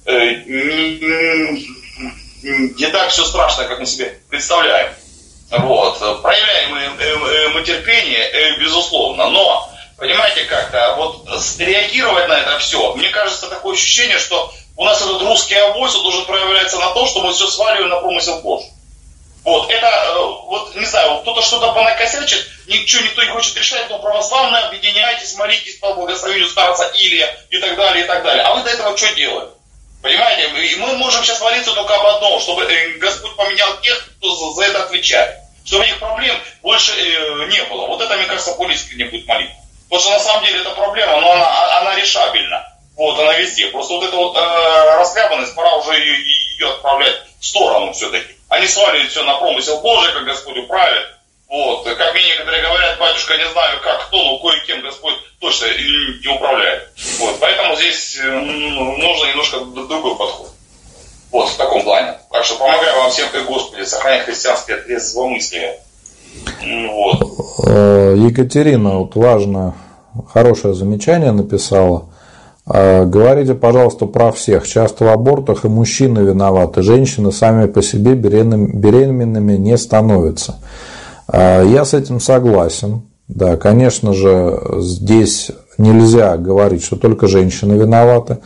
не так все страшно, как мы себе представляем. Вот. Проявляем мы терпение, безусловно, но понимаете, как-то вот реагировать на это все. Мне кажется, такое ощущение, что у нас этот русский авось должен проявляться на то, что мы все сваливаем на промысел Божий. Вот, это, вот, не знаю, кто-то что-то понакосячит, никто не хочет решать, но православные, объединяйтесь, молитесь по благословению старца Илия и так далее, и так далее. А вы до этого что делаете? Понимаете, и мы можем сейчас молиться только об одном, чтобы Господь поменял тех, кто за это отвечает. Чтобы этих проблем больше не было. Вот это, мне кажется, более искренне будет молитва. Потому что на самом деле эта проблема, но она решабельна. Вот, она везде. Просто вот эта вот расхлябанность, пора уже ее отправлять в сторону все-таки. Они сваливают все на промысел Божий, как Господь управит. Вот. Как мне некоторые говорят, батюшка, не знаю как кто, но кое-кем Господь точно не управляет. Вот. Поэтому здесь нужно немножко другой подход. Вот, в таком плане. Так что помогаю вам всем, как Господи, сохранять христианское трезвомыслие. Вот. Екатерина, вот важно, хорошее замечание написала. Говорите, пожалуйста, про всех. Часто в абортах и мужчины виноваты. Женщины сами по себе беременными не становятся. Я с этим согласен. Да, конечно же, здесь нельзя говорить, что только женщины виноваты.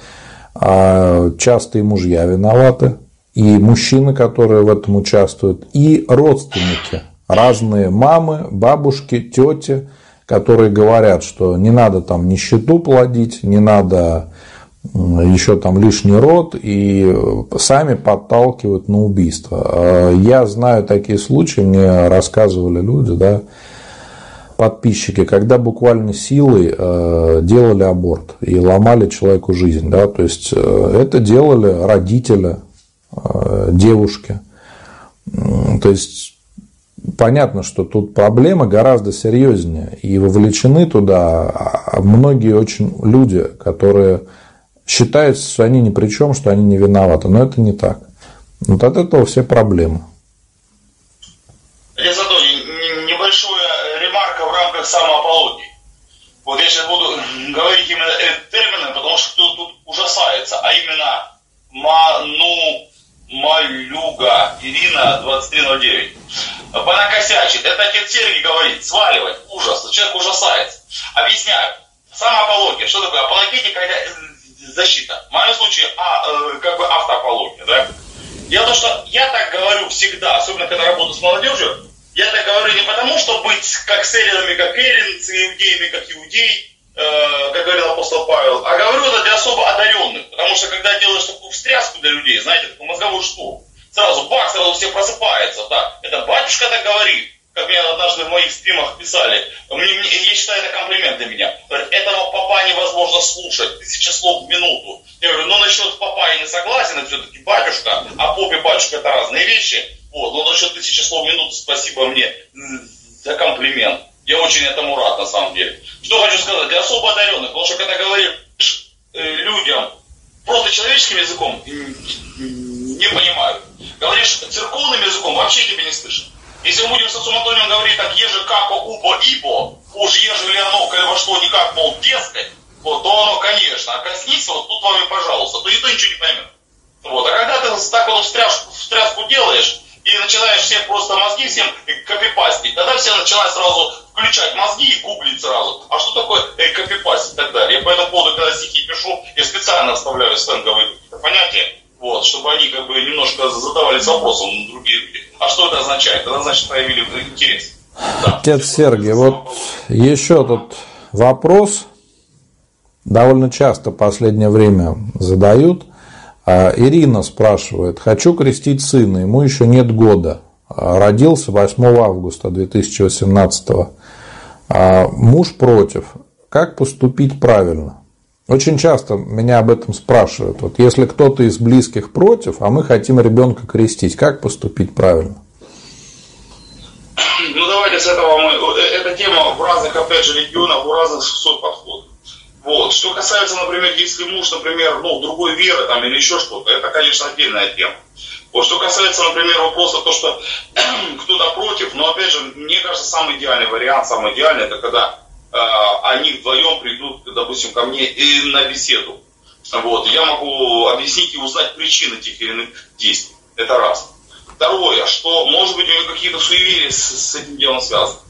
Часто и мужья виноваты. И мужчины, которые в этом участвуют. И родственники. Разные мамы, бабушки, тети, которые говорят, что не надо там нищету плодить, не надо еще там лишний род, и сами подталкивают на убийство. Я знаю такие случаи, мне рассказывали люди, да, подписчики, когда буквально силой делали аборт и ломали человеку жизнь. Да, то есть это делали родители девушки. То есть понятно, что тут проблема гораздо серьезнее, и вовлечены туда многие очень люди, которые считают, что они ни при чем, что они не виноваты, но это не так. Вот от этого все проблемы. Я зато небольшая ремарка в рамках самоапологии. Вот я сейчас буду говорить именно термины, потому что кто тут ужасается, а именно Малюга Ирина 2309. Понакосячит. Это отец Сергий говорит, сваливать, ужас. Человек ужасается. Объясняю. Самоапология. Что такое? Апологетика – это защита. В моем случае как бы автоапология. Да? Дело в том, что я так говорю всегда, особенно когда работаю с молодежью, я так говорю не потому, что быть как с эллинами, как эллин, с иудеями, как иудей, как говорил апостол Павел, а говорю это для особо одаренных, потому что когда делаешь такую встряску для людей, знаете, такой мозговой штурм, сразу бах, сразу все просыпаются, да, это батюшка так говорит, как мне однажды в моих стримах писали, я считаю, это комплимент для меня, говорят, этого попа невозможно слушать, 1000 слов в минуту, я говорю, насчет попа я не согласен, это все-таки батюшка, а поп и батюшка это разные вещи, вот, но насчет 1000 слов в минуту спасибо мне за комплимент. Я очень этому рад, на самом деле. Что хочу сказать, для особо одаренных, потому что когда говоришь людям просто человеческим языком, не понимают. Говоришь церковным языком, вообще тебя не слышат. Если мы будем с отцом Антонием говорить так, еже, како, убо, ибо, уж ежели оно, коли во что никак, мол, дескать, вот, то оно, конечно, а коснись, вот тут вам и пожалуйста, то никто ничего не поймет. Вот, а когда ты так вот встряску делаешь, и начинаешь всем просто мозги всем копипастить, тогда все начинают сразу включать мозги и гуглить сразу. А что такое копипастить и так далее? Я по этому поводу, когда стихи пишу, я специально вставляю сленговые понятия, вот, чтобы они как бы немножко задавались вопросом на другие люди. А что это означает? Это значит, проявили интерес. Да. Отец Сергий, вот еще тут вопрос, довольно часто в последнее время задают. Ирина спрашивает, хочу крестить сына, ему еще нет года, родился 8 августа 2018, муж против, как поступить правильно? Очень часто меня об этом спрашивают, вот если кто-то из близких против, а мы хотим ребенка крестить, как поступить правильно? Ну давайте с этого эта тема в разных, опять же, регионах, у разных свой подход. Вот. Что касается, например, если муж, например, другой веры там, или еще что-то, это, конечно, отдельная тема. Вот. Что касается, например, вопроса, то, что кто-то против, но, опять же, мне кажется, самый идеальный вариант, самый идеальный, это когда они вдвоем придут, допустим, ко мне и на беседу. Вот. Я могу объяснить и узнать причины тех или иных действий. Это раз. Второе, что, может быть, у него какие-то суеверия с этим делом связаны.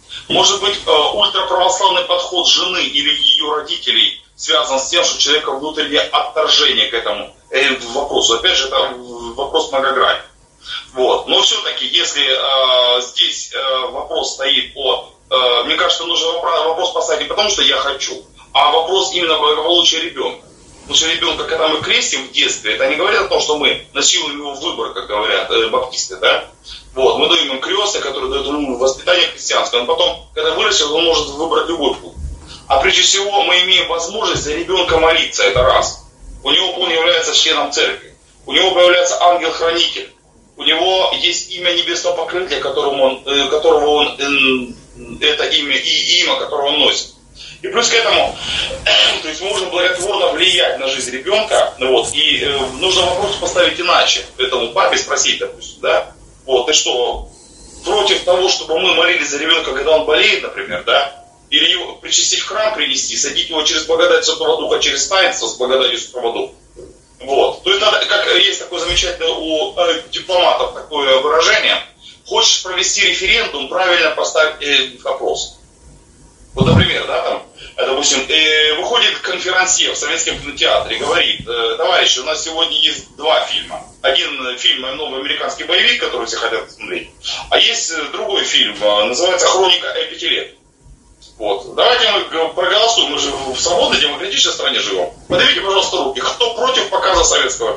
Может быть, ультраправославный подход жены или ее родителей связан с тем, что у человека внутреннее отторжение к этому вопросу. Опять же, это вопрос многогранный. Вот. Но все-таки, если здесь вопрос стоит мне кажется, нужно вопрос поставить не потому, что я хочу, а вопрос именно благополучия ребенка. Потому что ребенка, когда мы крестим в детстве, это не говорит о том, что мы насилуем его выбор, как говорят баптисты, да? Вот, мы даем им крестный, который дает ему воспитание христианское, но потом, когда вырастет, он может выбрать любой путь. А прежде всего, мы имеем возможность за ребенка молиться, это раз. У него он является членом церкви, у него появляется ангел-хранитель, у него есть имя небесного покрытия, которого он это имя и имя, которое он носит. И плюс к этому, то есть мы можем благотворно влиять на жизнь ребенка, вот, и нужно вопрос поставить иначе, этому папе спросить, допустим, да, вот, ты что, против того, чтобы мы молились за ребенка, когда он болеет, например, да, или его причастить в храм принести, садить его через благодать Святого Духа, через таинство с благодатью Святого Духа. Вот, то есть надо, как есть такое замечательное у дипломатов такое выражение, хочешь провести референдум, правильно поставь вопрос. Вот, например, да, там, допустим, выходит конферансье в Советском кинотеатре и говорит: товарищи, у нас сегодня есть два фильма. Один фильм — новый американский боевик, который все хотят посмотреть, а есть другой фильм, называется «Хроника Пяти лет». Вот. Давайте мы проголосуем, мы же в свободной демократической стране живем. Поднимите, пожалуйста, руки, кто против показа советского.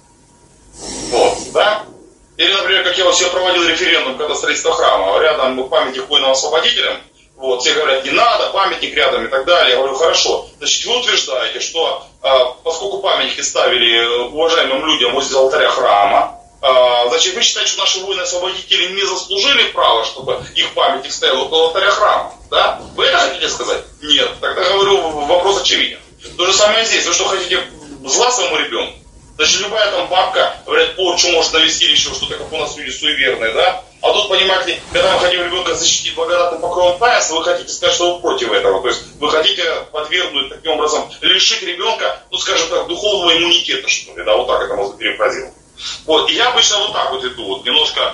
Вот, да? Или, например, как я у себя проводил референдум, когда строительство храма, рядом памятник воинам освободителям, вот, все говорят, не надо, памятник рядом и так далее. Я говорю, хорошо, значит, вы утверждаете, что поскольку памятники ставили уважаемым людям возле алтаря храма, значит, вы считаете, что наши воины-освободители не заслужили права, чтобы их памятник стоял около алтаря храма, да? Вы это хотите сказать? Нет. Тогда, говорю, вопрос очевиден. То же самое здесь. Вы что, хотите зла своему ребенку? Значит, любая там бабка, говорят, порчу может навести или еще что-то, как у нас люди суеверные, да? А тут, понимаете, когда мы хотим ребенка защитить благодатным покровом таинства, вы хотите сказать, что вы против этого. То есть вы хотите подвергнуть таким образом, лишить ребенка, ну, скажем так, духовного иммунитета, что ли, да, вот так это можно перефразировать. Вот, и я обычно вот так вот иду, вот, немножко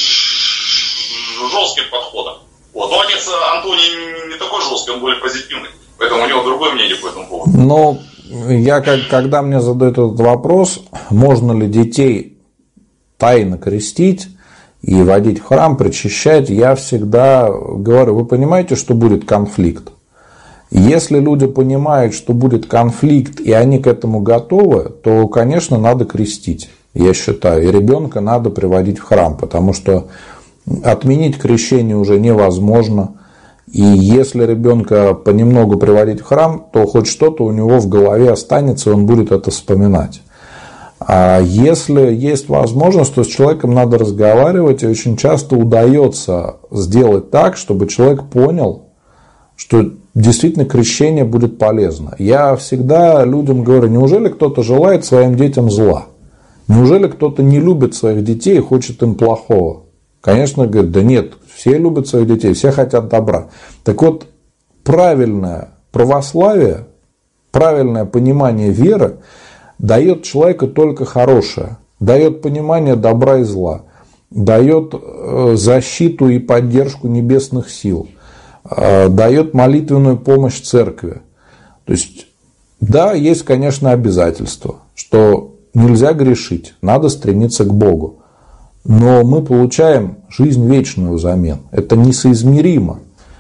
жестким подходом. Вот, но отец Антоний не такой жесткий, он более позитивный, поэтому у него другое мнение по этому поводу. Но я, когда мне задают этот вопрос, можно ли детей тайно крестить и водить в храм, причащать, я всегда говорю, вы понимаете, что будет конфликт? Если люди понимают, что будет конфликт, и они к этому готовы, то, конечно, надо крестить, я считаю. И ребенка надо приводить в храм, потому что отменить крещение уже невозможно. И если ребенка понемногу приводить в храм, то хоть что-то у него в голове останется, и он будет это вспоминать. А если есть возможность, то с человеком надо разговаривать, и очень часто удается сделать так, чтобы человек понял, что действительно крещение будет полезно. Я всегда людям говорю, неужели кто-то желает своим детям зла? Неужели кто-то не любит своих детей и хочет им плохого? Конечно, говорят, да нет, все любят своих детей, все хотят добра. Так вот, правильное православие, правильное понимание веры дает человеку только хорошее, дает понимание добра и зла, дает защиту и поддержку небесных сил, дает молитвенную помощь церкви. То есть, да, есть, конечно, обязательство, что нельзя грешить, надо стремиться к Богу. Но мы получаем жизнь вечную взамен. Это несоизмеримо.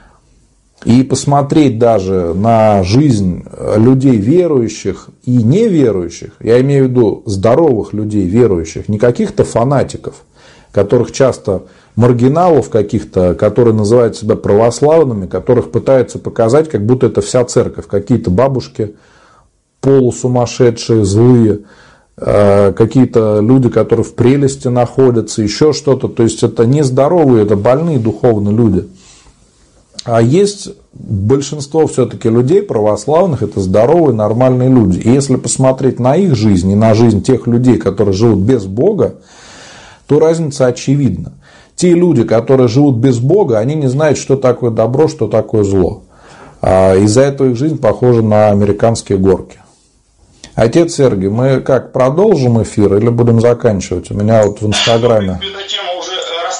И посмотреть даже на жизнь людей верующих и неверующих, я имею в виду здоровых людей верующих, не каких-то фанатиков, которых часто маргиналов каких-то, которые называют себя православными, которых пытаются показать, как будто это вся церковь, какие-то бабушки полусумасшедшие, злые, какие-то люди, которые в прелести находятся, еще что-то. То есть это не здоровые, это больные духовно люди. А есть большинство все-таки людей православных, это здоровые, нормальные люди. И если посмотреть на их жизнь и на жизнь тех людей, которые живут без Бога, то разница очевидна. Те люди, которые живут без Бога, они не знают, что такое добро, что такое зло. Из-за этого их жизнь похожа на американские горки. Отец Сергий, мы как, продолжим эфир или будем заканчивать? У меня вот в Инстаграме... Эта тема уже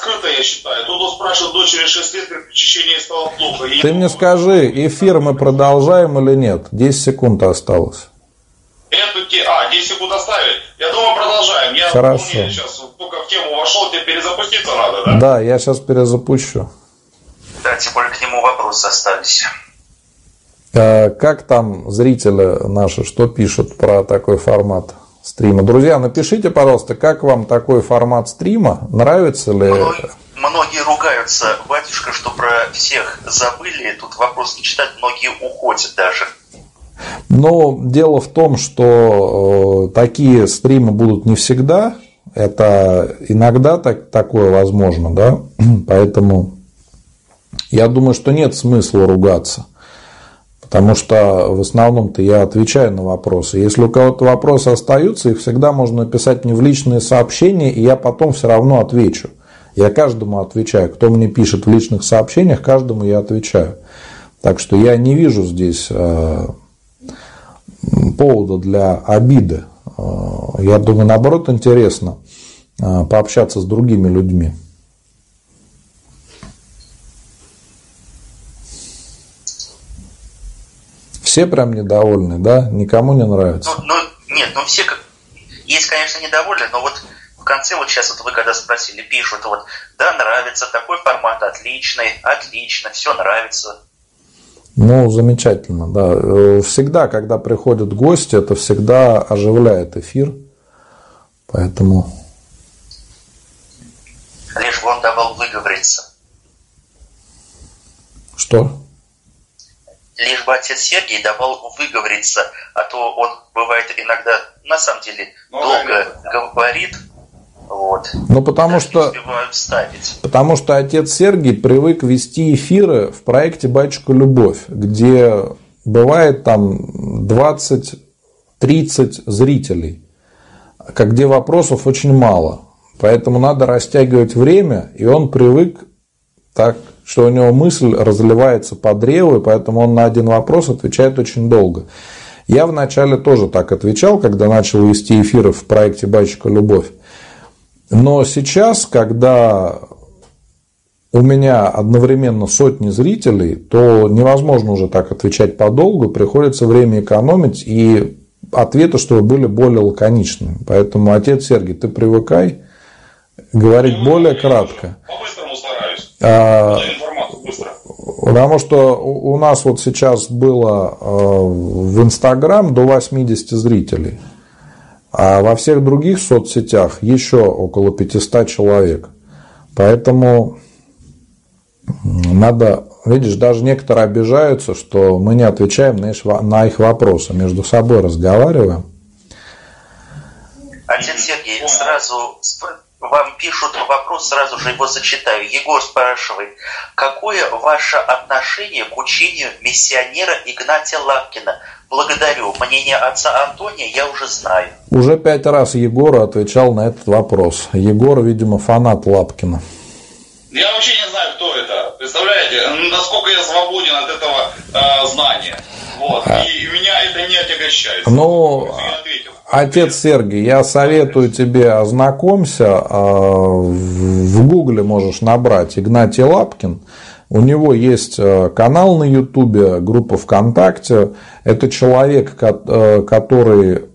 раскрыто, я считаю. Тут он спрашивает, дочери 6 лет, при причащении стало плохо. Ты мне скажи, эфир мы продолжаем или нет? 10 секунд осталось. 10 секунд оставить? Я думаю, продолжаем. Я Хорошо. Сейчас только в тему вошел, тебе перезапуститься надо, да? Да, я сейчас перезапущу. Да, тем более к нему вопросы остались. Как там зрители наши, что пишут про такой формат стрима? Друзья, напишите, пожалуйста, как вам такой формат стрима? Нравится ли? Многие ругаются, батюшка, что про всех забыли. Тут вопрос не читать, многие уходят даже. Но дело в том, что такие стримы будут не всегда. Это иногда такое возможно, да? Поэтому я думаю, что нет смысла ругаться. Потому что в основном-то я отвечаю на вопросы. Если у кого-то вопросы остаются, их всегда можно написать мне в личные сообщения, и я потом все равно отвечу. Я каждому отвечаю. Кто мне пишет в личных сообщениях, каждому я отвечаю. Так что я не вижу здесь повода для обиды. Я думаю, наоборот, интересно пообщаться с другими людьми. Все прям недовольны, да? Никому не нравится? Нет, все есть, конечно, недовольны, но вот в конце, вот сейчас вот вы когда спросили, пишут, вот, да, нравится, такой формат отличный, отлично, все нравится. Ну, замечательно, да. Всегда, когда приходят гости, это всегда оживляет эфир. Поэтому... Лишь бы он давал выговориться. Что? Лишь бы отец Сергий давал выговориться, а то он бывает иногда, на самом деле, долго говорит. Вот. Ну, потому что отец Сергий привык вести эфиры в проекте «Батюшка Любовь», где бывает там 20-30 зрителей, где вопросов очень мало. Поэтому надо растягивать время, и он привык так, что у него мысль разливается по древу, и поэтому он на один вопрос отвечает очень долго. Я вначале тоже так отвечал, когда начал вести эфиры в проекте «Батюшка Любовь». Но сейчас, когда у меня одновременно сотни зрителей, то невозможно уже так отвечать подолгу, приходится время экономить, и ответы, чтобы были более лаконичными. Поэтому, отец Сергий, ты привыкай говорить более кратко. По-быстрому стараюсь. Потому что у нас вот сейчас было в Инстаграм до 80 зрителей. А во всех других соцсетях еще около 500 человек. Поэтому надо, видишь, даже некоторые обижаются, что мы не отвечаем на их вопросы, между собой разговариваем. Отец Сергей, сразу вам пишут вопрос, сразу же его зачитаю. Егор спрашивает, какое ваше отношение к учению миссионера Игнатия Лапкина? Благодарю. Мнение отца Антония я уже знаю. Уже 5 раз Егору отвечал на этот вопрос. Егор, видимо, фанат Лапкина. Я вообще не знаю, кто это. Представляете, насколько я свободен от этого знания. Вот. И меня это не отягощает. Ну, отец Сергий, я советую тебе ознакомься. В Гугле можешь набрать Игнатий Лапкин. У него есть канал на Ютубе, группа ВКонтакте. Это человек, который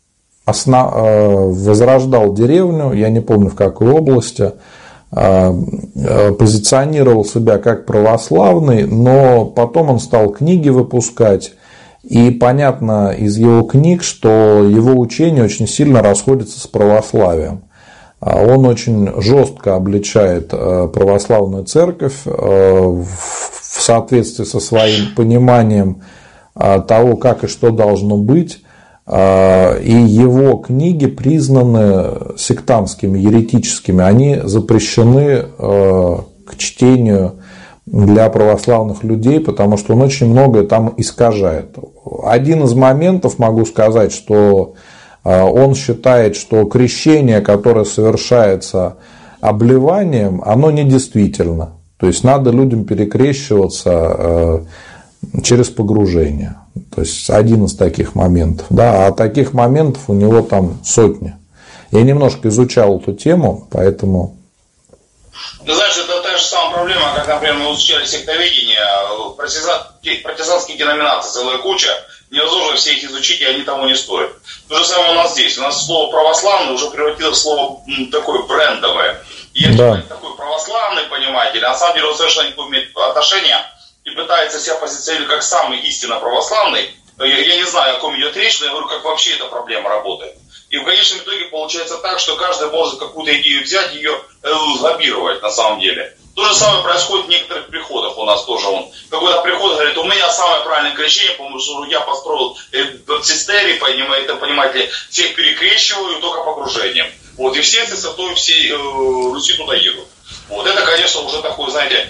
возрождал деревню, я не помню в какой области, позиционировал себя как православный, но потом он стал книги выпускать. И понятно из его книг, что его учение очень сильно расходится с православием. Он очень жестко обличает православную церковь в соответствии со своим пониманием того, как и что должно быть. И его книги признаны сектантскими, еретическими. Они запрещены к чтению для православных людей, потому что он очень многое там искажает. Один из моментов, могу сказать, что он считает, что крещение, которое совершается обливанием, оно недействительно. То есть надо людям перекрещиваться через погружение. То есть один из таких моментов. Да, а таких моментов у него там сотни. Я немножко изучал эту тему, поэтому... Ну, знаешь, это та же самая проблема, как, например, мы изучали сектоведение, протестантских деноминаций целая куча, невозможно все их изучить, и они того не стоят. То же самое у нас здесь. У нас слово православный уже превратилось в слово такое брендовое. И если такой православный, понимаете, на самом деле он совершенно не имеет отношения и пытается себя позиционировать как самый истинно православный. Я не знаю, о ком идет речь, но я говорю, как вообще эта проблема работает. И в конечном итоге получается так, что каждый может какую-то идею взять, ее лоббировать на самом деле. То же самое происходит в некоторых приходах у нас тоже. Какой-то приход говорит, у меня самое правильное крещение, потому что я построил баптистерий, понимаете, всех перекрещиваю только погружением. Вот, и все святой всей Руси туда едут. Вот, это, конечно, уже такой, знаете,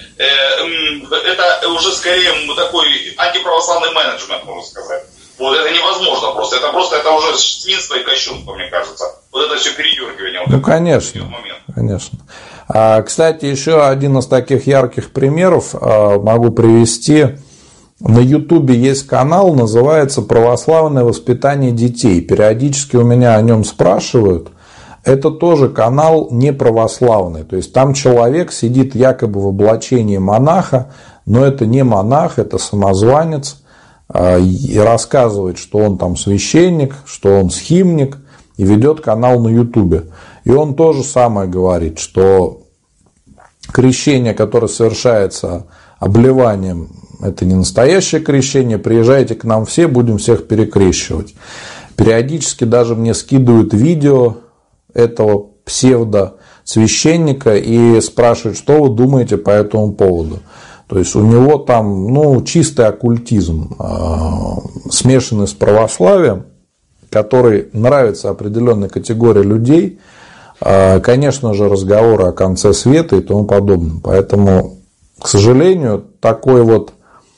это уже скорее такой антиправославный менеджмент, можно сказать. Вот, это невозможно просто. Это уже свинство и кощунство, мне кажется. Вот это все передергивание. Вот конечно, конечно. Кстати, еще один из таких ярких примеров могу привести. На Ютубе есть канал, называется «Православное воспитание детей». Периодически у меня о нем спрашивают. Это тоже канал не православный. То есть там человек сидит якобы в облачении монаха, но это не монах, это самозванец. И рассказывает, что он там священник, что он схимник, и ведет канал на Ютубе. И он то же самое говорит, что крещение, которое совершается обливанием, это не настоящее крещение, приезжайте к нам все, будем всех перекрещивать. Периодически даже мне скидывают видео этого псевдосвященника и спрашивают, что вы думаете по этому поводу. То есть у него там чистый оккультизм, смешанный с православием, который нравится определенной категории людей. Конечно же, разговоры о конце света и тому подобное. Поэтому, к сожалению, такой вот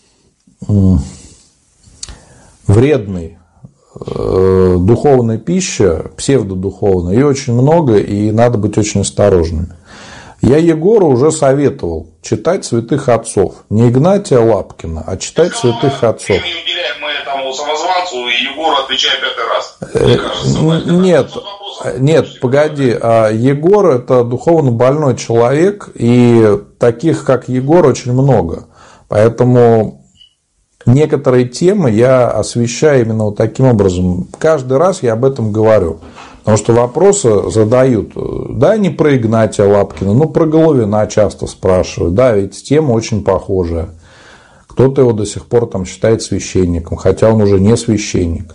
вредной духовной пищи, псевдодуховной, ее очень много, и надо быть очень осторожными. Я Егору уже советовал читать святых отцов. Не Игнатия Лапкина, а читать святых отцов. Мы уделяем этому самозванцу, и Егору отвечает 5 раз. Нет, погоди. Егор – это духовно больной человек, и таких, как Егор, очень много. Поэтому некоторые темы я освещаю именно вот таким образом. Каждый раз я об этом говорю. Потому что вопросы задают, да, не про Игнатия Лапкина, но про Головина часто спрашивают. Да, ведь тема очень похожая. Кто-то его до сих пор там считает священником, хотя он уже не священник.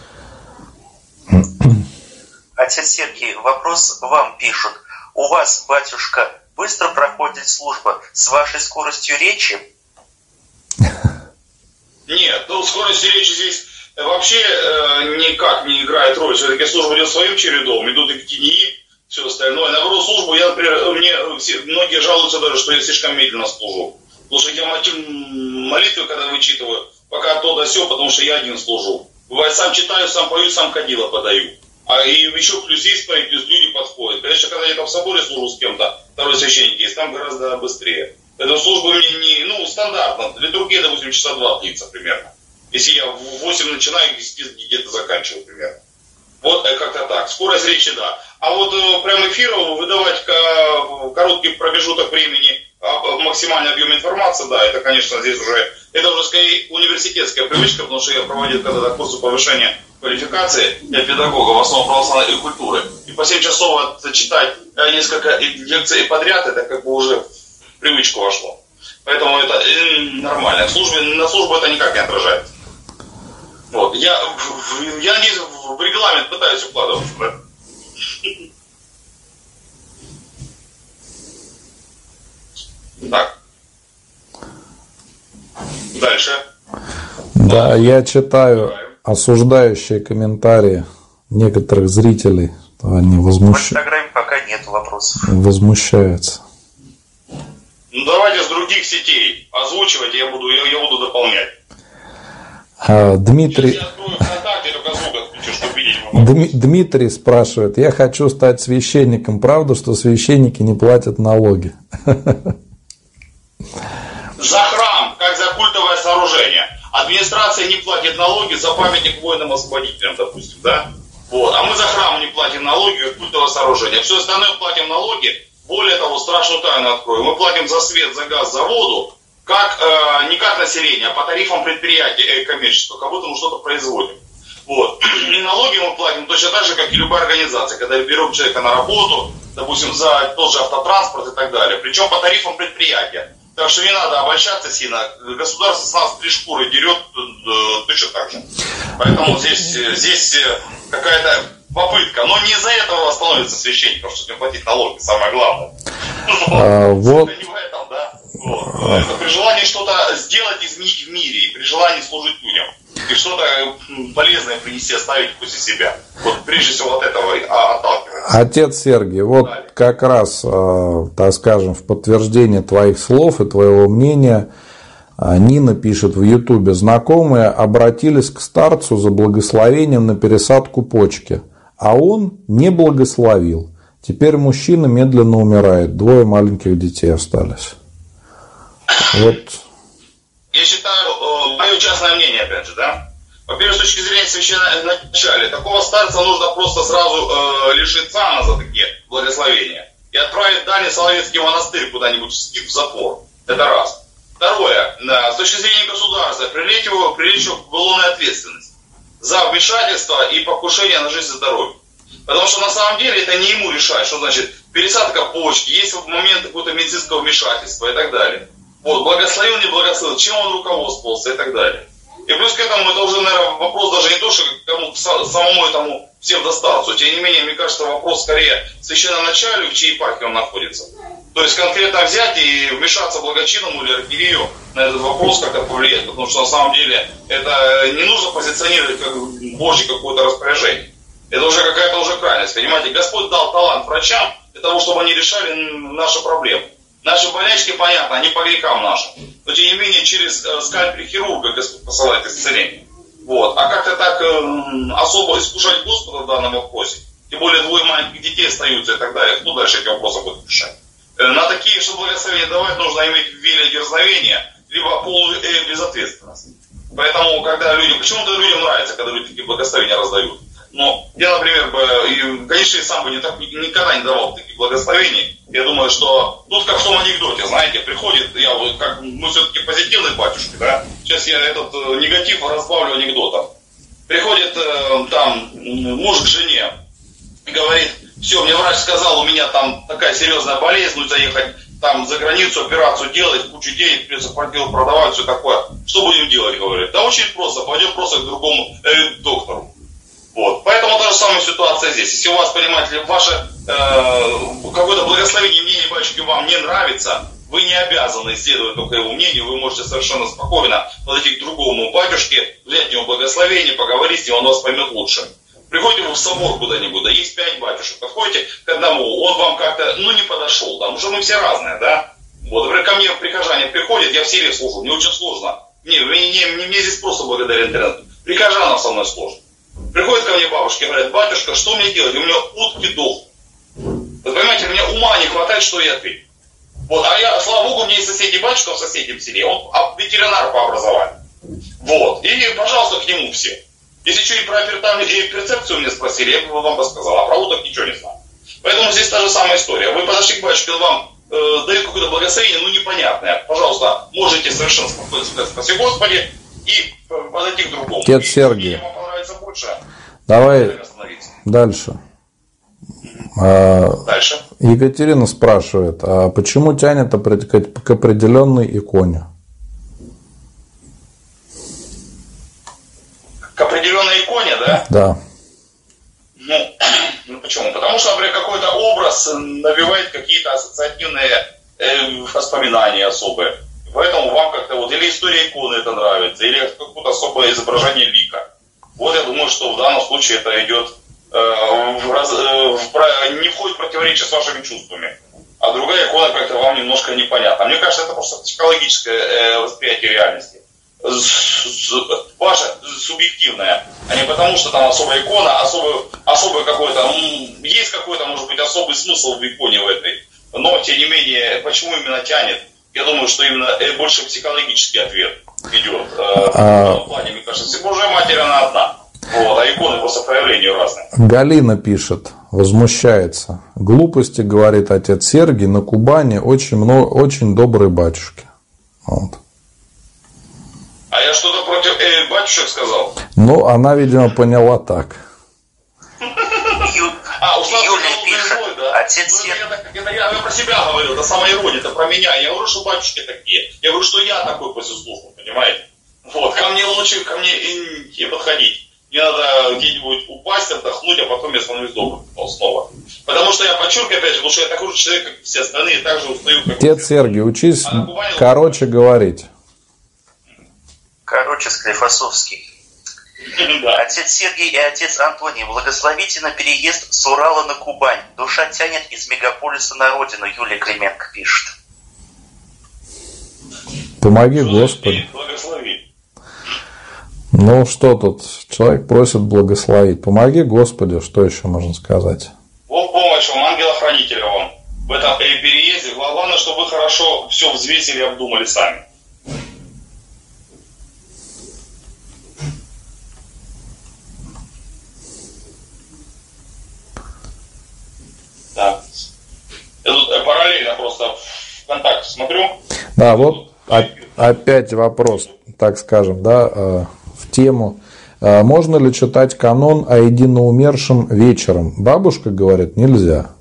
Отец Сергий, вопрос вам пишут. У вас, батюшка, быстро проходит служба с вашей скоростью речи? Нет, скорость речи здесь вообще никак не играет роль. Все-таки служба идет своим чередом, идут и КТНИ, все остальное. Наоборот, службу многие жалуются даже, что я слишком медленно служу. Потому что я молитвы, когда вычитываю, пока то да сё, потому что я один служу. Бывает, сам читаю, сам пою, сам кадила подаю. И еще плюс исповедь, плюс люди подходят. Конечно, когда я там в соборе служу с кем-то, второй священник есть, там гораздо быстрее. Эта служба у меня не стандартно. Литургия, допустим, часа 2 длится примерно. Если я в 8 начинаю, где-то заканчиваю примерно. Вот как-то так. Скорость речи, да. А вот прям эфиру выдавать короткий промежуток времени, максимальный объем информации, да, это, конечно, здесь уже, это уже скорее университетская привычка, потому что я проводил когда-то курсы повышения квалификации для педагога в основном православной культуры. И по 7 часов читать несколько лекций подряд, это как бы уже в привычку вошло. Поэтому это нормально. На службу это никак не отражается. Вот. Я надеюсь, в регламент пытаюсь укладываться, да? Так. Дальше. Да, я читаю осуждающие комментарии некоторых зрителей. Они В Инстаграме пока нет вопросов. Возмущаются. Ну давайте с других сетей озвучивать, я буду дополнять. Дмитрий... Дмитрий спрашивает: я хочу стать священником, правда, что священники не платят налоги? За храм, как за культовое сооружение. Администрация не платит налоги за памятник воинам-освободителям, допустим, да? Вот. А мы за храм не платим налоги, как культовое сооружение. Все остальное платим налоги. более того, страшную тайну открою. Мы платим за свет, за газ, за воду, не как население, а по тарифам предприятий коммерческого, как будто мы что-то производим. Вот. И налоги мы платим точно так же, как и любая организация, когда берем человека на работу, допустим, за тот же автотранспорт и так далее. Причем по тарифам предприятия. Так что не надо обольщаться сильно. Государство с нас 3 шкуры дерет точно так же. Поэтому здесь какая-то попытка. Но не из-за этого становится священником, чтобы платить налоги, самое главное. Вот. Это не в этом, да. Вот. Это при желании что-то сделать, изменить в мире, и при желании служить людям. И что-то полезное принести, оставить после себя. Вот прежде всего от этого отталкиваться. Отец Сергий, вот как раз, так скажем, в подтверждение твоих слов и твоего мнения, Нина пишет в Ютубе: знакомые обратились к старцу за благословением на пересадку почки, а он не благословил. Теперь мужчина медленно умирает, 2 маленьких детей остались. Вот. Я считаю, мое частное мнение, опять же, да. Во-первых, с точки зрения священноначалия, такого старца нужно просто сразу лишить сана за такие благословения и отправить в дальний Соловецкий монастырь куда-нибудь в затвор. Это раз. Второе, с точки зрения государства, привлечь его к уголовной ответственности за вмешательство и покушение на жизнь и здоровье. Потому что на самом деле это не ему решать, что значит пересадка почки, есть моменты какого-то медицинского вмешательства и так далее. Вот, благословил, не благословил, чем он руководствовался и так далее. И плюс к этому это уже, наверное, вопрос даже не то, что кому самому этому псевдостарцу. Тем не менее, мне кажется, вопрос скорее священноначалию, в чьей епархии он находится. То есть конкретно взять и вмешаться благочинному или архиерею на этот вопрос как-то повлиять. Потому что на самом деле это не нужно позиционировать как Божье какое-то распоряжение. Это уже какая-то уже крайность, понимаете. Господь дал талант врачам для того, чтобы они решали наши проблемы. Наши болячки, понятно, они по грехам нашим. Но тем не менее, через скальпель хирурга Господь посылает исцеление. Вот. А как-то так особо искушать Господа в данном вопросе, тем более 2 маленьких детей остаются и так далее, кто дальше эти вопросы будет решать? На такие, чтобы благословение давать, нужно иметь вере и дерзновение, либо полную безответственность. Поэтому, когда людям, почему-то людям нравится, когда люди такие благословения раздают. Но я, например, конечно, и сам бы никогда не давал таких благословений. Я думаю, что тут как в том анекдоте, знаете, приходит, мы все-таки позитивные батюшки, да? Сейчас я этот негатив разбавлю анекдотом. Приходит там муж к жене и говорит: все, мне врач сказал, у меня там такая серьезная болезнь, нужно ехать там за границу, операцию делать, кучу денег, придется квартиру продавать, все такое. Что будем делать, говорит? Да очень просто, пойдем просто к другому доктору. Вот. Поэтому та же самая ситуация здесь. Если у вас, понимаете, ваше какое-то благословение мнение батюшки вам не нравится, вы не обязаны следовать только его мнению, вы можете совершенно спокойно подойти к другому батюшке, взять у него благословение, поговорить с ним, он вас поймет лучше. Приходите вы в собор куда-нибудь, да, есть 5 батюшек, подходите к одному, он вам как-то, не подошел, да, потому что мы все разные, да. Вот, например, ко мне прихожане приходят, я в селе служу, мне очень сложно. Мне здесь просто благодаря интернету. Прихожанам со мной сложно. Приходят ко мне бабушки и говорят: батюшка, что мне делать? У меня утки дохнут. Вы понимаете, мне ума не хватает, что я ответил. Вот, а я, слава богу, у меня есть соседний батюшка в соседнем селе, он ветеринар по образованию. Вот, и, пожалуйста, к нему все. Если что и про перцепцию меня спросили, я бы вам рассказал, а про уток ничего не знаю. Поэтому здесь та же самая история. Вы подошли к батюшке, он вам дает какое-то благословение, непонятное. Пожалуйста, можете совершенно спокойно сказать: спаси Господи, и подойти к другому. Отец Сергий, вам понравится больше, давай дальше. Дальше. Екатерина спрашивает: а почему тянет к определенной иконе? К определенной иконе, да? Да. Почему? Потому что, например, какой-то образ навевает какие-то ассоциативные воспоминания особые. Поэтому вам как-то или история иконы это нравится, или какое-то особое изображение лика. Вот я думаю, что в данном случае это идет не входит в противоречие с вашими чувствами. А другая икона как-то вам немножко непонятна. Мне кажется, это просто психологическое восприятие реальности. Ваше субъективное, а не потому, что там особая икона, особый какой-то, есть какой-то, может быть, особый смысл в иконе в этой. Но, тем не менее, почему именно тянет? Я думаю, что именно больше психологический ответ идет. В этом плане, мне кажется, Божья Матерь, она одна. Вот, а иконы просто проявления разные. Галина пишет, возмущается. Глупости, говорит отец Сергий, на Кубани очень добрые батюшки. Вот. А я что-то против батюшек сказал? Ну, она, видимо, поняла так. Юлия пишет, отец Сергий... Я про себя говорил, это самая ирония, это про меня. Я говорю, что батюшки такие. Я говорю, что я такой после слуху, понимаете? Вот, ко мне лучше, не подходить. Мне надо где-нибудь упасть, отдохнуть, а потом я становлюсь добрым снова. Потому что я подчеркиваю, опять же, потому что я такой же человек, как все остальные, так же устаю, как отец Сергий, учись короче говорить. Короче, Склифосовский. Да. Отец Сергий и отец Антоний, благословите на переезд с Урала на Кубань. Душа тянет из мегаполиса на родину, Юлия Клименко пишет. Помоги, Господи. Благослови. Ну, что тут? Человек просит благословить. Помоги, Господи, что еще можно сказать? Вот помощь вам, ангела-хранителя вам. В этом переезде главное, чтобы вы хорошо все взвесили и обдумали сами. Так. Я тут параллельно просто ВКонтакте смотрю. Да, вот опять вопрос, так скажем, да, в тему. Можно ли читать канон о единоумершем вечером? Бабушка говорит, нельзя.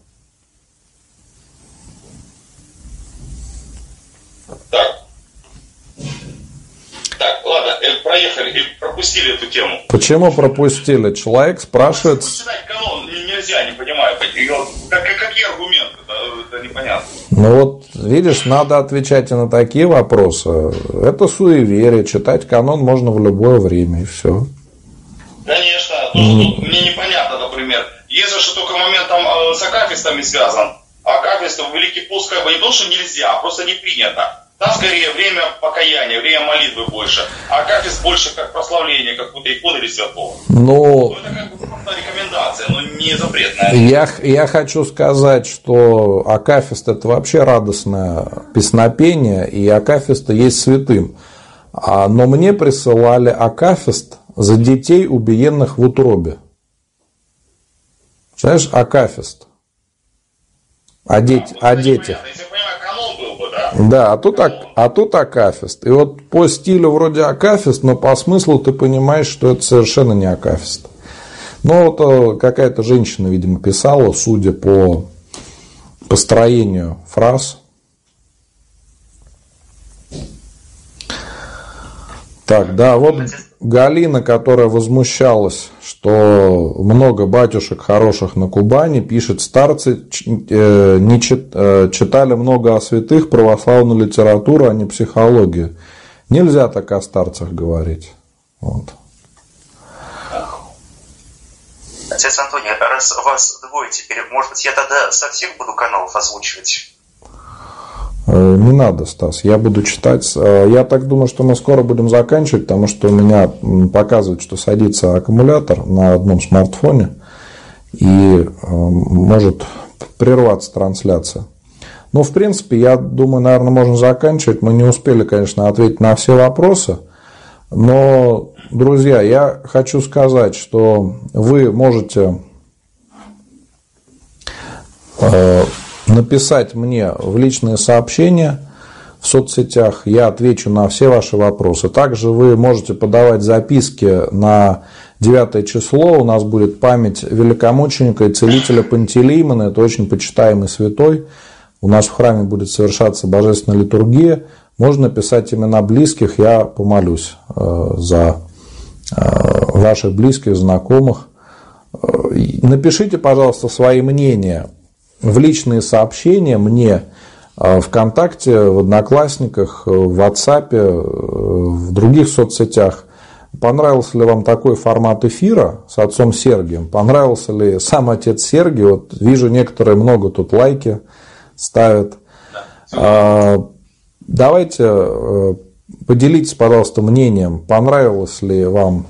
Так, ладно, проехали, пропустили эту тему. Почему пропустили? Человек спрашивает... Читать канон нельзя, не понимаю. Какие аргументы? Это непонятно. Ну вот, видишь, надо отвечать и на такие вопросы. Это суеверие. Читать канон можно в любое время, и все. Конечно. Тут мне непонятно, например. Если что только момент там с акафистами связан, акафист в Великий пост как бы не то, что нельзя, а просто не принято. Там скорее время покаяния, время молитвы больше. А акафист больше как прославление какой-то иконы или святого. Ну, это как бы просто рекомендация, но не запретная. Я хочу сказать, что акафист это вообще радостное песнопение, и акафиста есть святым. Но мне присылали акафист за детей, убиенных в утробе. Знаешь, акафист. О детях. Да, а тут акафист. И вот по стилю вроде акафист, но по смыслу ты понимаешь, что это совершенно не акафист. Ну, вот какая-то женщина, видимо, писала, судя по построению фраз. Так, да, вот Галина, которая возмущалась, что много батюшек хороших на Кубани, пишет, старцы не читали много о святых, православную литературу, а не психологию. Нельзя так о старцах говорить. Вот. Отец Антоний, раз вас двое теперь, может быть, я тогда со всех буду каналов озвучивать? Не надо, Стас, я буду читать. Я так думаю, что мы скоро будем заканчивать, потому что у меня показывает, что садится аккумулятор на одном смартфоне и может прерваться трансляция. Ну, в принципе, я думаю, наверное, можно заканчивать. Мы не успели, конечно, ответить на все вопросы. Но, друзья, я хочу сказать, что вы можете написать мне в личные сообщения в соцсетях, я отвечу на все ваши вопросы. Также вы можете подавать записки на 9 число, у нас будет память великомученика и целителя Пантелеймона, это очень почитаемый святой, у нас в храме будет совершаться божественная литургия, можно писать имена близких, я помолюсь за ваших близких, знакомых. Напишите, пожалуйста, свои мнения в личные сообщения мне ВКонтакте, в Одноклассниках, в WhatsApp, в других соцсетях. Понравился ли вам такой формат эфира с отцом Сергием? Понравился ли сам отец Сергий? Вот вижу, некоторые много тут лайки ставят. Давайте поделитесь, пожалуйста, мнением, понравилась ли вам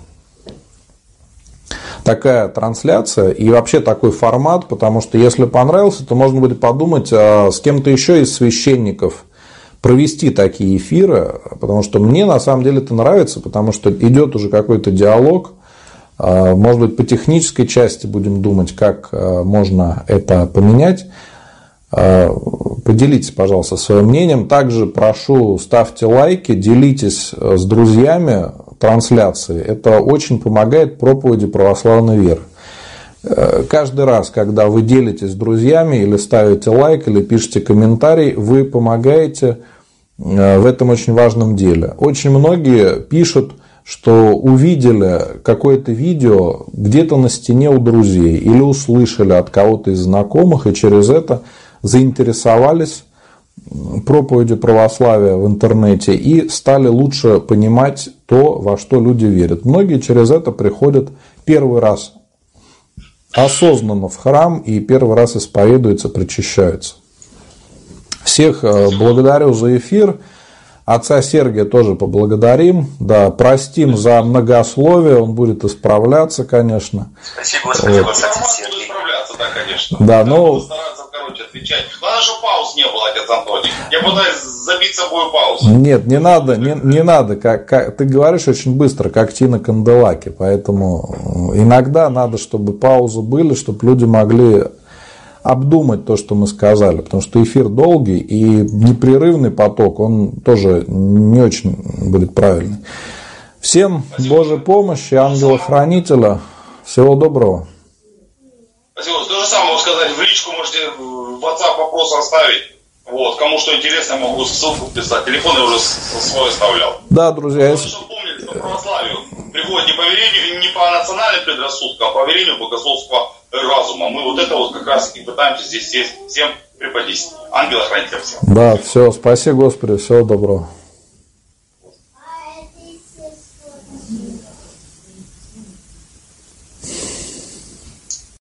такая трансляция и вообще такой формат, потому что если понравился, то можно будет подумать с кем-то еще из священников провести такие эфиры, потому что мне на самом деле это нравится, потому что идет уже какой-то диалог, Может быть, по технической части будем думать, как можно это поменять. Поделитесь, пожалуйста, своим мнением. Также прошу, ставьте лайки, делитесь с друзьями трансляцией. Это очень помогает проповеди православной веры. Каждый раз, когда вы делитесь с друзьями или ставите лайк, или пишете комментарий, вы помогаете в этом очень важном деле. Очень многие пишут, что увидели какое-то видео где-то на стене у друзей или услышали от кого-то из знакомых, и через это заинтересовались проповедью православия в интернете и стали лучше понимать то, во что люди верят. Многие через это приходят первый раз осознанно в храм и первый раз исповедуются, причащаются. Всех благодарю за эфир. Отца Сергия тоже поблагодарим. Да, простим за многословие, он будет исправляться, конечно. Спасибо, Господи, вот. Отец Сергий. Исправляться, да, конечно. Да, но... стараться, короче, отвечать. Главное, что пауз не было, отец Антоний. Я пытаюсь забить с собой паузу. Нет, не надо, не надо. Ты говоришь очень быстро, как Тина Канделаки. Поэтому иногда надо, чтобы паузы были, чтобы люди могли обдумать то, что мы сказали, потому что эфир долгий и непрерывный поток, он тоже не очень будет правильный. Всем спасибо. Божьей помощи, ангела-хранителя, всего доброго. Спасибо. То же самое сказать, в личку можете в WhatsApp вопрос оставить. Вот, кому что интересно, могу ссылку писать. Телефон я уже свой оставлял. Да, друзья. Чтобы помнили, что православию приходит не по верению, не по национальным предрассудкам, а по верению богословского разума. Мы вот это вот как раз и пытаемся здесь всем преподнести. Ангела-хранителя всем. Да, все, спаси Господи, всего доброго.